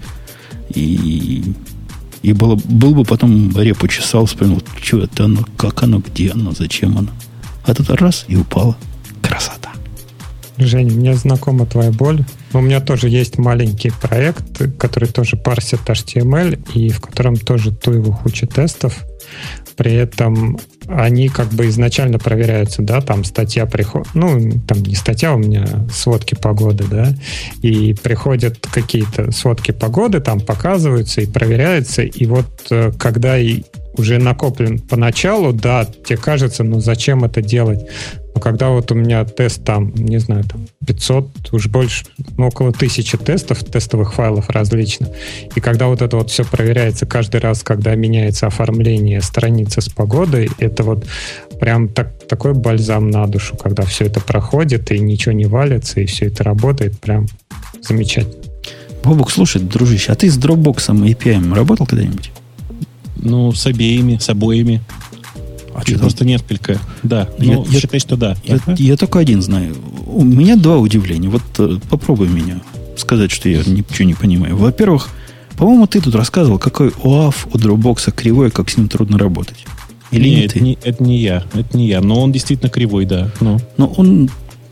и был бы потом репу чесал, вспомнил, что это оно, как оно, где оно, зачем оно. А тут раз и упало. Красота. Женя, мне знакома твоя боль. У меня тоже есть маленький проект, который тоже парсит HTML, и в котором тоже туевых куча тестов. при этом они как бы изначально проверяются, да, там статья приходит, ну, там не статья, у меня сводки погоды, да, и приходят какие-то сводки погоды, там показываются и проверяются, и вот когда уже накоплен поначалу, да, тебе кажется, ну зачем это делать? Но когда вот у меня тест там, не знаю, там 500, уж больше, ну, около 1000 тестов, тестовых файлов различных, и когда вот это вот все проверяется каждый раз, когда меняется оформление страницы с погодой, это вот прям такой бальзам на душу, когда все это проходит, и ничего не валится, и все это работает, прям замечательно. Бобук, слушай, дружище, а ты с Dropbox API работал когда-нибудь? Ну, с обоими. А просто несколько. Да, ну, считай, что да. Я только один знаю. У меня два удивления. Вот попробуй меня сказать, что я ничего не понимаю. Во-первых, по-моему, ты тут рассказывал, какой OAuth у Dropbox кривой, как с ним трудно работать. Или не ты? Это не я. Но он действительно кривой, да. Но он...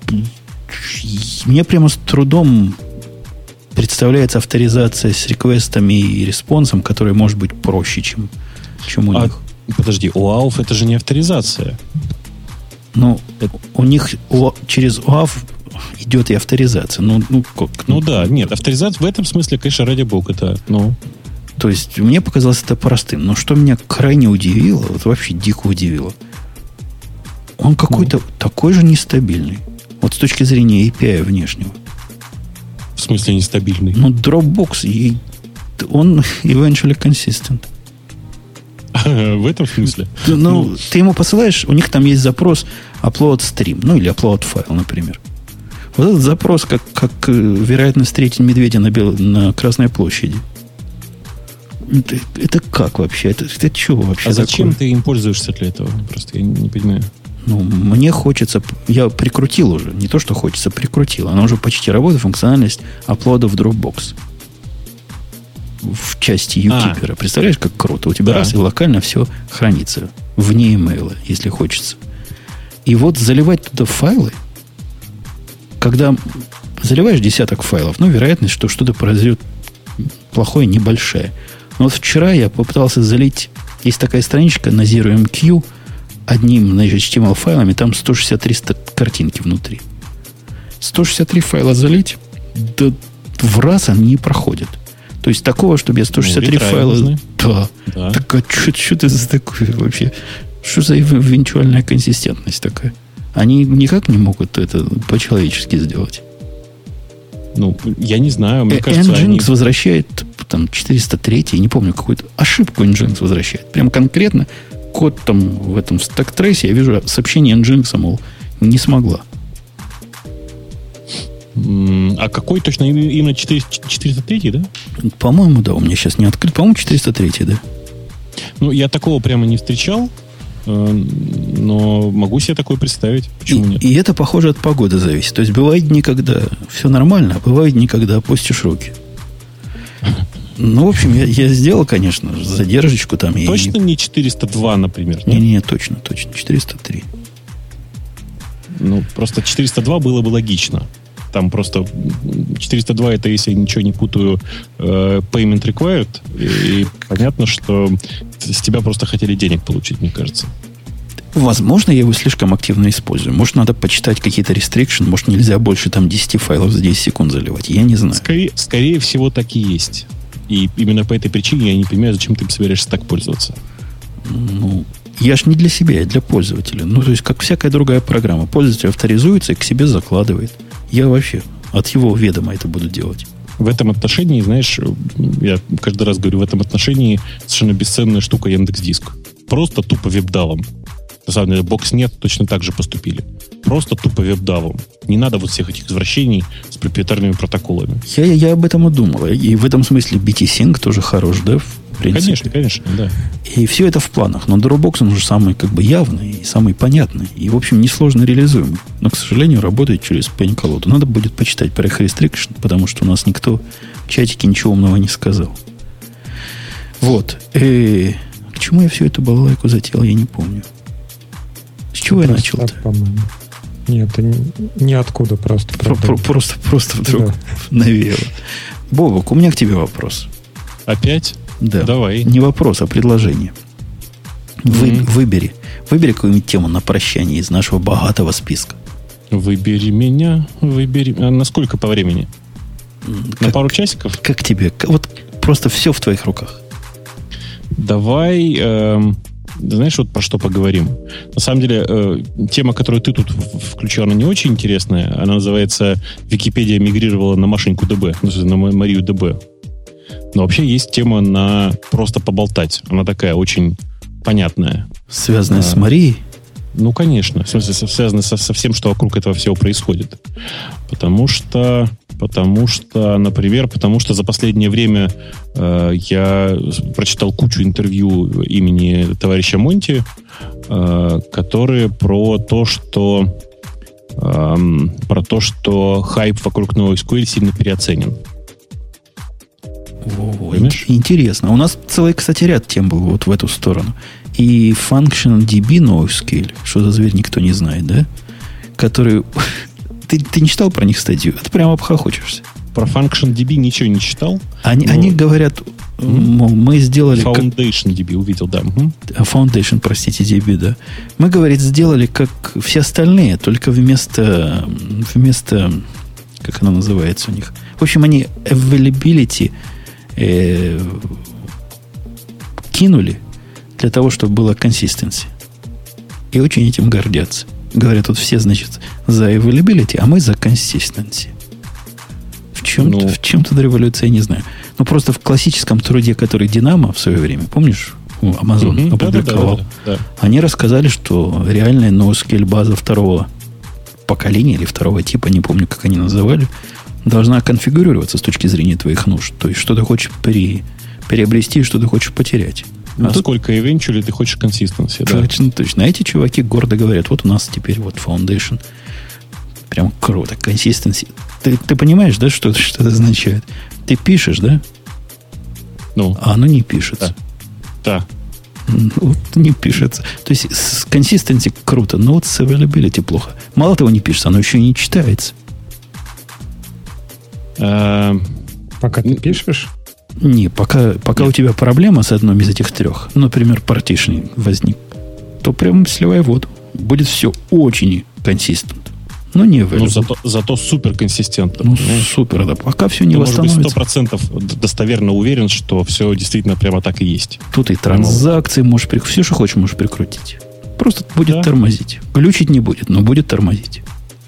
Мне прямо с трудом представляется авторизация с реквестами и респонсом, которая может быть проще, чем у них. Подожди, OAuth это же не авторизация. Ну, у них через OAuth идет и авторизация. Да, нет, авторизация в этом смысле, конечно, ради бога, это, То есть, мне показалось это простым. Но что меня крайне удивило, вот вообще дико удивило, он какой-то такой же нестабильный. Вот с точки зрения API внешнего. В смысле нестабильный? Dropbox, он eventually consistent. В этом смысле? Ты ему посылаешь, у них там есть запрос upload stream, или upload файл, например. Вот этот запрос, как вероятность встретить медведя на Красной площади. Это как вообще? Это что вообще? А зачем ты им пользуешься для этого? Просто я не понимаю. Мне хочется... Я прикрутил уже. Не то, что хочется, прикрутил. Она уже почти работает, функциональность апплода в Dropbox. В части UKeeper. Представляешь, как круто? У тебя раз и локально все хранится. Вне имейла, если хочется. И вот заливать туда файлы, когда заливаешь десяток файлов, вероятность, что что-то произойдет плохое, небольшая. Но вот вчера я попытался залить... Есть такая страничка на ZeroMQ, одним, HTML файлами, там 163 картинки внутри. 163 файла залить, да в раз они не проходят. То есть такого, чтобы я 163 файла... Да. Так а что это за такое вообще? Что за эвенtuальная консистентность такая? Они никак не могут это по-человечески сделать. Я не знаю. Мне кажется, Nginx возвращает там 403, не помню, какую-то ошибку Nginx возвращает. Прям конкретно код там в этом стек-трейсе, я вижу сообщение Nginx, мол, не смогла. А какой точно? Именно 403, да? По-моему, да, у меня сейчас не открыт. По-моему, 403, да. Я такого прямо не встречал, но могу себе такое представить. Почему нет? И это, похоже, от погоды зависит. То есть, бывает дни, когда все нормально, а бывает дни, когда опустишь руки. В общем, я сделал, конечно, задержечку там. Точно не 402, например? Не, точно, 403. Просто 402 было бы логично. Там просто 402 это, если я ничего не путаю, payment required. И понятно, что с тебя просто хотели денег получить, мне кажется. Возможно, я его слишком активно использую. Может, надо почитать какие-то restriction. Может, нельзя больше там 10 файлов за 10 секунд заливать. Я не знаю. Скорее всего, так и есть. И именно по этой причине я не понимаю, зачем ты собираешься так пользоваться. Я ж не для себя, я для пользователя. То есть, как всякая другая программа. Пользователь авторизуется и к себе закладывает. Я вообще от его ведома это буду делать. В этом отношении, знаешь, я каждый раз говорю, в этом отношении совершенно бесценная штука Яндекс.Диск. Просто тупо веб-давом. На самом деле, Box.net точно так же поступили. Просто тупо веб-давом. Не надо вот всех этих извращений с проприетарными протоколами. Я об этом и думал. И в этом смысле BT-Sync тоже хорош, да, в принципе? Конечно, да. И все это в планах. Но Dropbox, он уже самый явный и самый понятный. И, в общем, несложно реализуемый. Но, к сожалению, работает через пень-колоду. Надо будет почитать про их restriction, потому что у нас никто в чатике ничего умного не сказал. Вот. К чему я всю эту балалайку затеял, я не помню. С чего я начал-то? По-моему. Нет, ниоткуда просто. Просто вдруг навеяло. Бобок, у меня к тебе вопрос. Опять? Да. Давай. Не вопрос, а предложение. Выбери какую-нибудь тему на прощание из нашего богатого списка. Выбери меня, выбери... А насколько по времени? На пару часиков? Как тебе? Вот просто все в твоих руках. Давай, знаешь, вот про что поговорим? На самом деле, тема, которую ты тут включил, она не очень интересная. Она называется «Википедия мигрировала на Машеньку ДБ», на Марию ДБ. Но вообще есть тема на просто поболтать. Она такая очень понятная. Связанная с Марией? Ну, конечно. В смысле, связанная со всем, что вокруг этого всего происходит. Потому что, например, за последнее время я прочитал кучу интервью имени товарища Монти, которые про то, что хайп вокруг NoSQL сильно переоценен. Интересно. У нас целый, кстати, ряд тем был вот в эту сторону. И FunctionalDB NoSQL, что за зверь, никто не знает, да? Который... Ты не читал про них статью? Это прямо обхохочешься. Про FunctionDB ничего не читал. Они говорят, мы сделали... FoundationDB увидел, да. Foundation, простите, DB, да. Мы, говорит, сделали как все остальные, только вместо... Как оно называется у них? В общем, они availability кинули для того, чтобы было consistency. И очень этим гордятся. Говорят, тут все, значит, за availability, а мы за consistency. В чем тут революция, я не знаю. Но просто в классическом труде, который Динамо в свое время, помнишь, Amazon опубликовал, да. Они рассказали, что реальная NoSQL база второго поколения или второго типа, не помню, как они называли, должна конфигурироваться с точки зрения твоих нужд. То есть, что ты хочешь приобрести, что ты хочешь потерять. Насколько eventually ты хочешь консистенции. Точно, точно. А эти чуваки гордо говорят, вот у нас теперь вот Foundation. Прям круто. Consistency. Ты понимаешь, да, что это означает? Ты пишешь, да? Ну. А оно не пишется. Да. Вот не пишется. То есть с consistency круто, но вот с availability плохо. Мало того не пишется, оно еще и не читается. Пока ты пишешь? Не, пока у тебя проблема с одной из этих трех, например, partitioning возник, то прям сливай воду. Будет все очень консистентно. Но не available. Ну, зато супер консистентно. Ну, супер, да. Пока все не восстановится. Может быть, 100% достоверно уверен, что все действительно прямо так и есть. Тут и транзакции можешь все, что хочешь, можешь прикрутить. Просто будет тормозить. Глючить не будет, но будет тормозить.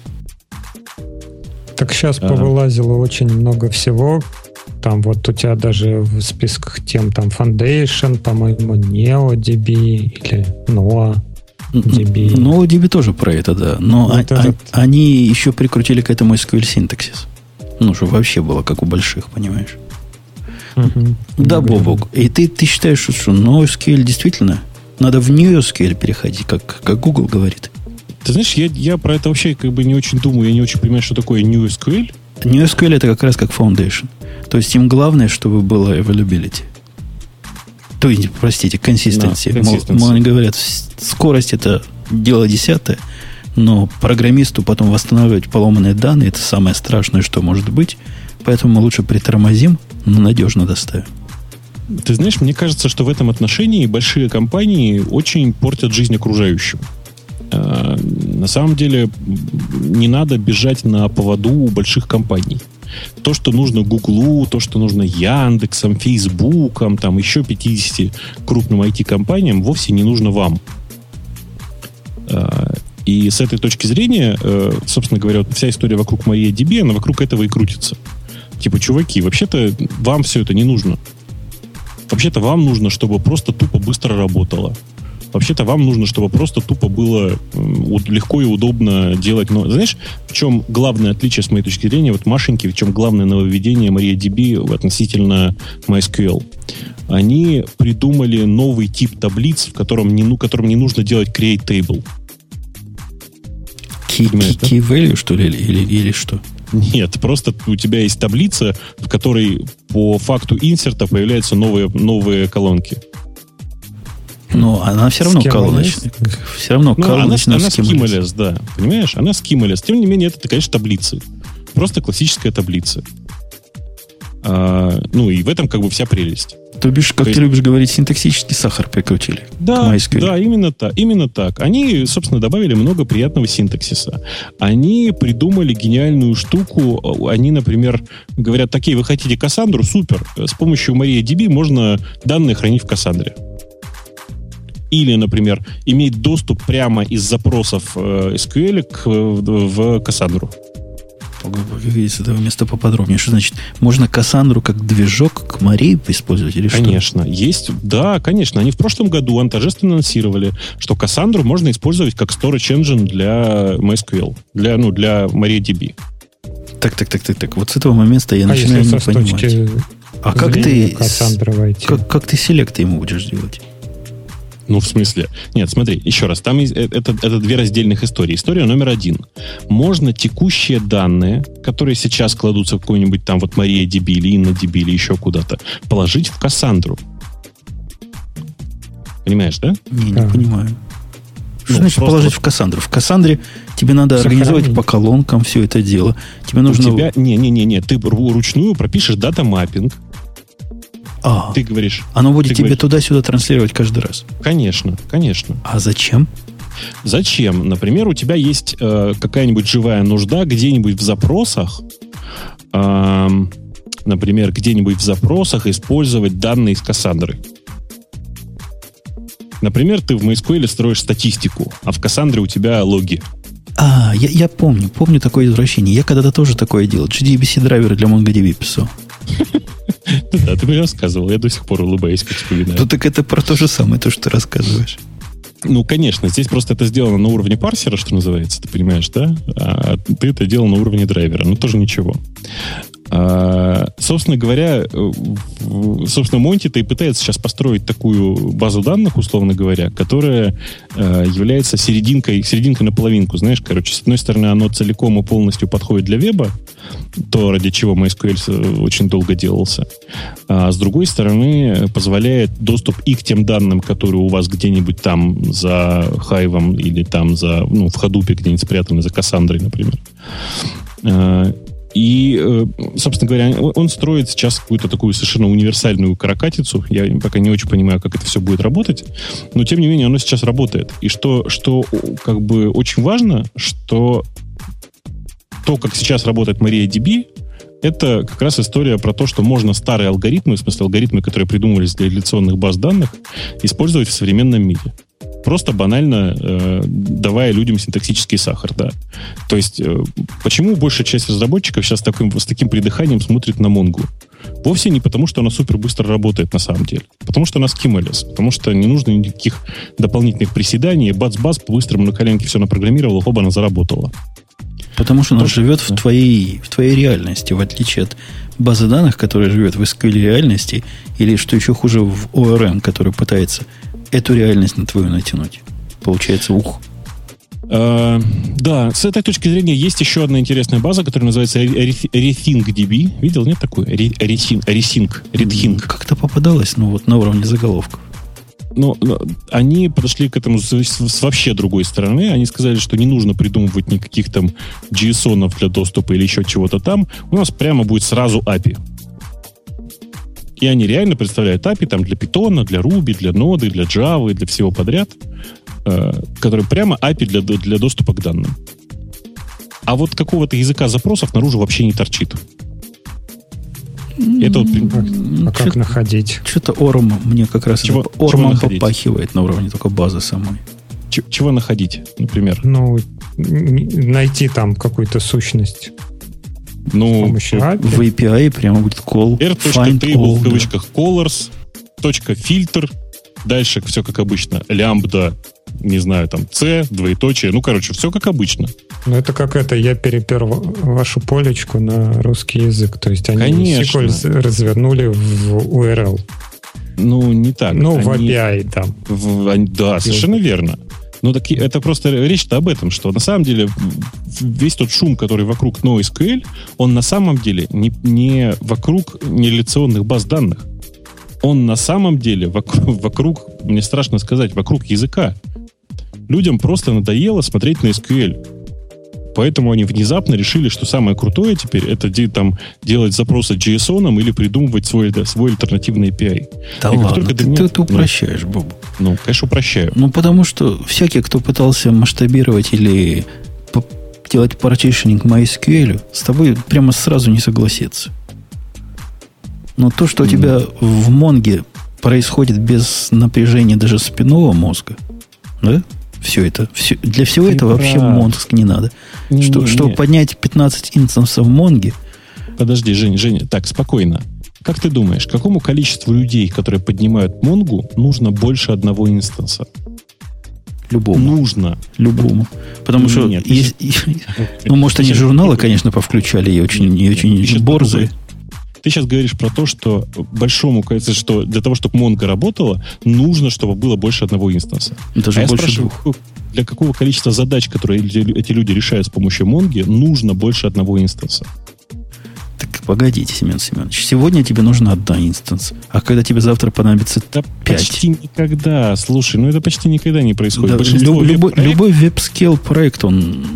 Так сейчас повылазило очень много всего. Там вот у тебя даже в списках тем там Foundation, по-моему, NeoDB или NoaDB. NoaDB тоже про это, да. Но они еще прикрутили к этому SQL синтаксис. Ну, чтобы вообще было как у больших, понимаешь? Да, Бобок. И ты считаешь, что NoSQL действительно надо в NewSQL переходить, как Google говорит? Ты знаешь, я про это вообще как бы не очень думаю, я не очень понимаю, что такое NewSQL. NewSQL это как раз как Foundation. То есть им главное, чтобы было availability. То есть, простите, consistency. Они говорят, скорость это дело десятое, но программисту потом восстанавливать поломанные данные это самое страшное, что может быть. Поэтому мы лучше притормозим, но надежно доставим. Ты знаешь, мне кажется, что в этом отношении большие компании очень портят жизнь окружающим. На самом деле не надо бежать на поводу у больших компаний. То, что нужно Гуглу, то, что нужно Яндексам, Фейсбукам, там еще 50 крупным IT-компаниям, вовсе не нужно вам. И с этой точки зрения, собственно говоря, вот вся история вокруг MariaDB, она вокруг этого и крутится. Типа, чуваки, вообще-то вам все это не нужно. Вообще-то вам нужно, чтобы просто тупо быстро работало. Вообще-то вам нужно, чтобы просто тупо было легко и удобно делать. Но знаешь, в чем главное отличие, с моей точки зрения, вот Машеньки, в чем главное нововведение MariaDB относительно MySQL? Они придумали новый тип таблиц, в котором не нужно делать create table. Key value, что ли, или что? Нет, просто у тебя есть таблица, в которой по факту инсерта появляются новые колонки. Но она все равно колоночная. Все равно колоночная. Она schemaless, да. Понимаешь? Она schemaless. Тем не менее, это, конечно, таблицы. Просто классическая таблица. И в этом как бы вся прелесть. То бишь, как ты любишь говорить, синтаксический сахар прикрутили. Да, именно так. Они, собственно, добавили много приятного синтаксиса. Они придумали гениальную штуку. Они, например, говорят, такие, вы хотите Кассандру? Супер. С помощью MariaDB можно данные хранить в Кассандре. Или, например, иметь доступ прямо из запросов SQL в Кассандру. С этого места поподробнее. Что значит? Можно Кассандру как движок к Марии использовать или конечно, что? Есть. Да, конечно. Они в прошлом году торжественно анонсировали, что Кассандру можно использовать как storage engine для MySQL, для MariaDB. Так. Вот с этого момента я начинаю не понимать. А как ты селекты ему будешь делать? Ну, в смысле? Нет, смотри, еще раз. Там это две раздельных истории. История номер 1. Можно текущие данные, которые сейчас кладутся в какой-нибудь там вот MariaDB или InnoDB или еще куда-то, положить в Кассандру. Понимаешь, да? Не понимаю. Что значит положить в Кассандру? В Кассандре тебе надо организовать по колонкам все это дело. Тебе нужно... Не. Ты ручную пропишешь дата-маппинг. Ты говоришь... Оно будет тебе туда-сюда транслировать каждый раз? Конечно. А зачем? Зачем? Например, у тебя есть какая-нибудь живая нужда где-нибудь в запросах, использовать данные из Кассандры. Например, ты в MySQL строишь статистику, а в Кассандре у тебя логи. Я помню такое извращение. Я когда-то тоже такое делал. JDBC-драйверы для MongoDB писал. Да, ты мне рассказывал. Я до сих пор улыбаюсь, как вспоминаю. Ну, так это про то же самое, то, что ты рассказываешь. Ну, конечно. Здесь просто это сделано на уровне парсера, что называется, ты понимаешь, да? А ты это делал на уровне драйвера. Ну, тоже ничего. Собственно говоря, Монти-то и пытается сейчас построить такую базу данных, условно говоря, которая является серединкой на половинку. Знаешь, короче, с одной стороны, оно целиком и полностью подходит для веба, то, ради чего MySQL очень долго делался. А с другой стороны, позволяет доступ и к тем данным, которые у вас где-нибудь там за Hive или там в Hadoop где-нибудь спрятаны за Кассандрой, например. И, собственно говоря, он строит сейчас какую-то такую совершенно универсальную каракатицу. Я пока не очень понимаю, как это все будет работать. Но, тем не менее, оно сейчас работает. И что как бы очень важно, что то, как сейчас работает MariaDB, это как раз история про то, что можно старые алгоритмы, в смысле алгоритмы, которые придумывались для реляционных баз данных, использовать в современном мире. Просто банально давая людям синтаксический сахар, да. То есть, почему большая часть разработчиков сейчас с таким придыханием смотрит на Монгу? Вовсе не потому, что она супер быстро работает на самом деле. Потому что она скималис. Потому что не нужно никаких дополнительных приседаний. Бац-бац, по-быстрому на коленке все напрограммировала, хоба, она заработала. Потому что она живет в твоей реальности, в отличие от базы данных, которая живет в SQL реальности, или, что еще хуже, в ORM, который пытается эту реальность на твою натянуть. Получается, Да, с этой точки зрения есть еще одна интересная база, которая называется RethinkDB. Видел, нет такой? Rethink. Как-то попадалось, на уровне заголовков. Но они подошли к этому с вообще другой стороны. Они сказали, что не нужно придумывать никаких там JSON-ов для доступа или еще чего-то там. У нас прямо будет сразу API. И они реально представляют API там для Python, для Ruby, для Node, для Java, для всего подряд, который прямо API для доступа к данным. А вот какого-то языка запросов наружу вообще не торчит. Это вот, как находить? Что-то Орм мне как раз Ормом попахивает на уровне только базы самой. Чего находить, например? Найти там какую-то сущность. В API прямо будет call, find R.table, в кавычках, colors, .filter, дальше все как обычно, лямбда, не знаю, там, C, двоеточие, все как обычно. Это как я перепер вашу полечку на русский язык, то есть они SQL развернули в URL. Не так. В API там. Да, совершенно верно. Так это просто речь-то об этом, что на самом деле весь тот шум, который вокруг NoSQL, он на самом деле не вокруг нереляционных баз данных. Он на самом деле вокруг, мне страшно сказать, вокруг языка. Людям просто надоело смотреть на SQL. Поэтому они внезапно решили, что самое крутое теперь это там делать запросы JSON или придумывать свой альтернативный API. Да ладно, ты упрощаешь, Боб. Ну, конечно, упрощаю. Ну, потому что всякий, кто пытался масштабировать или делать партишенинг MySQL, с тобой прямо сразу не согласится. Но то, что у тебя в Монге происходит без напряжения даже спинного мозга, да? Все это. Для всего этого вообще мозг не надо. Чтобы поднять 15 инстансов в Монге. Подожди, Женя, так, спокойно. Как ты думаешь, какому количеству людей, которые поднимают Монгу, нужно больше одного инстанса? Любому. Нужно. Любому. Потому что нет, ну, может, они журналы, конечно, повключали и очень борзые. Ты сейчас говоришь про то, что большому кажется, что для того, чтобы Монго работала, нужно, чтобы было больше одного инстанса. Даже я больше спрашиваю, двух. Для какого количества задач, которые эти люди решают с помощью Монги, нужно больше одного инстанса? Так погодите, Семен Семенович. Сегодня тебе нужно одна инстанс. А когда тебе завтра понадобится 5? Почти никогда. Слушай, это почти никогда не происходит. Да, любой веб-скейл проект, он...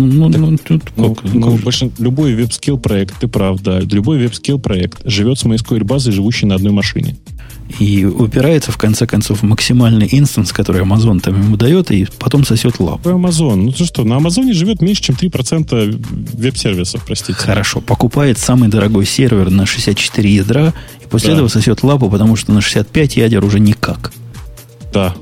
Любой веб-скейл проект, ты прав, да. Любой веб-скейл проект живет с MySQL базой, живущей на одной машине. И упирается, в конце концов, в максимальный инстанс, который Amazon там ему дает, и потом сосет лапу. Amazon. Ну ты что, на Амазоне живет меньше, чем 3% веб-сервисов, простите. Хорошо. Покупает самый дорогой сервер на 64 ядра, и после этого сосет лапу, потому что на 65 ядер уже никак. Да.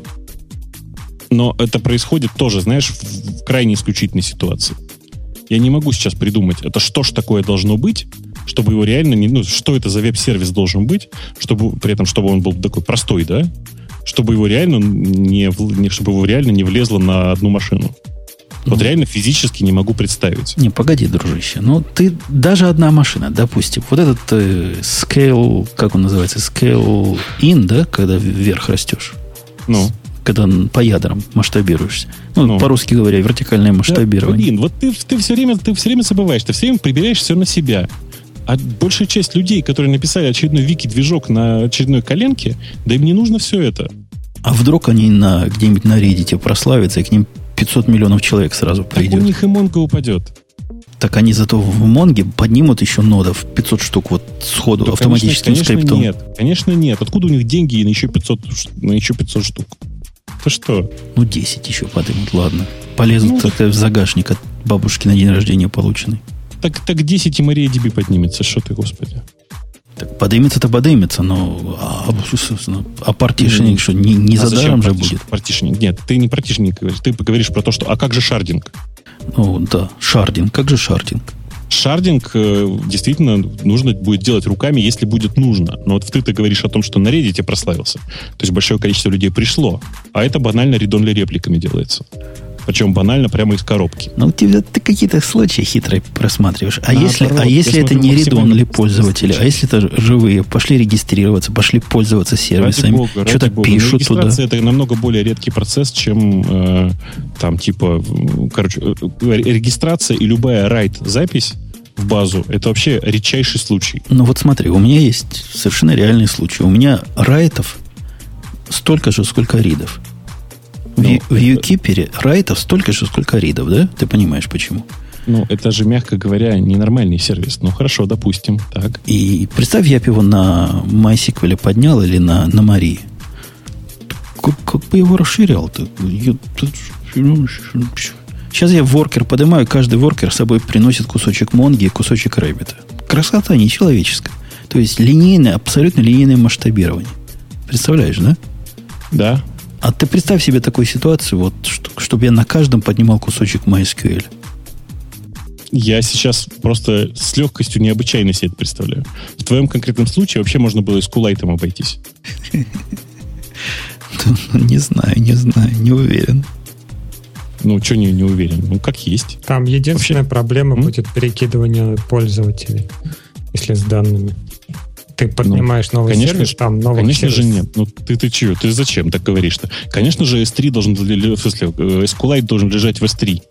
Но это происходит тоже, знаешь, в крайне исключительной ситуации. Я не могу сейчас придумать, это что ж такое должно быть, чтобы его реально не... что это за веб-сервис должен быть, чтобы при этом, чтобы он был такой простой, да? Чтобы его реально чтобы его реально не влезло на одну машину. Вот реально физически не могу представить. Не, погоди, дружище. Ты даже одна машина, допустим. Вот этот scale, как он называется? Scale in, да? Когда вверх растешь. Когда по ядрам масштабируешься. По-русски говоря, вертикальное масштабирование. Да, вот ты все время забываешь, ты все время прибираешь все на себя. А большая часть людей, которые написали очередной вики-движок на очередной коленке, да им не нужно все это. А вдруг они где-нибудь на Reddit прославятся, и к ним 500 миллионов человек сразу придет. Так у них и Монго упадет. Так они зато в Монге поднимут еще нодов 500 штук сходу, да, автоматическим скриптом. Конечно нет. Откуда у них деньги на еще 500 штук? Ты что? 10 еще поднимут, ладно. Полезут в загашник от бабушки на день рождения полученный. Так 10 и MariaDB поднимется. Что ты, господи? Так поднимется-то поднимется, но партишнинг что, не за даром же будет? Партишнинг? Нет, ты не партишнинг говоришь. Ты говоришь про то, что... А как же шардинг? Да, шардинг. Как же шардинг? Шардинг действительно нужно будет делать руками, если будет нужно. Но вот ты говоришь о том, что на Reddit прославился. То есть большое количество людей пришло. А это банально read-only репликами делается. Причем банально прямо из коробки. Ты какие-то случаи хитрые просматриваешь. А если это не read-only пользователи, а если это живые, пошли регистрироваться, пошли пользоваться сервисами, что-то пишут туда. Регистрация — это намного более редкий процесс, чем регистрация и любая write-запись в базу — это вообще редчайший случай. Вот смотри, у меня есть совершенно реальный случай. У меня райтов столько же, сколько ридов. В Ukeeper райтов столько же, сколько ридов, да? Ты понимаешь, почему? Это же, мягко говоря, ненормальный сервис. Хорошо, допустим. Так. И представь, я бы его на MySQL поднял или на Марии. Как бы его расширял-то? Сейчас я воркер поднимаю, каждый воркер с собой приносит кусочек Монги и кусочек Рэббита. Красота нечеловеческая. То есть линейное, абсолютно линейное масштабирование. Представляешь, да? Да. А ты представь себе такую ситуацию, чтобы я на каждом поднимал кусочек MySQL. Я сейчас просто с легкостью необычайно себе это представляю. В твоем конкретном случае вообще можно было и SQLite обойтись. Не знаю, не уверен. Что не уверен? Как есть. Там единственная проблема будет перекидывание пользователей, если с данными. Ты поднимаешь новый сервис, там новый сервис. Конечно же нет. Ты чего? Ты зачем так говоришь-то? Конечно же, S3 должен, в смысле, SQLite должен лежать в S3.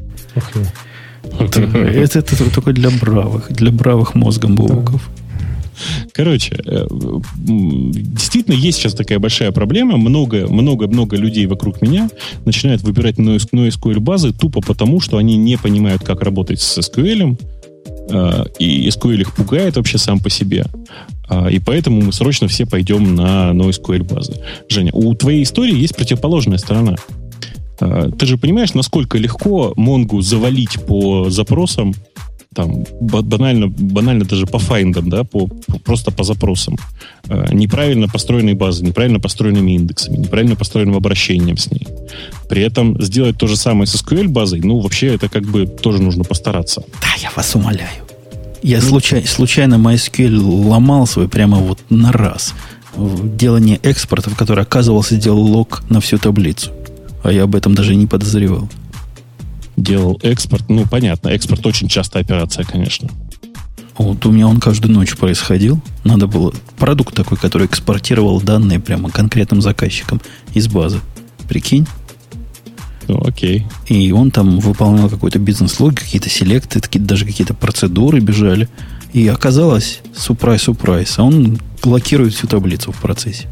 Это только для бравых мозгом бобуков. Короче, действительно есть сейчас такая большая проблема. Много людей вокруг меня начинают выбирать NoSQL базы тупо потому, что они не понимают, как работать с SQL, и SQL их пугает вообще сам по себе. И поэтому мы срочно все пойдем на NoSQL базы. Женя, у твоей истории есть противоположная сторона. Ты же понимаешь, насколько легко Монгу завалить по запросам, там, банально даже по файндам, да, просто по запросам. Неправильно построенной базы, неправильно построенными индексами, неправильно построенным обращением с ней. При этом сделать то же самое с SQL базой, вообще это как бы тоже нужно постараться. Да, я вас умоляю. Я случайно MySQL ломал свой прямо вот на раз. В делании экспорта, в который, оказывался, сделал лог на всю таблицу. А я об этом даже не подозревал. Делал экспорт. Понятно. Экспорт очень частая операция, конечно. Вот у меня он каждую ночь происходил. Надо было... Продукт такой, который экспортировал данные прямо конкретным заказчикам из базы. Прикинь? Окей. И он там выполнял какой-то бизнес-логик, какие-то селекты, даже какие-то процедуры бежали. И оказалось, сюрприз, а он блокирует всю таблицу в процессе.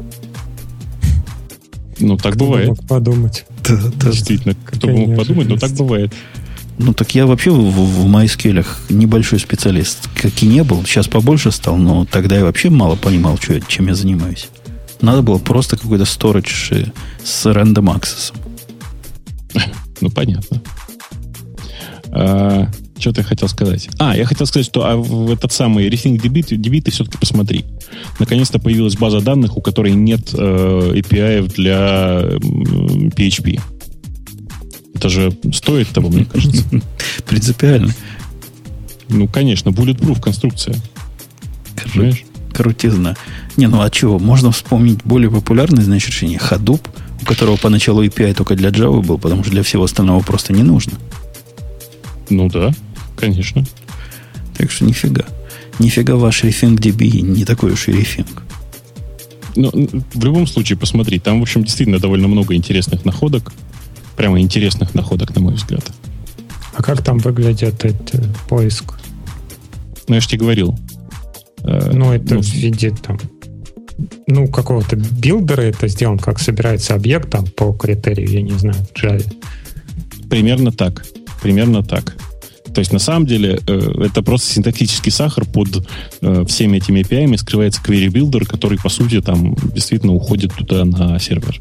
Так бывает. Мог подумать. Да, действительно, кто бы мог подумать, но так бывает. Так я вообще в MySQL небольшой специалист, как и не был. Сейчас побольше стал, но тогда я вообще мало понимал, чем я занимаюсь. Надо было просто какой-то storage с random access. Понятно. Что-то я хотел сказать. Я хотел сказать, что в этот самый RethinkDB ты все-таки посмотри. Наконец-то появилась база данных, у которой нет API для PHP. Это же стоит того, мне кажется. Принципиально. Конечно, bulletproof конструкция. Крутизна. А чего? Можно вспомнить более популярное решение. Hadoop, у которого поначалу API только для Java был, потому что для всего остального просто не нужно. Да, конечно. Так что нифига. Нифига ваш RethinkDB не такой уж и рефинг. В любом случае, посмотри. Там, в общем, действительно довольно много интересных находок. Прямо интересных находок, на мой взгляд. А как там выглядит этот поиск? Я же тебе говорил. Это в виде там... какого-то билдера это сделано, как собирается объект там по критерию, я не знаю, в Java. Примерно так. То есть, на самом деле, это просто синтаксический сахар. Под всеми этими API скрывается query builder, который, по сути, там действительно уходит туда на сервер.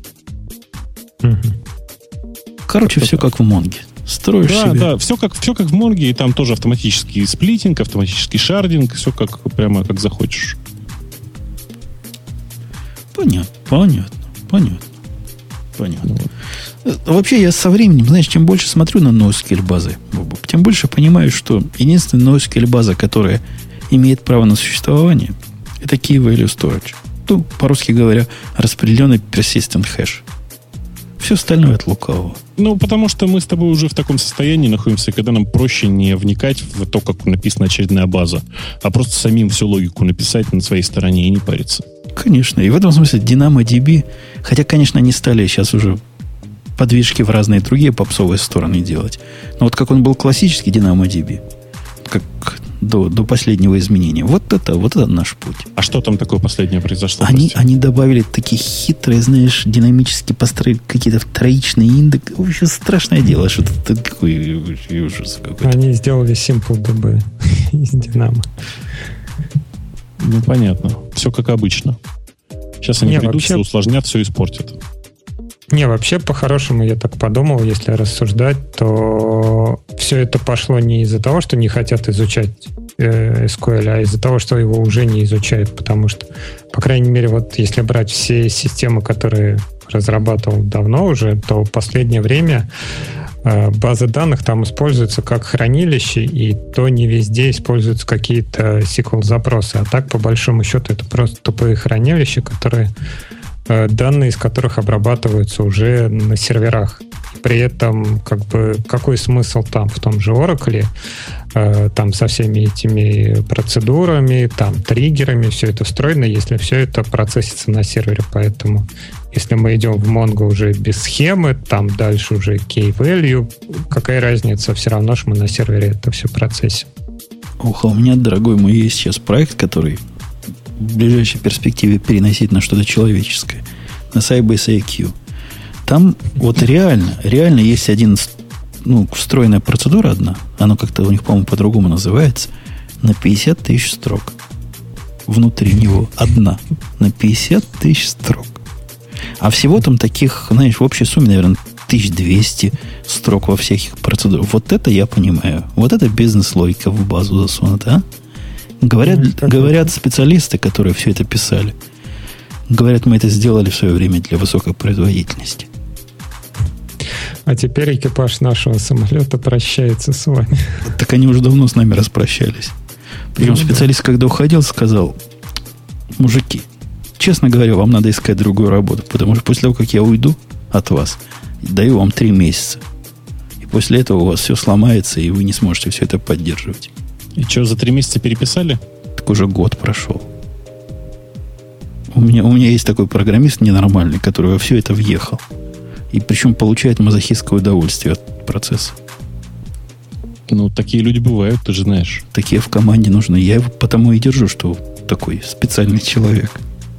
Короче, все как в Монге. Строишь себе. Да, все как в Монге, и там тоже автоматический сплитинг, автоматический шардинг, все прямо как захочешь. Понятно. Вообще, я со временем, чем больше смотрю на NoSQL базы, тем больше понимаю, что единственная NoSQL база, которая имеет право на существование, это Key Value Storage. По-русски говоря, распределенный persistent хэш. Все остальное от лукавого. Потому что мы с тобой уже в таком состоянии находимся, когда нам проще не вникать в то, как написана очередная база, а просто самим всю логику написать на своей стороне и не париться. Конечно. И в этом смысле DynamoDB, хотя, конечно, они стали сейчас уже подвижки в разные другие попсовые стороны делать. Но как он был классический DynamoDB, как до последнего изменения. Вот это наш путь. А что там такое последнее произошло? Они добавили такие хитрые, динамически построили какие-то троичные индексы. Вообще страшное дело, что это такой ужас какой-то. Они сделали SimpleDB из Dynamo. Понятно. Все как обычно. Сейчас они придут, все усложнят, все испортят. Вообще, по-хорошему, я так подумал, если рассуждать, то все это пошло не из-за того, что не хотят изучать SQL, а из-за того, что его уже не изучают, потому что, по крайней мере, если брать все системы, которые разрабатывал давно уже, то в последнее время базы данных там используются как хранилище, и то не везде используются какие-то SQL-запросы. А так, по большому счету, это просто тупые хранилища, данные из которых обрабатываются уже на серверах. При этом, какой смысл там в том же Oracle, там со всеми этими процедурами, там триггерами, все это встроено, если все это процессится на сервере. Поэтому, если мы идем в Mongo уже без схемы, там дальше уже key-value, какая разница, все равно, что мы на сервере это все процессим. У меня, дорогой мой, есть сейчас проект, который в ближайшей перспективе переносить на что-то человеческое. На Sybase IQ. Там вот реально есть встроенная процедура одна. Она как-то у них, по-моему, по-другому называется. На 50 тысяч строк. Внутри него одна. На 50 тысяч строк. А всего там таких, знаешь, в общей сумме, наверное, 1200 строк во всяких процедурах. Вот это я понимаю. Вот это бизнес-логика в базу засунута, а? Говорят специалисты, которые все это писали. Говорят, мы это сделали в свое время для высокой производительности. А теперь экипаж нашего самолета прощается с вами. Так они уже давно с нами распрощались. Причем специалист, когда уходил, сказал: мужики, честно говоря, вам надо искать другую работу, потому что после того, как я уйду от вас, даю вам 3 месяца. И после этого у вас все сломается, и вы не сможете все это поддерживать. И что, за 3 месяца переписали? Так уже год прошел. У меня есть такой программист ненормальный, который во все это въехал. И причем получает мазохистское удовольствие от процесса. Ну, такие люди бывают, ты же знаешь. Такие в команде нужны. Я его потому и держу, что такой специальный человек.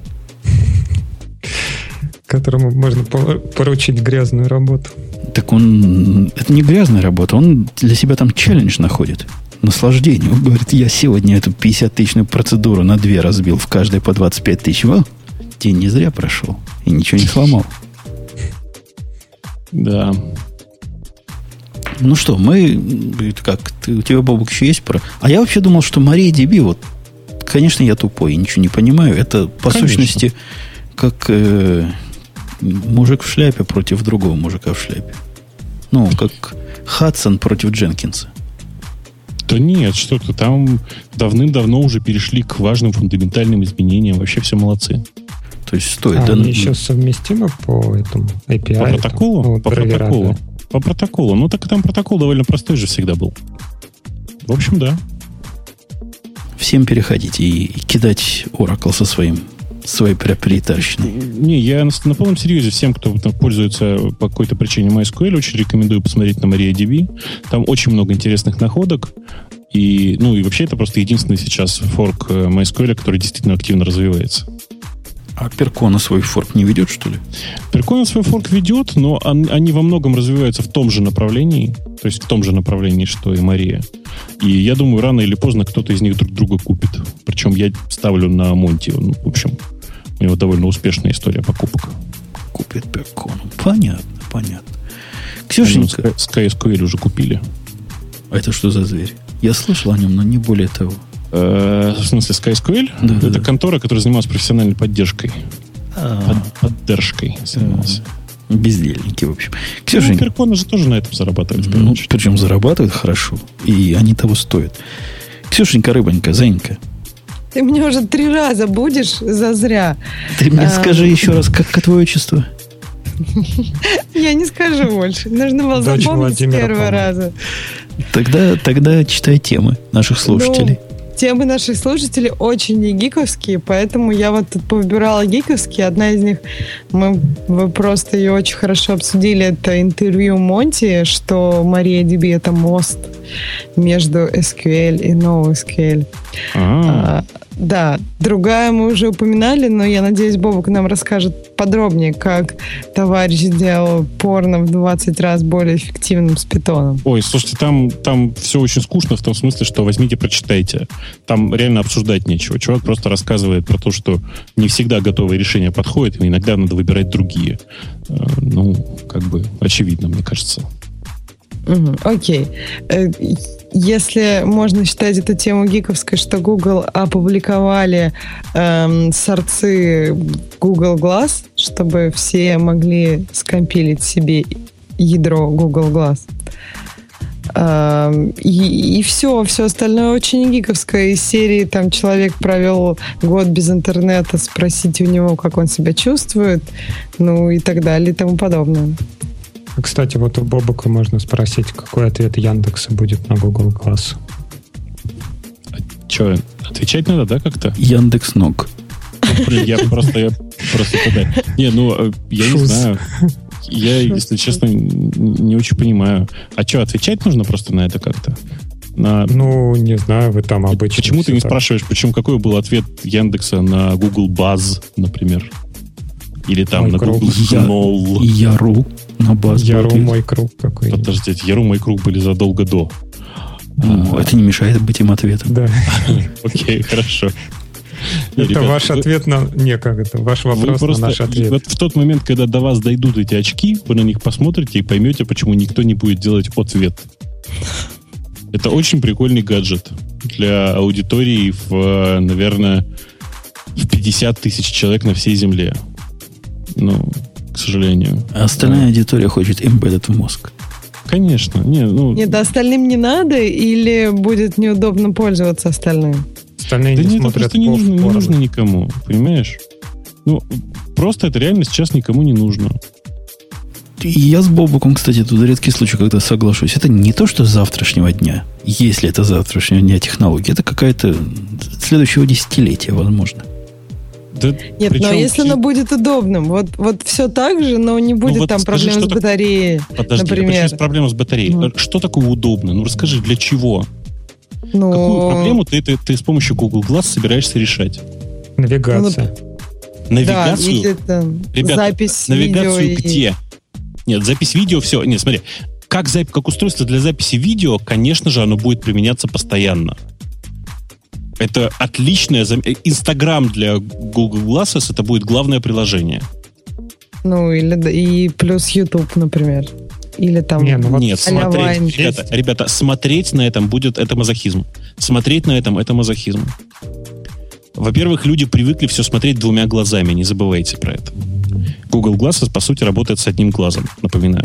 Которому можно поручить грязную работу. Так он... Это не грязная работа. Он для себя там челлендж находит. Наслаждение. Он говорит, я сегодня эту 50-тысячную процедуру на 2 разбил. В каждой по 25 тысяч. День не зря прошел. И ничего не сломал. Да. Ну что, мы... Как? У тебя, Бобук, еще есть про... А я вообще думал, что MariaDB, вот... Конечно, я тупой, ничего не понимаю. Это, по сущности, как мужик в шляпе против другого мужика в шляпе. Ну, как Хадсон против Дженкинса. Да нет, что ты. Там давным-давно уже перешли к важным фундаментальным изменениям. Вообще все молодцы. То есть стоит... Они еще совместимы по этому API? По протоколу? Там, по протоколу. По протоколу. Ну, так и там протокол довольно простой же всегда был. В общем, да. Всем переходить и кидать Oracle со своей проприетарщиной. Не, я на полном серьезе всем, кто пользуется по какой-то причине MySQL, очень рекомендую посмотреть на MariaDB. Там очень много интересных находок. И вообще это просто единственный сейчас форк MySQL, который действительно активно развивается. А Перкона свой форк не ведет, что ли? Перкона свой форк ведет, но они во многом развиваются в том же направлении, то есть в том же направлении, что и Мария. И я думаю, рано или поздно кто-то из них друг друга купит. Причем я ставлю на Монти. В общем, у него довольно успешная история покупок. Купит Перкону. Понятно. Ксюшенька... SkySQL уже купили. А это что за зверь? Я слышал о нем, но не более того. В смысле, SkySQL? Да, это контора, которая занималась профессиональной поддержкой. Поддержкой занималась. Бездельники, в общем. Ксюшенька... Перконы же тоже на этом зарабатывают. Причем зарабатывают хорошо. И они того стоят. Ксюшенька, рыбонька, Зенька. Ты мне уже 3 раза будешь зазря. Ты мне скажи еще раз, как твое отчество? Я не скажу больше. Нужно было запомнить с первого раза. Тогда читай темы наших слушателей. Темы наших слушателей очень не гиковские, поэтому я вот тут повыбирала гиковские. Одна из них, вы просто ее очень хорошо обсудили, это интервью Монти, что MariaDB — это мост между SQL и NoSQL. Да, другая мы уже упоминали, но я надеюсь, Бобук нам расскажет подробнее, как товарищ сделал порно в 20 раз более эффективным с питоном. Ой, слушайте, там все очень скучно в том смысле, что возьмите, прочитайте. Там реально обсуждать нечего. Чувак просто рассказывает про то, что не всегда готовые решения подходят, и иногда надо выбирать другие. Очевидно, мне кажется. Окей. Если можно считать эту тему гиковской, что Google опубликовали сорцы Google Glass, чтобы все могли скомпилить себе ядро Google Glass. И все остальное очень гиковское. Из серии там человек провел год без интернета, спросите у него, как он себя чувствует, и так далее, и тому подобное. Кстати, вот у Бобука можно спросить, какой ответ Яндекса будет на Google Glass. Че, отвечать надо, да, как-то? Яндекс Ног. Я просто туда. Я не знаю. Я, если честно, не очень понимаю. А что, отвечать нужно просто на это как-то? Ну, не знаю, вы там обычно... Почему ты не спрашиваешь, почему какой был ответ Яндекса на Google Buzz, например? Или там на Google Knoll? Яру на Buzz. Яру мой круг какой-нибудь. Подождите, Яру мой круг были задолго до. Это не мешает быть им ответом. Да. Окей, хорошо. Это ваш ответ на... Не, как это? Ваш вопрос на наш ответ. Вот в тот момент, когда до вас дойдут эти очки, вы на них посмотрите и поймете, почему никто не будет делать ответ. Это очень прикольный гаджет для аудитории в, наверное, в 50 тысяч человек на всей Земле. Ну, к сожалению. А остальная аудитория хочет embedded в мозг. Конечно. Нет, остальным не надо или будет неудобно пользоваться остальным? Остальные да не нет, смотрят просто не нужно никому, понимаешь? Ну, просто это реально сейчас никому не нужно. Я с Бобуком, кстати, тут редкий случай, когда соглашусь. Это не то, что с завтрашнего дня, если это завтрашнего дня технологии. Это какая-то следующего десятилетия, возможно. Да, нет, но если оно будет удобным, вот все так же, но не будет вот там проблем с батареей, Подожди, например. Почему проблема с батареей? Что такое удобно? Ну, расскажи, для чего? Какую проблему ты с помощью Google Glass собираешься решать? Навигация. Навигацию? Да, ребята, запись навигацию видео где? Нет, запись видео, все. Нет, смотри, как устройство для записи видео, конечно же, оно будет применяться постоянно. Это отличное... Инстаграм для Google Glasses это будет главное приложение. Ну, и плюс YouTube, например. Или там... Нет, смотреть, ребята, смотреть на этом это мазохизм. Смотреть на этом это мазохизм. Во-первых, люди привыкли все смотреть двумя глазами, не забывайте про это. Google Glasses, по сути, работает с одним глазом, напоминаю.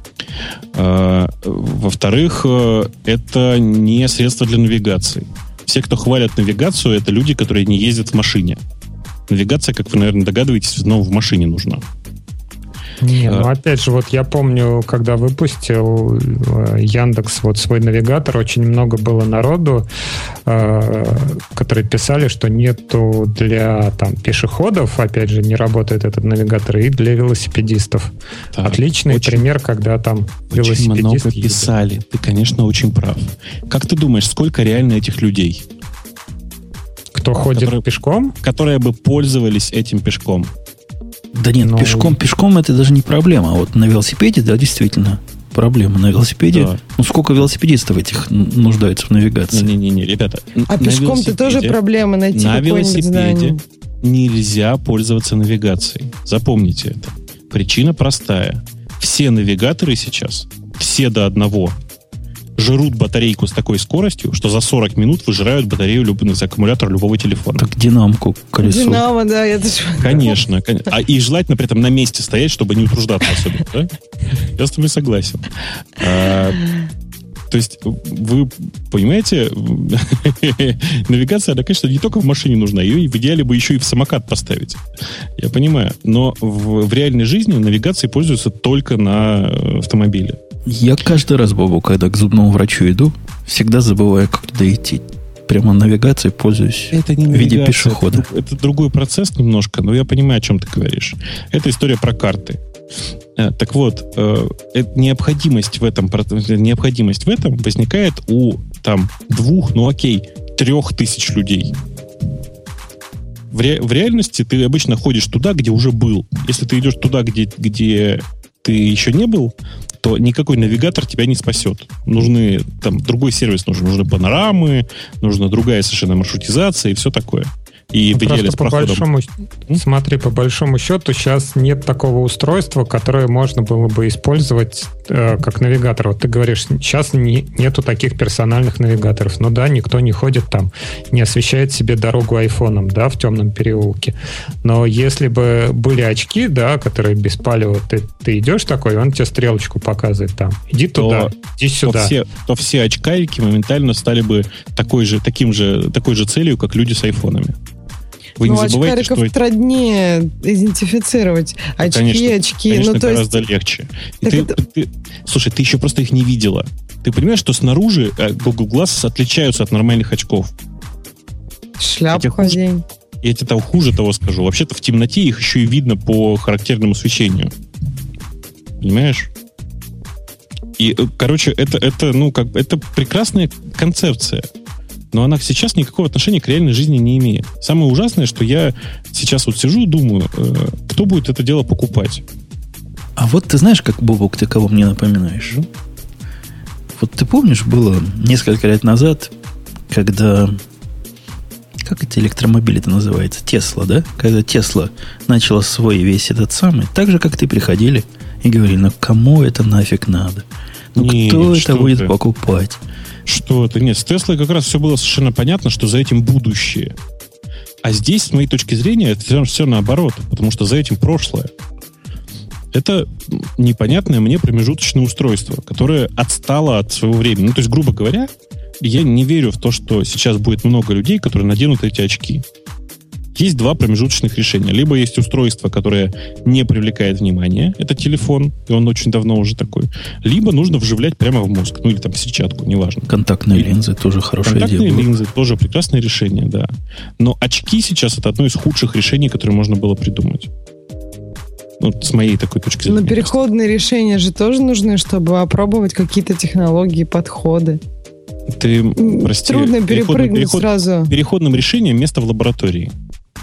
Во-вторых, это не средство для навигации. Все, кто хвалят навигацию, это люди, которые не ездят в машине. Навигация, как вы, наверное, догадываетесь, в машине нужна. Не, ну опять же, вот я помню, когда выпустил Яндекс вот свой навигатор, очень много было народу, которые писали, что нету для там пешеходов, опять же, не работает этот навигатор, и для велосипедистов. Так, отличный пример, когда там велосипедист очень много ездит. писали. Ты, конечно, очень прав. Как ты думаешь, сколько реально этих людей? Кто ходит пешком? Которые бы пользовались этим пешком. Да нет, пешком это даже не проблема. А вот на велосипеде, да, действительно, проблема. На велосипеде, да. Ну сколько велосипедистов этих нуждаются в навигации? Не, ребята. А пешком-то тоже проблема найти на какое-нибудь здание. Нельзя пользоваться навигацией. Запомните это. Причина простая. Все навигаторы сейчас, все до одного, жрут батарейку с такой скоростью, что за 40 минут выжирают батарею аккумулятора любого телефона. Как динамку, колесо. Динамо, да. Я тоже... Конечно. И желательно при этом на месте стоять, чтобы не утруждаться особенно. Да? Я с тобой согласен. То есть, вы понимаете, навигация, она, конечно, не только в машине нужна, ее в идеале бы еще и в самокат поставить. Я понимаю. Но в реальной жизни навигацией пользуются только на автомобиле. Я каждый раз, Бобу, когда к зубному врачу иду, всегда забываю, как туда идти. Прямо навигацией пользуюсь это не в виде пешехода. Это другой процесс немножко, но я понимаю, о чем ты говоришь. Это история про карты. Так вот, необходимость в этом возникает у там 3000 людей. В реальности ты обычно ходишь туда, где уже был. Если ты идешь туда, где ты еще не был, то никакой навигатор тебя не спасет. Нужны там другой сервис нужны панорамы, нужна другая совершенно маршрутизация и все такое. И в идеале с проходом. Смотри, по большому счету сейчас нет такого устройства, которое можно было бы использовать как навигатор. Вот ты говоришь, сейчас нету таких персональных навигаторов. Ну да, никто не ходит там, не освещает себе дорогу айфоном, да, в темном переулке. Но если бы были очки, да, которые без палева, ты идешь такой, он тебе стрелочку показывает там. Иди туда, иди сюда. То все очкарики моментально стали бы такой же целью, как люди с айфонами. Вы не забывайте, очкариков труднее идентифицировать. Очки. Конечно, гораздо легче. Слушай, ты еще просто их не видела. Ты понимаешь, что снаружи Google Glass отличаются от нормальных очков? Шляпку одень. Я тебе хуже того скажу. Вообще-то в темноте их еще и видно по характерному свечению. Понимаешь? И, короче, это прекрасная концепция. Но она сейчас никакого отношения к реальной жизни не имеет. Самое ужасное, что я сейчас вот сижу и думаю, кто будет это дело покупать. А вот ты знаешь, как, Бобок, ты кого мне напоминаешь? Вот ты помнишь, было несколько лет назад, когда... Как эти электромобили это называется? Тесла, да? Когда Тесла начала свой весь этот самый, так же, как ты приходили и говорили, ну кому это нафиг надо? Ну кто это будет покупать? Что это? Нет, с Теслой как раз все было совершенно понятно, что за этим будущее. А здесь, с моей точки зрения, это все наоборот, потому что за этим прошлое. Это непонятное мне промежуточное устройство, которое отстало от своего времени. Ну, то есть, грубо говоря, я не верю в то, что сейчас будет много людей, которые наденут эти очки. Есть два промежуточных решения. Либо есть устройство, которое не привлекает внимания, это телефон, и он очень давно уже такой. Либо нужно вживлять прямо в мозг, ну или там сетчатку, неважно. Контактные линзы тоже хорошая идея. Контактные линзы тоже прекрасное решение, да. Но очки сейчас это одно из худших решений, которые можно было придумать. Ну, с моей такой точки зрения. Но переходные решения же тоже нужны, чтобы опробовать какие-то технологии, подходы. Прости, трудно перепрыгнуть сразу. Переходным решением место в лаборатории.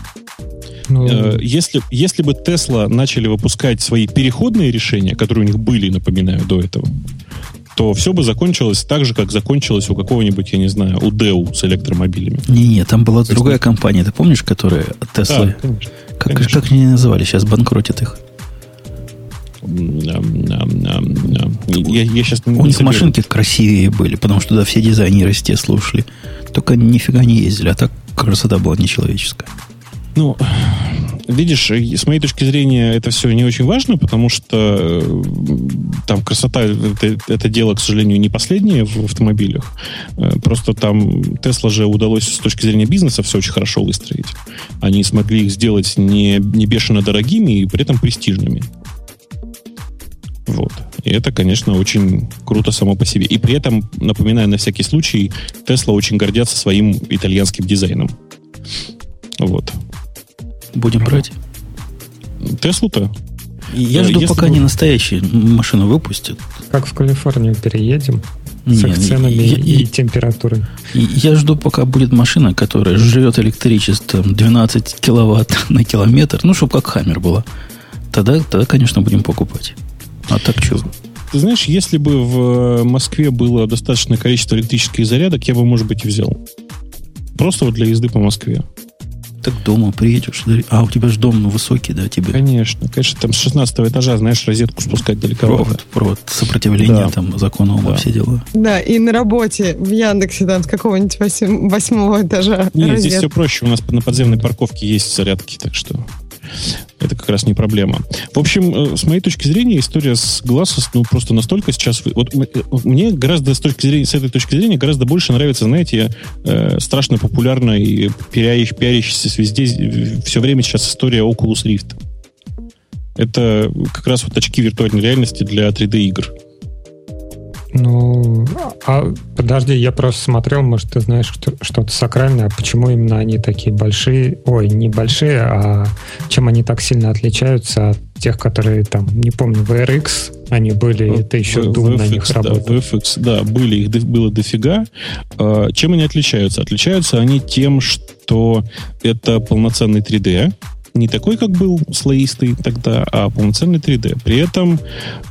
Если бы Tesla начали выпускать свои переходные решения, которые у них были, напоминаю, до этого, то все бы закончилось так же, как закончилось у какого-нибудь, я не знаю, у Dell с электромобилями. Не, там была другая компания, ты помнишь, которая Tesla... Да, конечно. Как они называли? Сейчас банкротят их. Я сейчас у них машинки красивее были, потому что да, все дизайнеры с Tesla ушли. Только нифига не ездили, а так красота была нечеловеческая. Ну, видишь, с моей точки зрения, это все не очень важно, потому что там красота это дело, к сожалению, не последнее в автомобилях. Просто там Tesla же удалось с точки зрения бизнеса все очень хорошо выстроить. Они смогли их сделать не бешено дорогими и при этом престижными. Вот. И это, конечно, очень круто само по себе. И при этом, напоминаю на всякий случай, Tesla очень гордятся своим итальянским дизайном. Вот. Будем брать? Теслу-то? Я жду, пока не настоящие машину выпустят. Как в Калифорнию переедем с их ценами и температурой. Я жду, пока будет машина, которая жрет электричество 12 киловатт на километр. Ну, чтобы как Хаммер была. Тогда, конечно, будем покупать. А так что? Ты знаешь, если бы в Москве было достаточное количество электрических зарядок, я бы, может быть, и взял. Просто вот для езды по Москве. Так дома приедешь. А у тебя же дом высокий, да, тебе? Конечно, там с 16 этажа, знаешь, розетку спускать далековато. Провод, сопротивление, да. Там, закон Ома, все дела. Да, и на работе в Яндексе там с какого-нибудь 8 этажа. Нет, здесь все проще. У нас на подземной парковке есть зарядки, так что это как раз не проблема. В общем, с моей точки зрения, история с Glasses, просто настолько сейчас... Вот мне гораздо с этой точки зрения гораздо больше нравится, знаете, страшно популярная и пиарящаяся везде все время сейчас история Oculus Rift. Это как раз вот очки виртуальной реальности для 3D-игр. Ну, подожди, я просто смотрел, может, ты знаешь что-то сакральное, а почему именно они такие большие, не большие, а чем они так сильно отличаются от тех, которые там, не помню, VRX они были, это еще Doom на них работал. Да, VFX, да, их было дофига. Чем они отличаются? Отличаются они тем, что это полноценный 3D, не такой, как был слоистый тогда, а полноценный 3D. При этом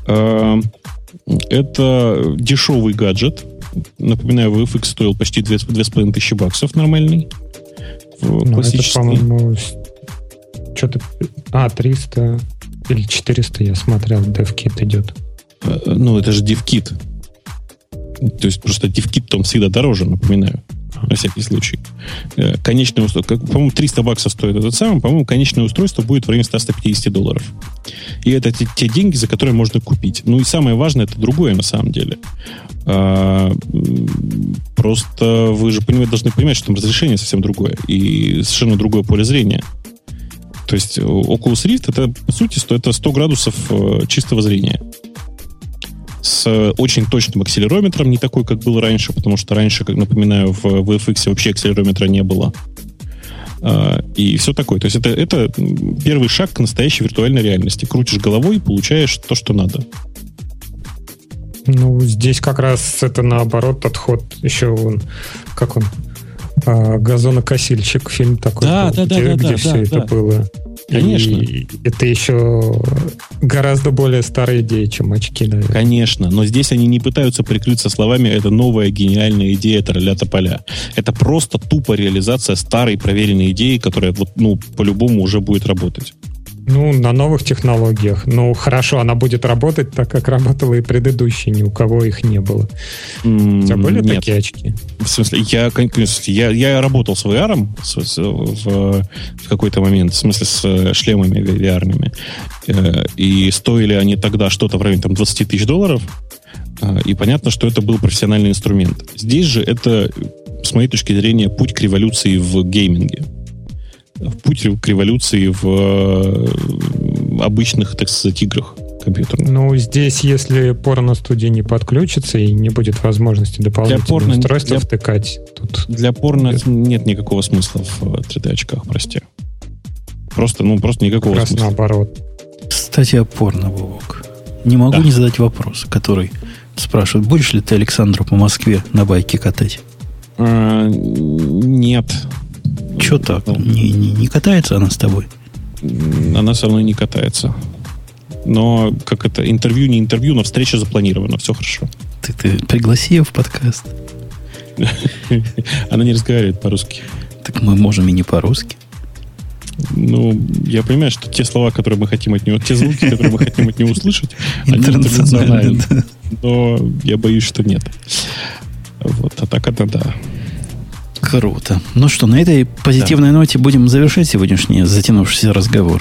это дешевый гаджет. Напоминаю, VFX стоил почти 2500 баксов нормальный. Классический. Это, по-моему, что-то... 300 или 400 я смотрел, DevKit идет. Ну, это же DevKit. То есть просто DevKit там всегда дороже, напоминаю. На всякий случай. Конечное устройство, по-моему, 300 баксов стоит этот самый, по-моему, конечное устройство будет в районе $150. И это те деньги, за которые можно купить. Ну и самое важное, это другое на самом деле. Просто вы же должны понимать, что там разрешение совсем другое и совершенно другое поле зрения. То есть Oculus Rift это, по сути, это 100 градусов чистого зрения. С очень точным акселерометром, не такой, как был раньше, потому что раньше, как напоминаю, в VFX вообще акселерометра не было. И все такое. То есть это первый шаг к настоящей виртуальной реальности. Крутишь головой и получаешь то, что надо. Ну, здесь как раз это наоборот отход. Еще он, как он, «Газонокосильщик», фильм такой, где все это было. Конечно. И это еще гораздо более старая идея, чем очки, наверное. Конечно, но здесь они не пытаются прикрыться словами «это новая гениальная идея тролля-тополя». Это просто тупо реализация старой проверенной идеи, которая по-любому уже будет работать. Ну, на новых технологиях. Ну, хорошо, она будет работать так, как работала и предыдущие. Ни у кого их не было. У тебя были такие очки? В смысле, я работал с VR в какой-то момент, в смысле с шлемами VR-ными. И стоили они тогда что-то в районе $20 тысяч. И понятно, что это был профессиональный инструмент. Здесь же это, с моей точки зрения, путь к революции в гейминге. Путь к революции в обычных, так сказать, играх компьютерных. Ну, здесь, если порно-студия не подключится и не будет возможности дополнительных устройств втыкать. Для порно нет никакого смысла в 3D-очках, прости. Просто никакого как раз смысла. Наоборот. Кстати, о порно, Вовок. Не могу не задать вопрос, который спрашивают, будешь ли ты Александру по Москве на байке катать? Нет. Че так? Не катается она с тобой? Она со мной не катается. Но как это, интервью, не интервью, но встреча запланирована, все хорошо. Ты пригласи ее в подкаст. Она не разговаривает по-русски. Так мы можем и не по-русски. Ну, я понимаю, что те слова, которые мы хотим от нее, те звуки, которые мы хотим от нее услышать, они интернациональные. Но я боюсь, что нет. Вот, а так это да. Круто. Ну что, на этой позитивной ноте будем завершать сегодняшние затянувшиеся разговоры.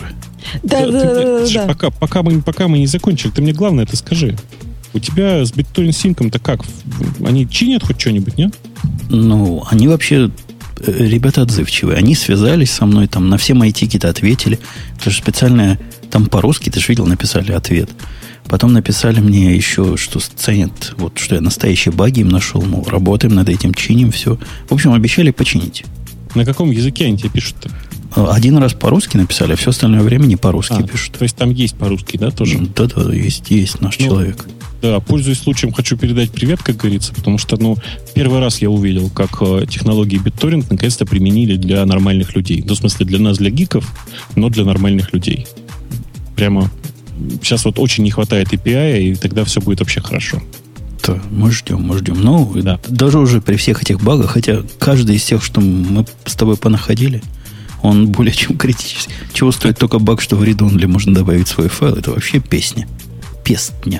Да. Пока мы не закончили, ты мне главное это скажи. У тебя с BitTorrent Sync-то как? Они чинят хоть что-нибудь, нет? Ну, они вообще ребята отзывчивые. Они связались со мной, там на все мои тикеты ответили. Это же специально, там по-русски, ты же видел, написали ответ. Потом написали мне еще, что ценят, вот что я настоящие баги им нашел, мол, работаем над этим, чиним все. В общем, обещали починить. На каком языке они тебе пишут-то? Один раз по-русски написали, а все остальное время не по-русски пишут. То есть там есть по-русски, да, тоже? Да, есть наш человек. Да, пользуясь случаем, хочу передать привет, как говорится, потому что, первый раз я увидел, как технологии BitTorrent наконец-то применили для нормальных людей. Ну, в смысле, для нас, для гиков, но для нормальных людей. Прямо сейчас вот очень не хватает API, и тогда все будет вообще хорошо. Да, мы ждем. Ну, да. Даже уже при всех этих багах, хотя каждый из тех, что мы с тобой понаходили, он более чем критический. Чего стоит только баг, что в read-only можно добавить свой файл, это вообще песня. Пестня.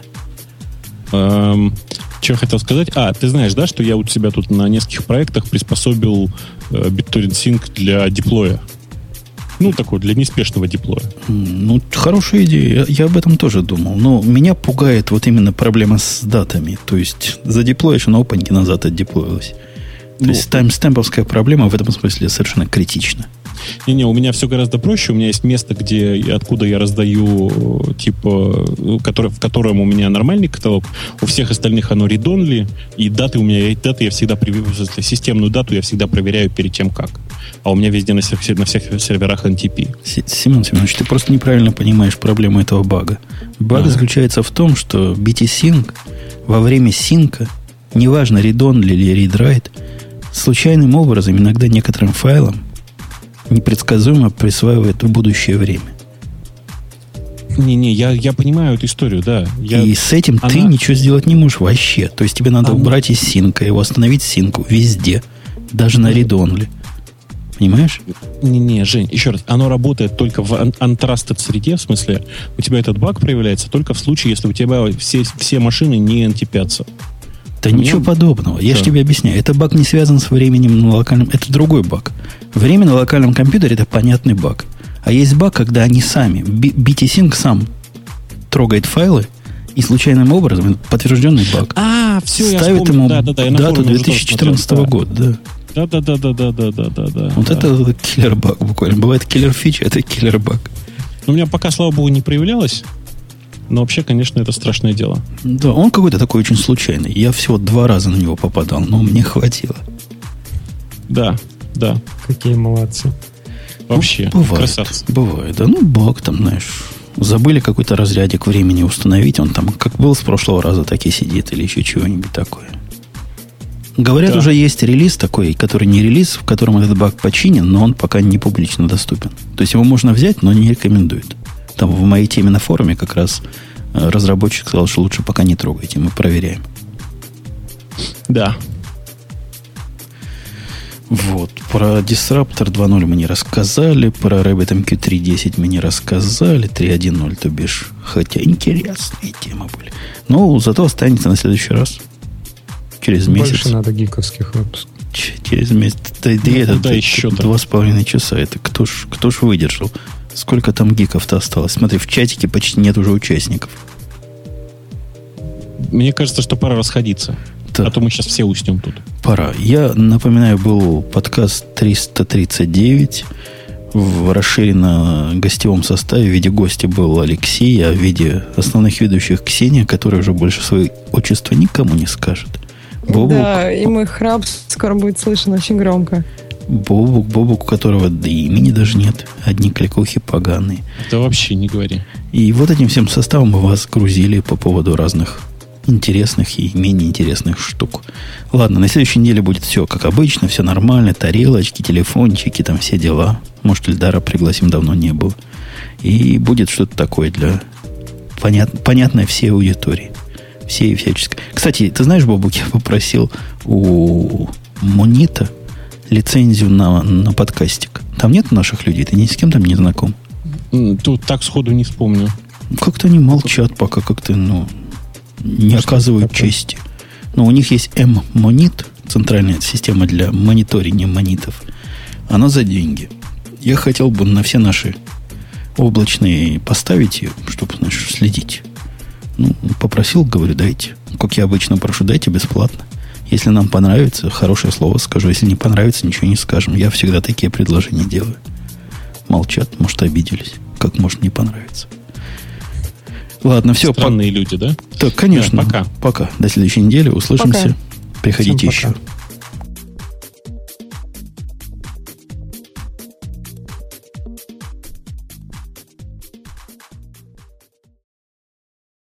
Что я хотел сказать? Ты знаешь, да, что я у себя тут на нескольких проектах приспособил BitTorrent Sync для деплоя. Ну, такой, для неспешного деплоя. Ну, хорошая идея. Я об этом тоже думал. Но меня пугает вот именно проблема с датами. То есть, задеплоишь, на опаньке назад отдеплоилось. То есть, таймстемповская проблема в этом смысле совершенно критична. Не, у меня все гораздо проще. У меня есть место, откуда я раздаю, в котором у меня нормальный каталог. У всех остальных оно read-only. И даты я всегда, системную дату я всегда проверяю перед тем, как. А у меня везде на всех серверах NTP. Семен Семенович, ты просто неправильно понимаешь проблему этого бага. Баг заключается в том, что BT-Sync во время синка, неважно, read-only или read-write, случайным образом, иногда некоторым файлам, непредсказуемо присваивает в будущее время. Я понимаю эту историю, да. И с этим ты ничего сделать не можешь вообще. То есть тебе надо убрать из синка, его остановить синку везде, даже на read-only. Понимаешь? Жень, еще раз. Оно работает только в untrusted среде, в смысле, у тебя этот баг проявляется только в случае, если у тебя все машины не NTP-ятся. Да ничего подобного. Я же тебе объясняю. Это баг не связан с временем на локальном... Это другой баг. Время на локальном компьютере – это понятный баг. А есть баг, когда они сами, BT-Sync сам трогает файлы и случайным образом, подтвержденный баг, ставит ему дату 2014 года. Да. Да. Вот это киллер-баг буквально. Бывает киллер-фича, это киллер-баг. У меня пока, слава богу, не проявлялось. Но вообще, конечно, это страшное дело. Да, он какой-то такой очень случайный. Я всего 2 раза на него попадал, но мне хватило. Да. Какие молодцы. Вообще, бывает, красавцы. Бывает, да. Ну, баг там, знаешь, Забыли какой-то разрядик времени установить. Он там как был с прошлого раза, так и сидит. Или еще чего-нибудь такое. Говорят, уже есть релиз такой, который не релиз, в котором этот баг починен, но он пока не публично доступен. То есть его можно взять, но не рекомендуют. Там в моей теме на форуме как раз разработчик сказал, что лучше пока не трогайте, мы проверяем. Да. Вот. Про Disruptor 2.0 мы не рассказали, про RabbitMQ 3.10 мы не рассказали, 3.1.0, то бишь, хотя интересные темы были. Но зато останется на следующий раз. Через месяц. Больше надо гиковских выпусков. Через месяц. Да еще 2,5 часа. Это кто ж выдержал? Сколько там гиков-то осталось? Смотри, в чатике почти нет уже участников. Мне кажется, что пора расходиться. Да. А то мы сейчас все уснем тут. Пора. Я напоминаю, был подкаст 339 в расширенном гостевом составе. В виде гостя был Алексей, а в виде основных ведущих Ксения, которая уже больше свои отчества никому не скажет. Бобук. Да, и мой храп скоро будет слышен очень громко. Бобук, у которого да имени даже нет. Одни кликухи поганые. Да вообще не говори. И вот этим всем составом мы вас грузили по поводу разных интересных и менее интересных штук. Ладно, на следующей неделе будет все как обычно, все нормально. Тарелочки, телефончики, там все дела. Может, Ильдара пригласим, давно не было. И будет что-то такое для понятное всей аудитории. Всей и всяческой. Кстати, ты знаешь, Бобук, я попросил у Монита лицензию на подкастик. Там нет наших людей? Ты ни с кем там не знаком? Тут так сходу не вспомню. Как-то они молчат пока, как-то, не оказывают чести. Но у них есть M-Monit, центральная система для мониторинга монитов. Она за деньги. Я хотел бы на все наши облачные поставить ее, чтобы, следить. Попросил, говорю, дайте. Как я обычно прошу, дайте бесплатно. Если нам понравится, хорошее слово скажу. Если не понравится, ничего не скажем. Я всегда такие предложения делаю. Молчат, может, обиделись. Как может не понравиться? Ладно, все. Странные люди, да? Так, конечно. Да, пока. Пока. До следующей недели. Услышимся. Пока. Приходите Всем еще. пока.